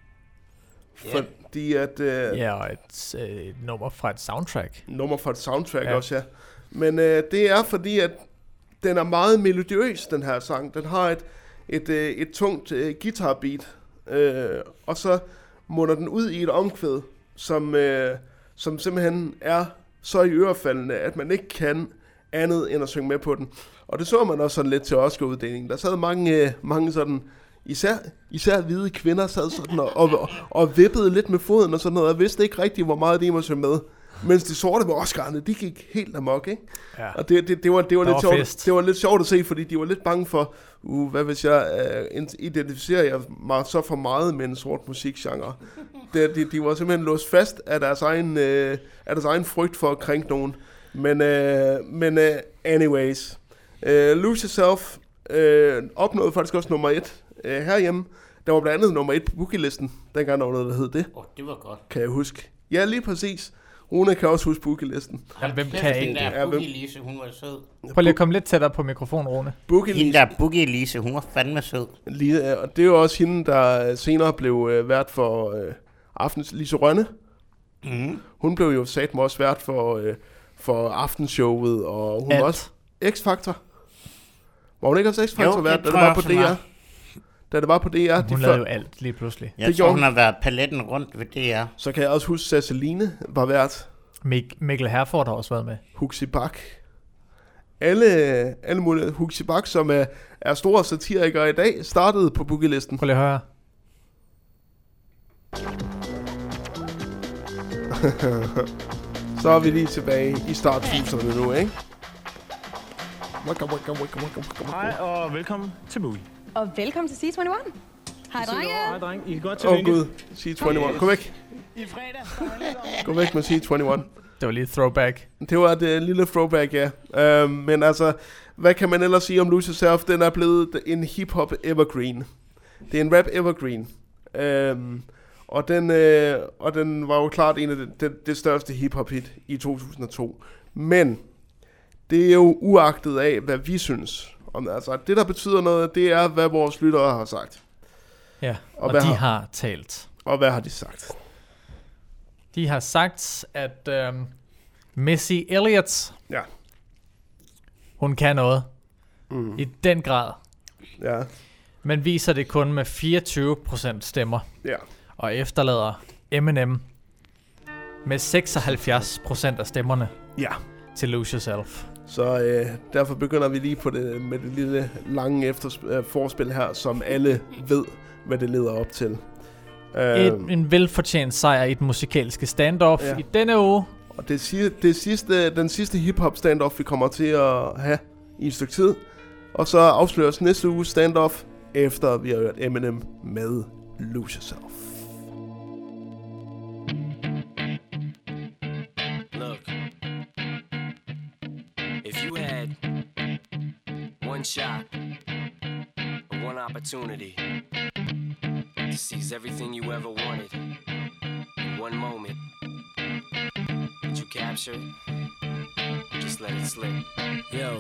Yeah. Fordi at... Øh, ja, og et, øh, et nummer fra et soundtrack. Nummer fra et soundtrack ja. også, ja. Men øh, det er fordi, at den er meget melodiøs, den her sang. Den har et, et, øh, et tungt øh, guitar-beat, øh, og så munder den ud i et omkvæd, som, øh, som simpelthen er så i ørefaldende, at man ikke kan andet end at synge med på den. Og det så man også sådan lidt til Oscar-uddelingen. Der sad mange, øh, mange sådan, især, især hvide kvinder, sad sådan og, og, og vippede lidt med foden og sådan noget, og vidste ikke rigtigt, hvor meget de må synge med. Mens de sorte med Oscar'erne, de gik helt amok, ikke? Ja. Og det, det, det, var, det, var, lidt var sjovt, det var lidt sjovt at se, fordi de var lidt bange for, uh, hvad hvis jeg uh, identificerer jeg mig så for meget med en sort musikgenre. De, de, de var simpelthen låst fast af deres egen, uh, af deres egen frygt for at krænke nogen. Men, uh, men uh, anyways, uh, Lose Yourself uh, opnåede faktisk også nummer et uh, herhjemme. Der var blandt andet nummer et på Boogie-listen, dengang der var noget, der hed det. Åh, oh, det var godt. Kan jeg huske. Ja, lige præcis. Rune kan også huske Boogie-listen. Ja, hvem kan ikke? Der Boogie-Lise, hun var sød. Prøv lige at komme lidt tættere på mikrofonen, Rune. Hende der Boogie-Lise, hun var fandme sød. Lige, og det er jo også hende, der senere blev øh, vært for øh, Aftens... Lise Rønne. Mm. Hun blev jo satme også vært for, øh, for Aftenshowet, og hun Alt. var også X-Factor. Var hun ikke også X-Factor Jo, vært, det da det tror var jeg på også, D hun R? var. Da det var på D R. Hun de lavede før- jo alt lige pludselig. Jeg Det tror, gjorde hun har været paletten rundt ved D R. Så kan jeg også huske, Sasseline var vært. Mik- Mikkel Herford har også været med. Huxi Bak. Alle, alle mulige. Huxi Bak, som er, er store satirikere i dag, startede på Boogie-listen. Prøv lige at høre. Så er vi lige tilbage i starttuserne nu, ikke? Waka, waka, waka, waka, waka. Hej og velkommen til Boogie. Og velkommen til C enogtyve. Hej, drenge. Hej, dreng. I kan godt til Åh, vinke. Gud. C enogtyve. Gå væk. I fredag. Gå væk med C enogtyve. Det var lige et throwback. Det var et uh, lille throwback, ja. Uh, men altså, hvad kan man ellers sige om Lose Yourself? Den er blevet en hip-hop evergreen. Det er en rap evergreen. Uh, og, den, uh, og den var jo klart en af det, det, det største hip-hop hit i to tusind og to. Men det er jo uagtet af, hvad vi synes om det. Altså, det der betyder noget, det er, hvad vores lyttere har sagt. Ja, og, hvad de har, har talt. Og hvad har de sagt? De har sagt, at øhm, Missy Elliott, ja. hun kan noget. Mm. I den grad. Ja. Men viser det kun med fireogtyve procent stemmer. Ja. Og efterlader Eminem med seksoghalvfjerds procent af stemmerne. Ja. Til Lose Yourself. Så øh, derfor begynder vi lige på det med det lille lange efter, øh, forspil her, som alle ved, hvad det leder op til. Et, um, en velfortjent sejr i den musikalske standoff ja. I denne uge. Og det, det sidste, den sidste hip-hop standoff, vi kommer til at have i et stykke tid. Og så afsløres næste uge standoff, efter vi har hørt Eminem med Lose Yourself. Look, if you had one shot, or one opportunity to seize everything you ever wanted in one moment, would you capture it? Or just let it slip? Yo.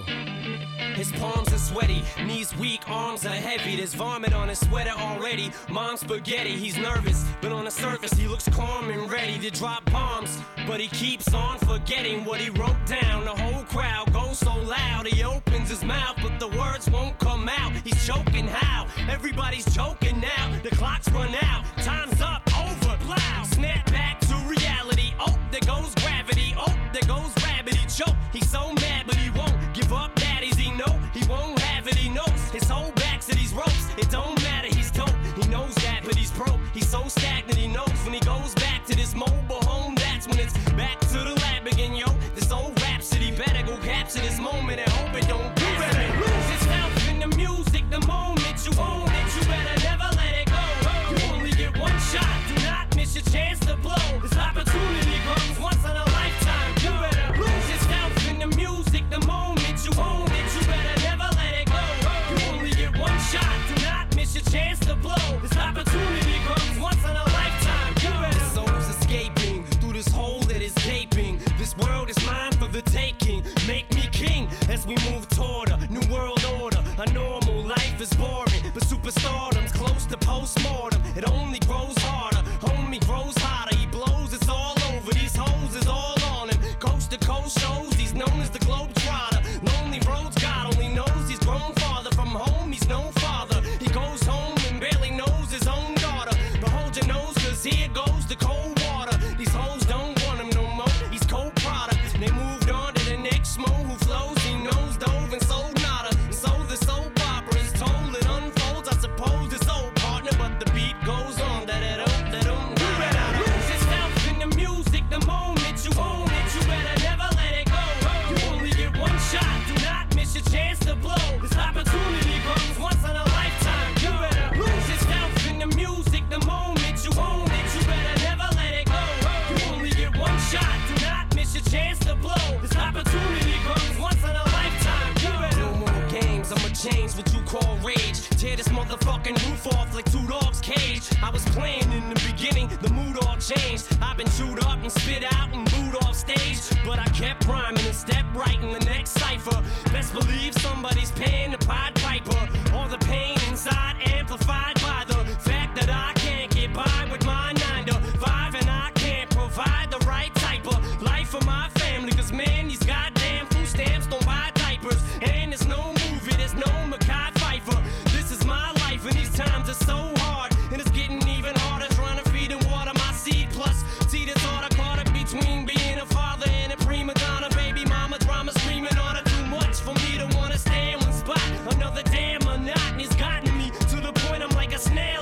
His palms are sweaty, knees weak, arms are heavy. There's vomit on his sweater already. Mom's spaghetti, he's nervous, but on the surface he looks calm and ready to drop bombs. But he keeps on forgetting what he wrote down. The whole crowd goes so loud, he opens his mouth, but the words won't come out. He's choking how? Everybody's choking now. The clock's run out, time's up, over, plow. Snap back to reality. Oh, there goes gravity. Oh, there goes rabbit. He choke. He's so mad, but he won't give up. Daddies, he know he won't have it. He knows his whole back's to these ropes. It don't matter. He's dope. He knows that, but he's broke. He's so stagnant. He knows when he goes back to this mobile home, that's when it's back to the lab again, yo. This old rhapsody better go capture this moment and hope it don't do it. Lose yourself in the music, the moment you own it. You better never let it go. You only get one shot. Do not miss your chance to blow. This opportunity comes once in a lifetime. You better lose yourself in the music, the moment you own it. You better never let it go. You only get one shot. Do not miss your chance to blow. This opportunity comes once in a lifetime. You better. The soul's escaping through this hole that is gaping. This world is mine for the taking. Make me king as we move toward a new world order. A normal life is boring, but superstardom's close to postmortem. It only grows harder, homie grows hotter. He blows, it's all over. These hoes is all on him. Coast to coast shows, he's known as the Globetrotter. Lonely roads, God only knows he's grown farther from home. He's no father. He goes home and barely knows his own daughter. But hold your nose, cause here goes the cold water. These hoes don't want him no more. He's cold product. They moved on to the next mo who flows. He knows dove and sold nada. And so the soap opera is told. It unfolds, I suppose it's old partner, but the beat goes on. Da da da da da. You better lose yourself in the music, the moment you own it. You better never let it go. You only get one shot. Do not miss your chance to blow. This opportunity comes once in a lifetime. You better lose yourself in the music, the moment you own it. You better never let it go. You only get one shot. Do not miss your chance to blow. This opportunity comes once in a lifetime. You better. No more games. I'ma change what you call rage. Tear this motherfucking roof off like two dogs' cage. I was playing in the beginning, the mood all changed. I've been chewed up and spit out and booed off stage, but I kept rhyming and stepped right in the next cipher. Best believe somebody's paying the Pied Piper. All the pain inside amplified by the fact that I can't get by with my nine to five, and I can't provide the right type of life for my family. Cause man, these goddamn food stamps don't buy diapers, and there's no movie, there's no Mackay Pfeiffer. This is my life, and these times are so hard, and it's getting even harder trying to feed and water my seed. Plus, see this order caught up between being a father and a prima donna. Baby mama drama screaming on her, too much for me to wanna stay in one spot. Another damn monotony's gotten me to the point I'm like a snare.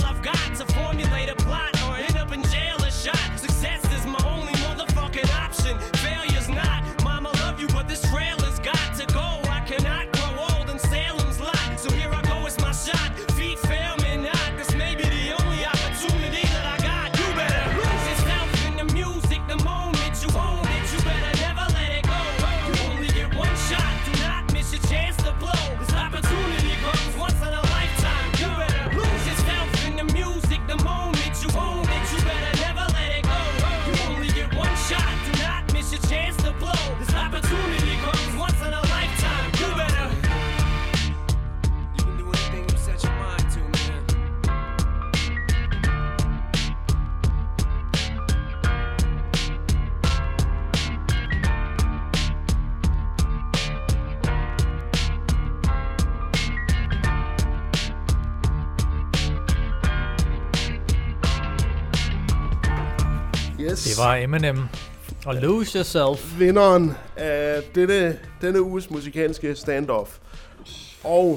Yes. Det var Eminem og Lose Yourself. Vinderen af denne, denne uges musikalske standoff. Og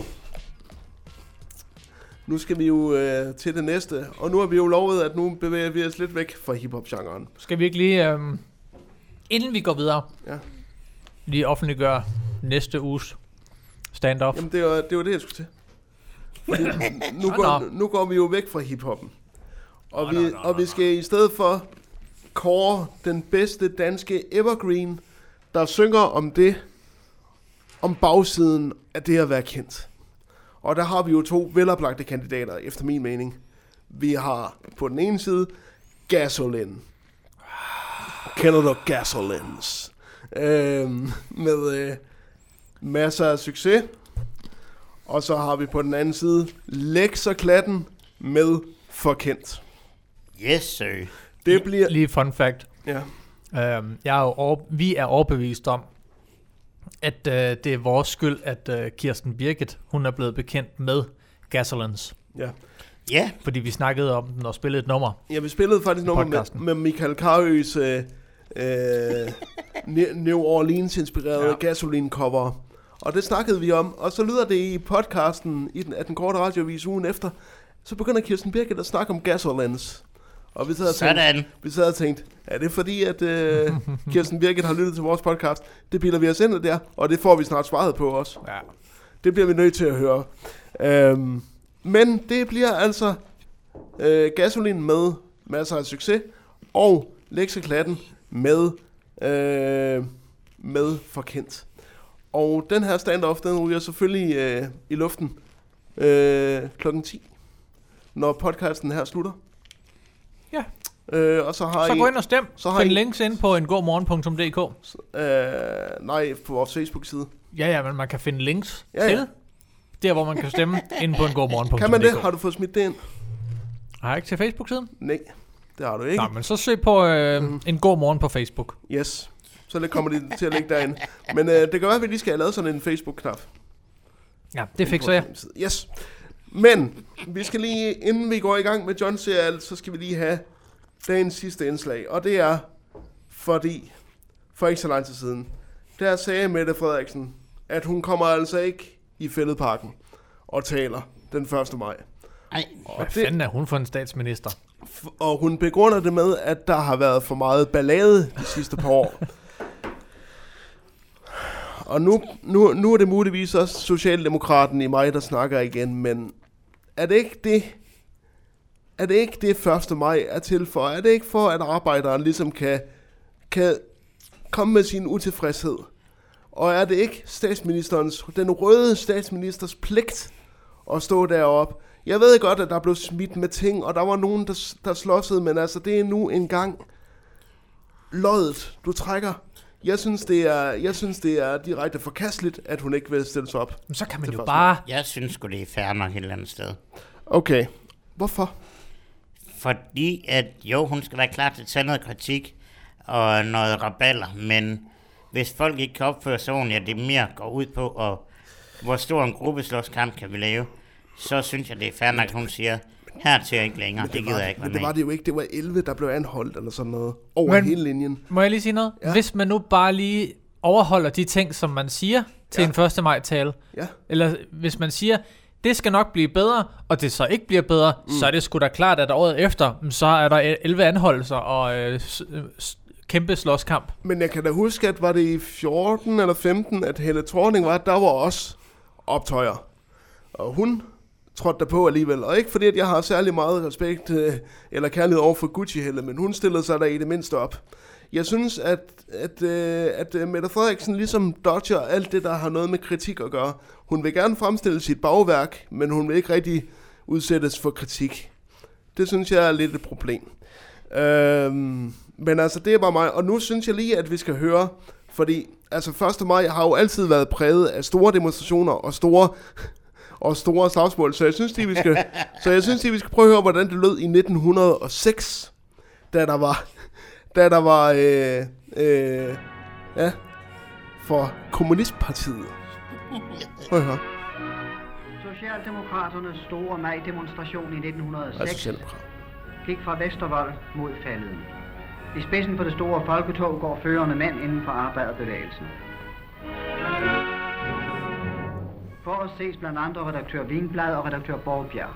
nu skal vi jo øh, til det næste. Og nu har vi jo lovet, at nu bevæger vi os lidt væk fra hiphop-genren. Skal vi ikke lige, øh, inden vi går videre, ja. lige offentliggøre næste uges standoff? Jamen, det var det, var det jeg skulle til. Fordi nu, går, nu går vi jo væk fra hiphoppen. Og, vi, og vi skal i stedet for kåre den bedste danske evergreen, der synger om det, om bagsiden af det at være kendt. Og der har vi jo to veloplagte kandidater, efter min mening. Vi har på den ene side Gasolin. Kender du Gasolins? Øhm, med øh, masser af succes. Og så har vi på den anden side Lex og Klatten med Forkendt. Yes, sir. Det bliver... Lige fun fact. Ja. Øhm, jeg er jo over... Vi er overbevist om, at øh, det er vores skyld, at øh, Kirsten Birgit, hun er blevet bekendt med Gasolins. Ja. Ja. Fordi vi snakkede om den og spillede et nummer. Ja, vi spillede faktisk nummer med, med Michael Carøes øh, øh, New Orleans-inspirerede ja. Gasolin-cover. Og det snakkede vi om, og så lyder det i podcasten i den, af den korte radiovis ugen efter, så begynder Kirsten Birgit at snakke om Gasolins. Og vi sad og tænkte, vi sad og tænkte, er det fordi, at øh, Kirsten Birgit har lyttet til vores podcast? Det bilder vi os ind der, og det får vi snart svaret på også. Ja. Det bliver vi nødt til at høre. Øhm, men det bliver altså øh, Gasolin med masser af succes, og Lex og Klatten med, øh, med Forkendt. Og den her standoff, den ryger selvfølgelig øh, i luften øh, klokken ti, når podcasten her slutter. Ja. Øh, og så har så I, gå ind og stem. Så har Find I, links ind på en god morgen punktum d k. Øh, nej, på vores Facebook-side. Ja, ja, men man kan finde links ja, ja. til der, hvor man kan stemme inde på en god morgen punktum d k. Kan man det? Har du fået smidt det ind? Har jeg ikke til Facebook-siden? Nej, det har du ikke. Nå, men så søg på øh, mm. en god morgen på Facebook. Yes. Så kommer de til at ligge derinde. Men øh, det kan være, at vi lige skal have lavet sådan en Facebook-knap. Ja, det fikser jeg. Yes. Men vi skal lige, inden vi går i gang med John siger alt, så skal vi lige have dagens sidste indslag. Og det er, fordi for ikke så lang tid siden, der sagde Mette Frederiksen, at hun kommer altså ikke i Fælledparken og taler den første maj. Ej, hvad fanden er hun for en statsminister? Og hun begrunder det med, at der har været for meget ballade de sidste par år. Og nu, nu, nu er det muligvis også Socialdemokraten i mig, der snakker igen, men er det ikke det, er det ikke det første maj er til for? Er det ikke for, at arbejderen ligesom kan, kan komme med sin utilfredshed? Og er det ikke statsministerens, den røde statsministers pligt at stå deroppe? Jeg ved godt, at der blev smidt med ting, og der var nogen, der, der slåsede, men altså, det er nu engang loddet, du trækker. Jeg synes, det er, jeg synes, det er direkte forkasteligt, at hun ikke vil stille sig op. Men så kan man jo bare... Jeg synes sgu, det er fair nok et eller andet sted. Okay. Hvorfor? Fordi, at jo, hun skal være klar til at tage noget kritik og noget raballer, men hvis folk ikke kan opføre sig ordentligt, at det mere går ud på, og hvor stor en gruppeslåskamp kan vi lave, så synes jeg, det er fair nok, at hun siger, hertil ikke længere, det, det gider jeg ikke. Men det var det jo ikke, det var elleve, der blev anholdt, eller sådan noget, over men, hele linjen. Må jeg lige sige noget? Ja. Hvis man nu bare lige overholder de ting, som man siger til ja. en første maj-tale, ja. eller hvis man siger, det skal nok blive bedre, og det så ikke bliver bedre, mm. så er det sgu da klart, at året efter, så er der elleve anholdelser og øh, kæmpe slåskamp. Men jeg kan da huske, at var det i fjorten eller femten, at Helle Thorning var, der var også optøjer. Og hun trådte der på alligevel. Og ikke fordi, at jeg har særlig meget respekt øh, eller kærlighed over for Gucci Helle, men hun stillede sig der i det mindste op. Jeg synes, at, at, øh, at øh, Mette Frederiksen ligesom dodger alt det, der har noget med kritik at gøre. Hun vil gerne fremstille sit bagværk, men hun vil ikke rigtig udsættes for kritik. Det synes jeg er lidt et problem. Øhm, men altså, det er bare mig. Og nu synes jeg lige, at vi skal høre, fordi altså første maj har jo altid været præget af store demonstrationer og store... og store slagsmål, så jeg synes lige, vi skal, så jeg synes lige, vi skal prøve at høre, hvordan det lød i nitten hundrede og seks, da der var, da der var, øh, øh, ja, for Kommunistpartiet. Prøv at høre. Socialdemokraternes store maj-demonstration i nitten hundrede og seks gik fra Vestervold mod Falleden. I spidsen for det store folketog går førende mænd inden for arbejderbevægelsen. For os ses blandt andre redaktør Vinblad og redaktør Borgbjerg.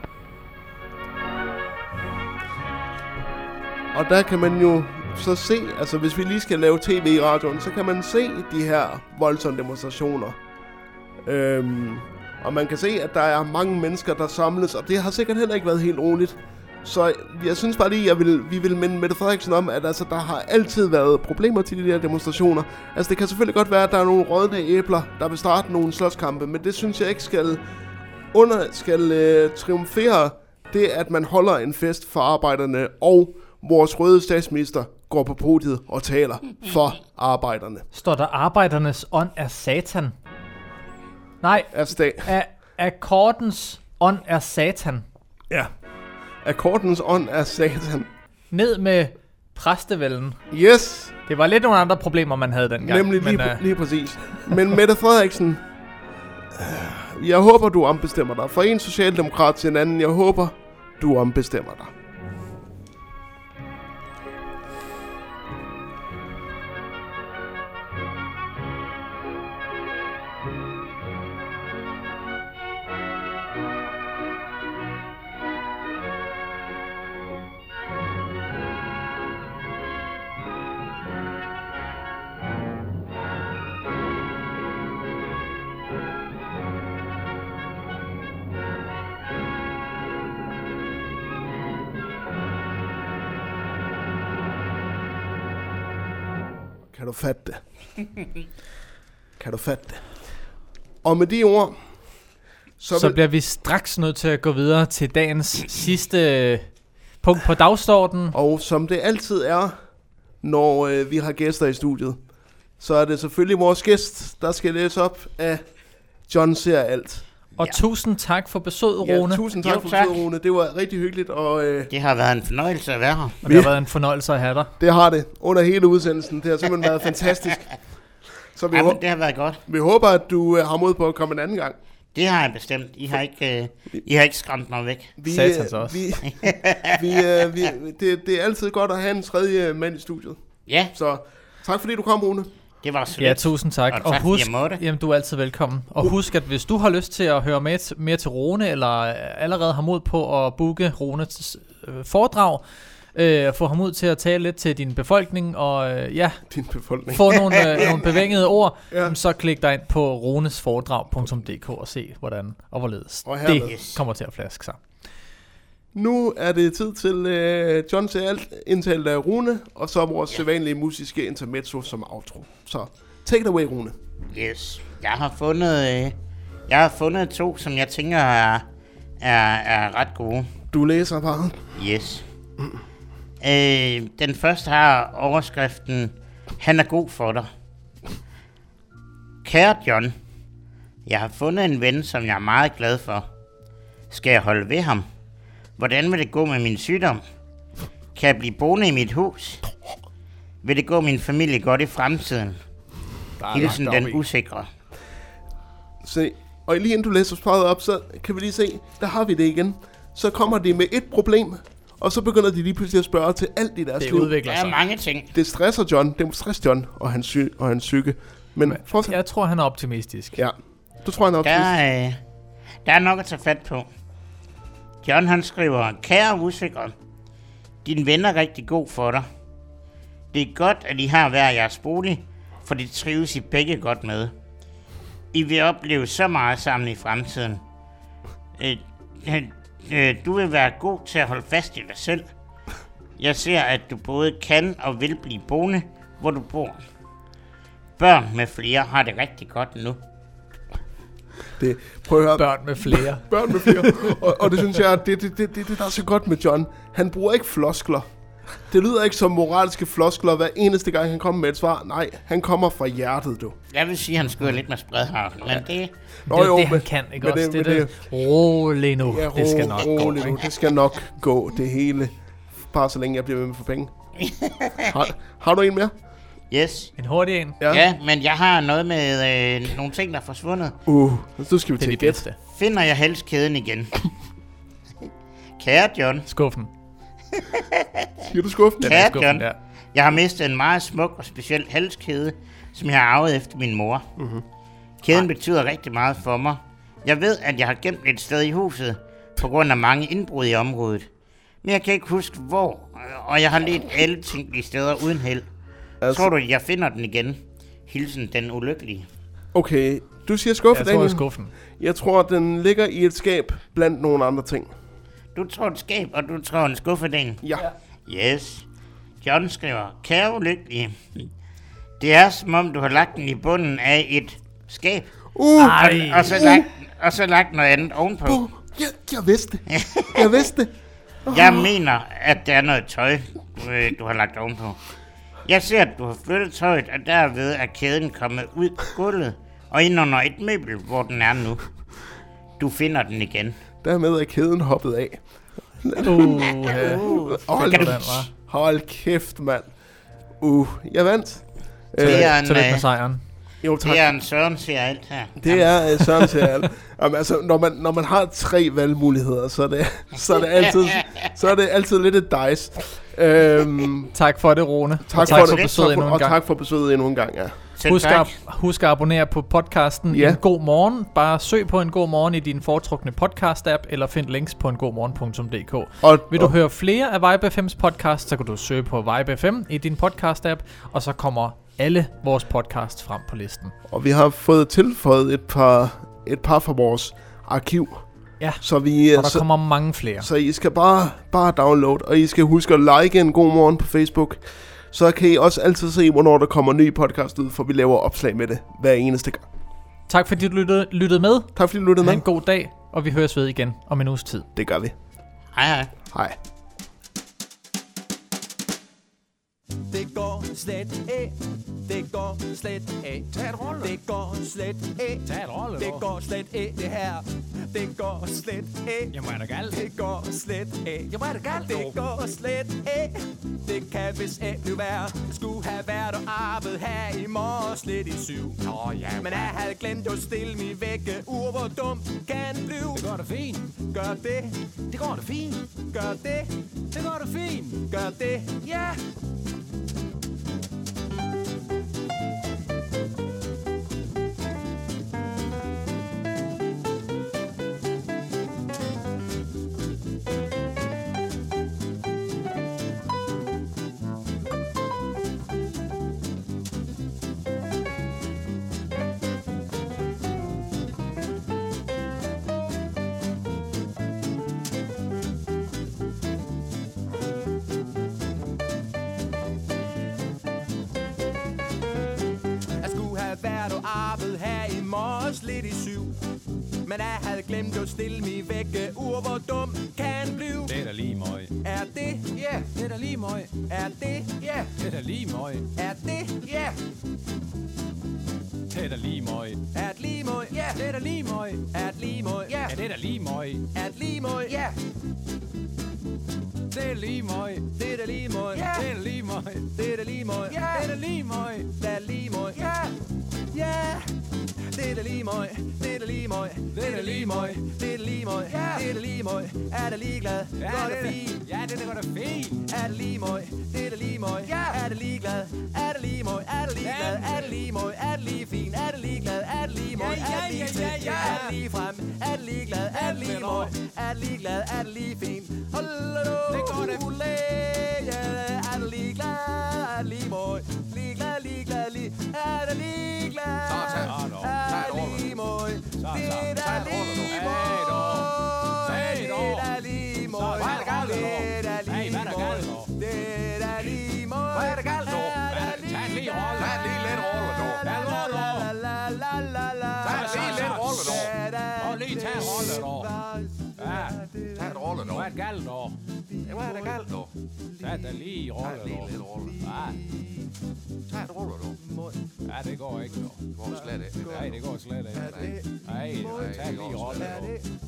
Og der kan man jo så se, altså hvis vi lige skal lave tv i radioen, så kan man se de her voldsomme demonstrationer. Øhm, og man kan se, at der er mange mennesker, der samles, og det har sikkert heller ikke været helt roligt. Så jeg synes bare lige, at jeg vil, vi vil minde Mette Frederiksen om, at altså, der har altid været problemer til de der demonstrationer. Altså det kan selvfølgelig godt være, at der er nogle rådne æbler, der vil starte nogle slåskampe, men det synes jeg ikke skal, under, skal øh, triumfere det, at man holder en fest for arbejderne, og vores røde statsminister går på podiet og taler for arbejderne. Står der arbejdernes ånd er satan? Nej, er akkordens ånd er satan. Ja. Akkordens ånd er satan. Ned med præstevælden. Yes. Det var lidt nogle andre problemer, man havde dengang. Nemlig lige, men, uh... lige præcis. Men Mette Frederiksen, jeg håber, du ombestemmer dig. Fra en socialdemokrat til en anden, jeg håber, du ombestemmer dig. Kan du fatte det? Kan du fatte det? Og med de ord, så, så vil... bliver vi straks nødt til at gå videre til dagens sidste punkt på dagsordenen. Og som det altid er, når øh, vi har gæster i studiet, så er det selvfølgelig vores gæst, der skal læse op af John ser alt. Og ja. tusind tak for besøget, Rune. Ja, tusind tak jo, for tak. besøget, Rune. Det var rigtig hyggeligt. Og, øh, det har været en fornøjelse at være her. Og det har været en fornøjelse at have dig. Det har det. Under hele udsendelsen. Det har simpelthen været fantastisk. Så vi Jamen, det har været godt. Vi håber, at du øh, har mod på at komme en anden gang. Det har jeg bestemt. I har ikke, øh, I har ikke skræmt mig væk. Vi, Satans også. Vi, vi, øh, vi, det, det er altid godt at have en tredje mand i studiet. Ja. Så tak fordi du kom, Rune. Det var så Ja, tusind tak. Og, og tak, husk, jamen, du er altid velkommen. Og uh. husk, at hvis du har lyst til at høre med, mere til Rune, eller allerede har mod på at booke Runes øh, foredrag, øh, få ham ud til at tale lidt til din befolkning, og øh, ja, din befolkning. få nogle, øh, nogle bevængede ord, ja. Så klik dig ind på runesforedrag punktum d k og se, hvordan og hvorledes og det yes. kommer til at flaske sig. Nu er det tid til øh, John til alt, indtalt af Rune, og så vores sædvanlige musiske intermezzo som outro. Så take it away, Rune. Yes. Jeg har fundet, øh, jeg har fundet to, som jeg tænker er, er, er ret gode. Du læser bare. Yes. Mm. Øh, den første har overskriften, han er god for dig. Kære John, jeg har fundet en ven, som jeg er meget glad for. Skal jeg holde ved ham? Hvordan vil det gå med min sygdom? Kan jeg blive boende i mit hus? Vil det gå min familie godt i fremtiden? Hilsen den usikre. Se, og lige inden du læser svaret op, så kan vi lige se, der har vi det igen. Så kommer de med et problem, og så begynder de lige pludselig at spørge til alt i deres det liv. Udvikler sig. Der er mange ting. Det stresser John, det stress John og hans, sy- og hans psyke. Men fortsæt. Jeg tror, han er optimistisk. Ja, du tror, han er optimistisk. Der er, øh, der er nok at tage fat på. John han skriver, kære usikre, din ven er rigtig god for dig. Det er godt, at I har hver jeres bolig, for det trives I begge godt med. I vil opleve så meget sammen i fremtiden. Øh, øh, du vil være god til at holde fast i dig selv. Jeg ser, at du både kan og vil blive boende, hvor du bor. Børn med flere har det rigtig godt nu. Det, prøv at høre. Børn med flere. Børn med flere. og, og det synes jeg, det, det, det, det, det der er så godt med John. Han bruger ikke floskler. Det lyder ikke som moralske floskler hver eneste gang, han kommer med et svar. Nej, han kommer fra hjertet, du. Jeg vil sige, at han skriver lidt med spredhavn, men det... Det er jo, det, han kan, ikke også? Det, det, det, det. Rolig nu. Ja, ro, det skal nok gå. Nu. Det skal nok gå, det hele. Bare så længe jeg bliver med for penge. har, har du en mere? Yes. En hurtig en? Ja, ja, men jeg har noget med øh, nogle ting, der er forsvundet. Uh, så skal vi til gæt. Finder jeg helst kæden igen? Kære John. Skuffen. Siger du skuffen? Kære skuffen, John. Ja. Jeg har mistet en meget smuk og speciel halskæde, som jeg har arvet efter min mor. Mm-hmm. Kæden betyder rigtig meget for mig. Jeg ved, at jeg har gemt et sted i huset, på grund af mange indbrud i området. Men jeg kan ikke huske, hvor, og jeg har let alle tænkelige steder uden held. Altså... Tror du, at jeg finder den igen? Hilsen, den ulykkelige. Okay, du siger skuffe, Jeg tror, det er skuffen. Jeg tror, den ligger i et skab blandt nogle andre ting. Du tror et skab, og du tror en skuffe, den? Ja. Yes. John skriver, kære ulykkelige. Det er som om, du har lagt den i bunden af et skab. Uh, og, og, så lagt, og så lagt noget andet ovenpå. Uh, jeg, jeg vidste det. Jeg vidste det. Oh. Jeg mener, at der er noget tøj, du, du har lagt ovenpå. Jeg ser, at du har flyttet tøjet, og derved er kæden kommet ud på gulvet og ind under et møbel, hvor den er nu. Du finder den igen. Dermed er kæden hoppet af. Uh, ja. uh, hold, den, hold kæft, mand. Uh, jeg vandt. Det er en, Tillykke med sejren. Jo, tak. Det er en Søren ser alt her. Det er uh, Søren ser alt. Jamen, altså, når man, når man har tre valgmuligheder, så er det, så er det, altid, så er det altid lidt et dice. Øhm, tak for det, Rune. Tak, og tak for, for det. besøget endnu en og gang. tak for besøget endnu en gang, ja. Husk at, husk at abonnere på podcasten Ja. En God Morgen. Bare søg på En God Morgen i din foretrukne podcast-app, eller find links på en god morgen punktum d k. Og, Vil du og, høre flere af Vibe F M's podcast, så kan du søge på Vibe F M i din podcast-app, og så kommer alle vores podcasts frem på listen. Og vi har fået tilføjet et par, et par fra vores arkiv. Ja, så vi, og der så, kommer mange flere. Så I skal bare, bare downloade, og I skal huske at like En God Morgen på Facebook. Så kan I også altid se, hvornår der kommer ny podcast ud, for vi laver opslag med det hver eneste gang. Tak fordi du lyttede, lyttede med. Tak fordi du lyttede med. Ha' en god dag, og vi høres ved igen om en uges tid. Det gør vi. Hej hej. Hej. Det går slet af. Det går slet af. Tag et rolle. Det går slet af. Tag et rolle, Det dog. går slet af, det her. Det går slet af. Jamen, er der galt? Det går slet af. Jamen, er der galt, Det dog? går slet af. Det kan vist af blive værre. Skulle have været og arbejdet her i morges lidt i syv. Nå, ja. Men jeg havde glemt at stille mig vække ur, hvor dum kan blive. Det går da fint. Gør det. Det går da fint. Gør det. Det går da fint. Gør det. Ja. Været og arbejdet her i morges lidt i syv. Men jeg havde glemt at stille mig vække ur, hvor dum kan blive. Det er da lige møg. Er det? Ja, yeah, det er da lige møg. Er det? Ja, yeah, det er da lige møg. Er det? Ja. Yeah. Det er da lige møg. Er det lige møg? Ja, det er da lige møg. Er det lige møg? Ja, det er da lige møg. Er det lige møg? Ja. Det er lige møg. Det er da lige møg. Ja. Det er da lige møg. Det er da lige møg. Ja. Det er da lige møg. Det er lige møg. Ja. Ja. Det er da lige møg. Det er da lige møg. Det er da lige møg. Det er da lige møg. Ja. Det er da lige møg. Er da ligeglad? Ja, Går det det er fint? Ja, det er da fint. Er det lige møg? Det er da lige møg. Ja. Er det ligeglad? Er det lige møg? Er det ligeglad? Er det lige møg? Er det lige fint? Er det ligeglad? Er det lige møg? Er det lige til? Er det lige frem? Er det ligeglad? Er det lige møg? Er det ligeglad? Er det lige fint? Hold da Det går det. Er det ligeglad? Er det lige møg? Ligeglad, ligeglad, lige. Er det ligeglad? Så tag det. Er det lige møg? Det er da lige møg. Det er da lige møg. Så, hvad er der galt, dog? Det er da Hey, lige hvad er der galt, møg. dog? Det er da lige møg. Hvad er der galt, dog? Tag en lige rolle. Tag en lige let rolle, dog. Tag en rolle, dog. Tag en lige let rolle, dog. Og lige tag en rolle, dog. Ja, tag en rolle, dog. Hvad er der galt, dog? Hvad er der galt, dog? Tag en lige rolle, dog. Tag en lige let rolle. Ja. Tag en rolle, dog. Ja, det går ikke, dog. Det går slet ikke. Nej, det går slet ikke. Nej, tag en lige rolle, dog.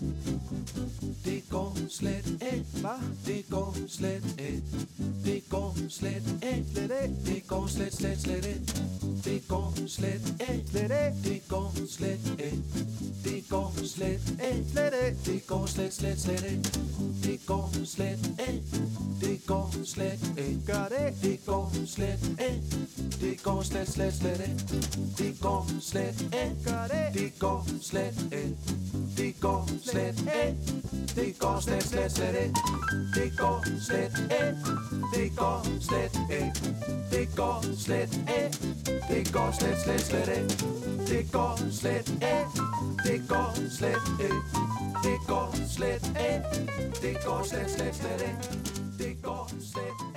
Det går slet af. Det går slet af. Det går slet af. Det går slet, slet, slet af. Det går slet af. Det går slet af. Det går slet ikke. Slet ikke. Det går slet, slet, slet ikke. Det går slet ikke. Det går slet ikke. Gør det. Det går slet ikke. Det går slet, slet, slet ikke. Det går slet ikke. Gør det. Det går slet ikke. Det går slet ikke. Det går slet, slet, slet ikke. Det går slet ikke. Det går slet ikke. Det går slet ikke. Det går slet, slet, slet ikke. Det går slet ikke. Det går slet ikke. Det går slet ikke. Det går slet, slet, slet ikke. Det går slet ikke.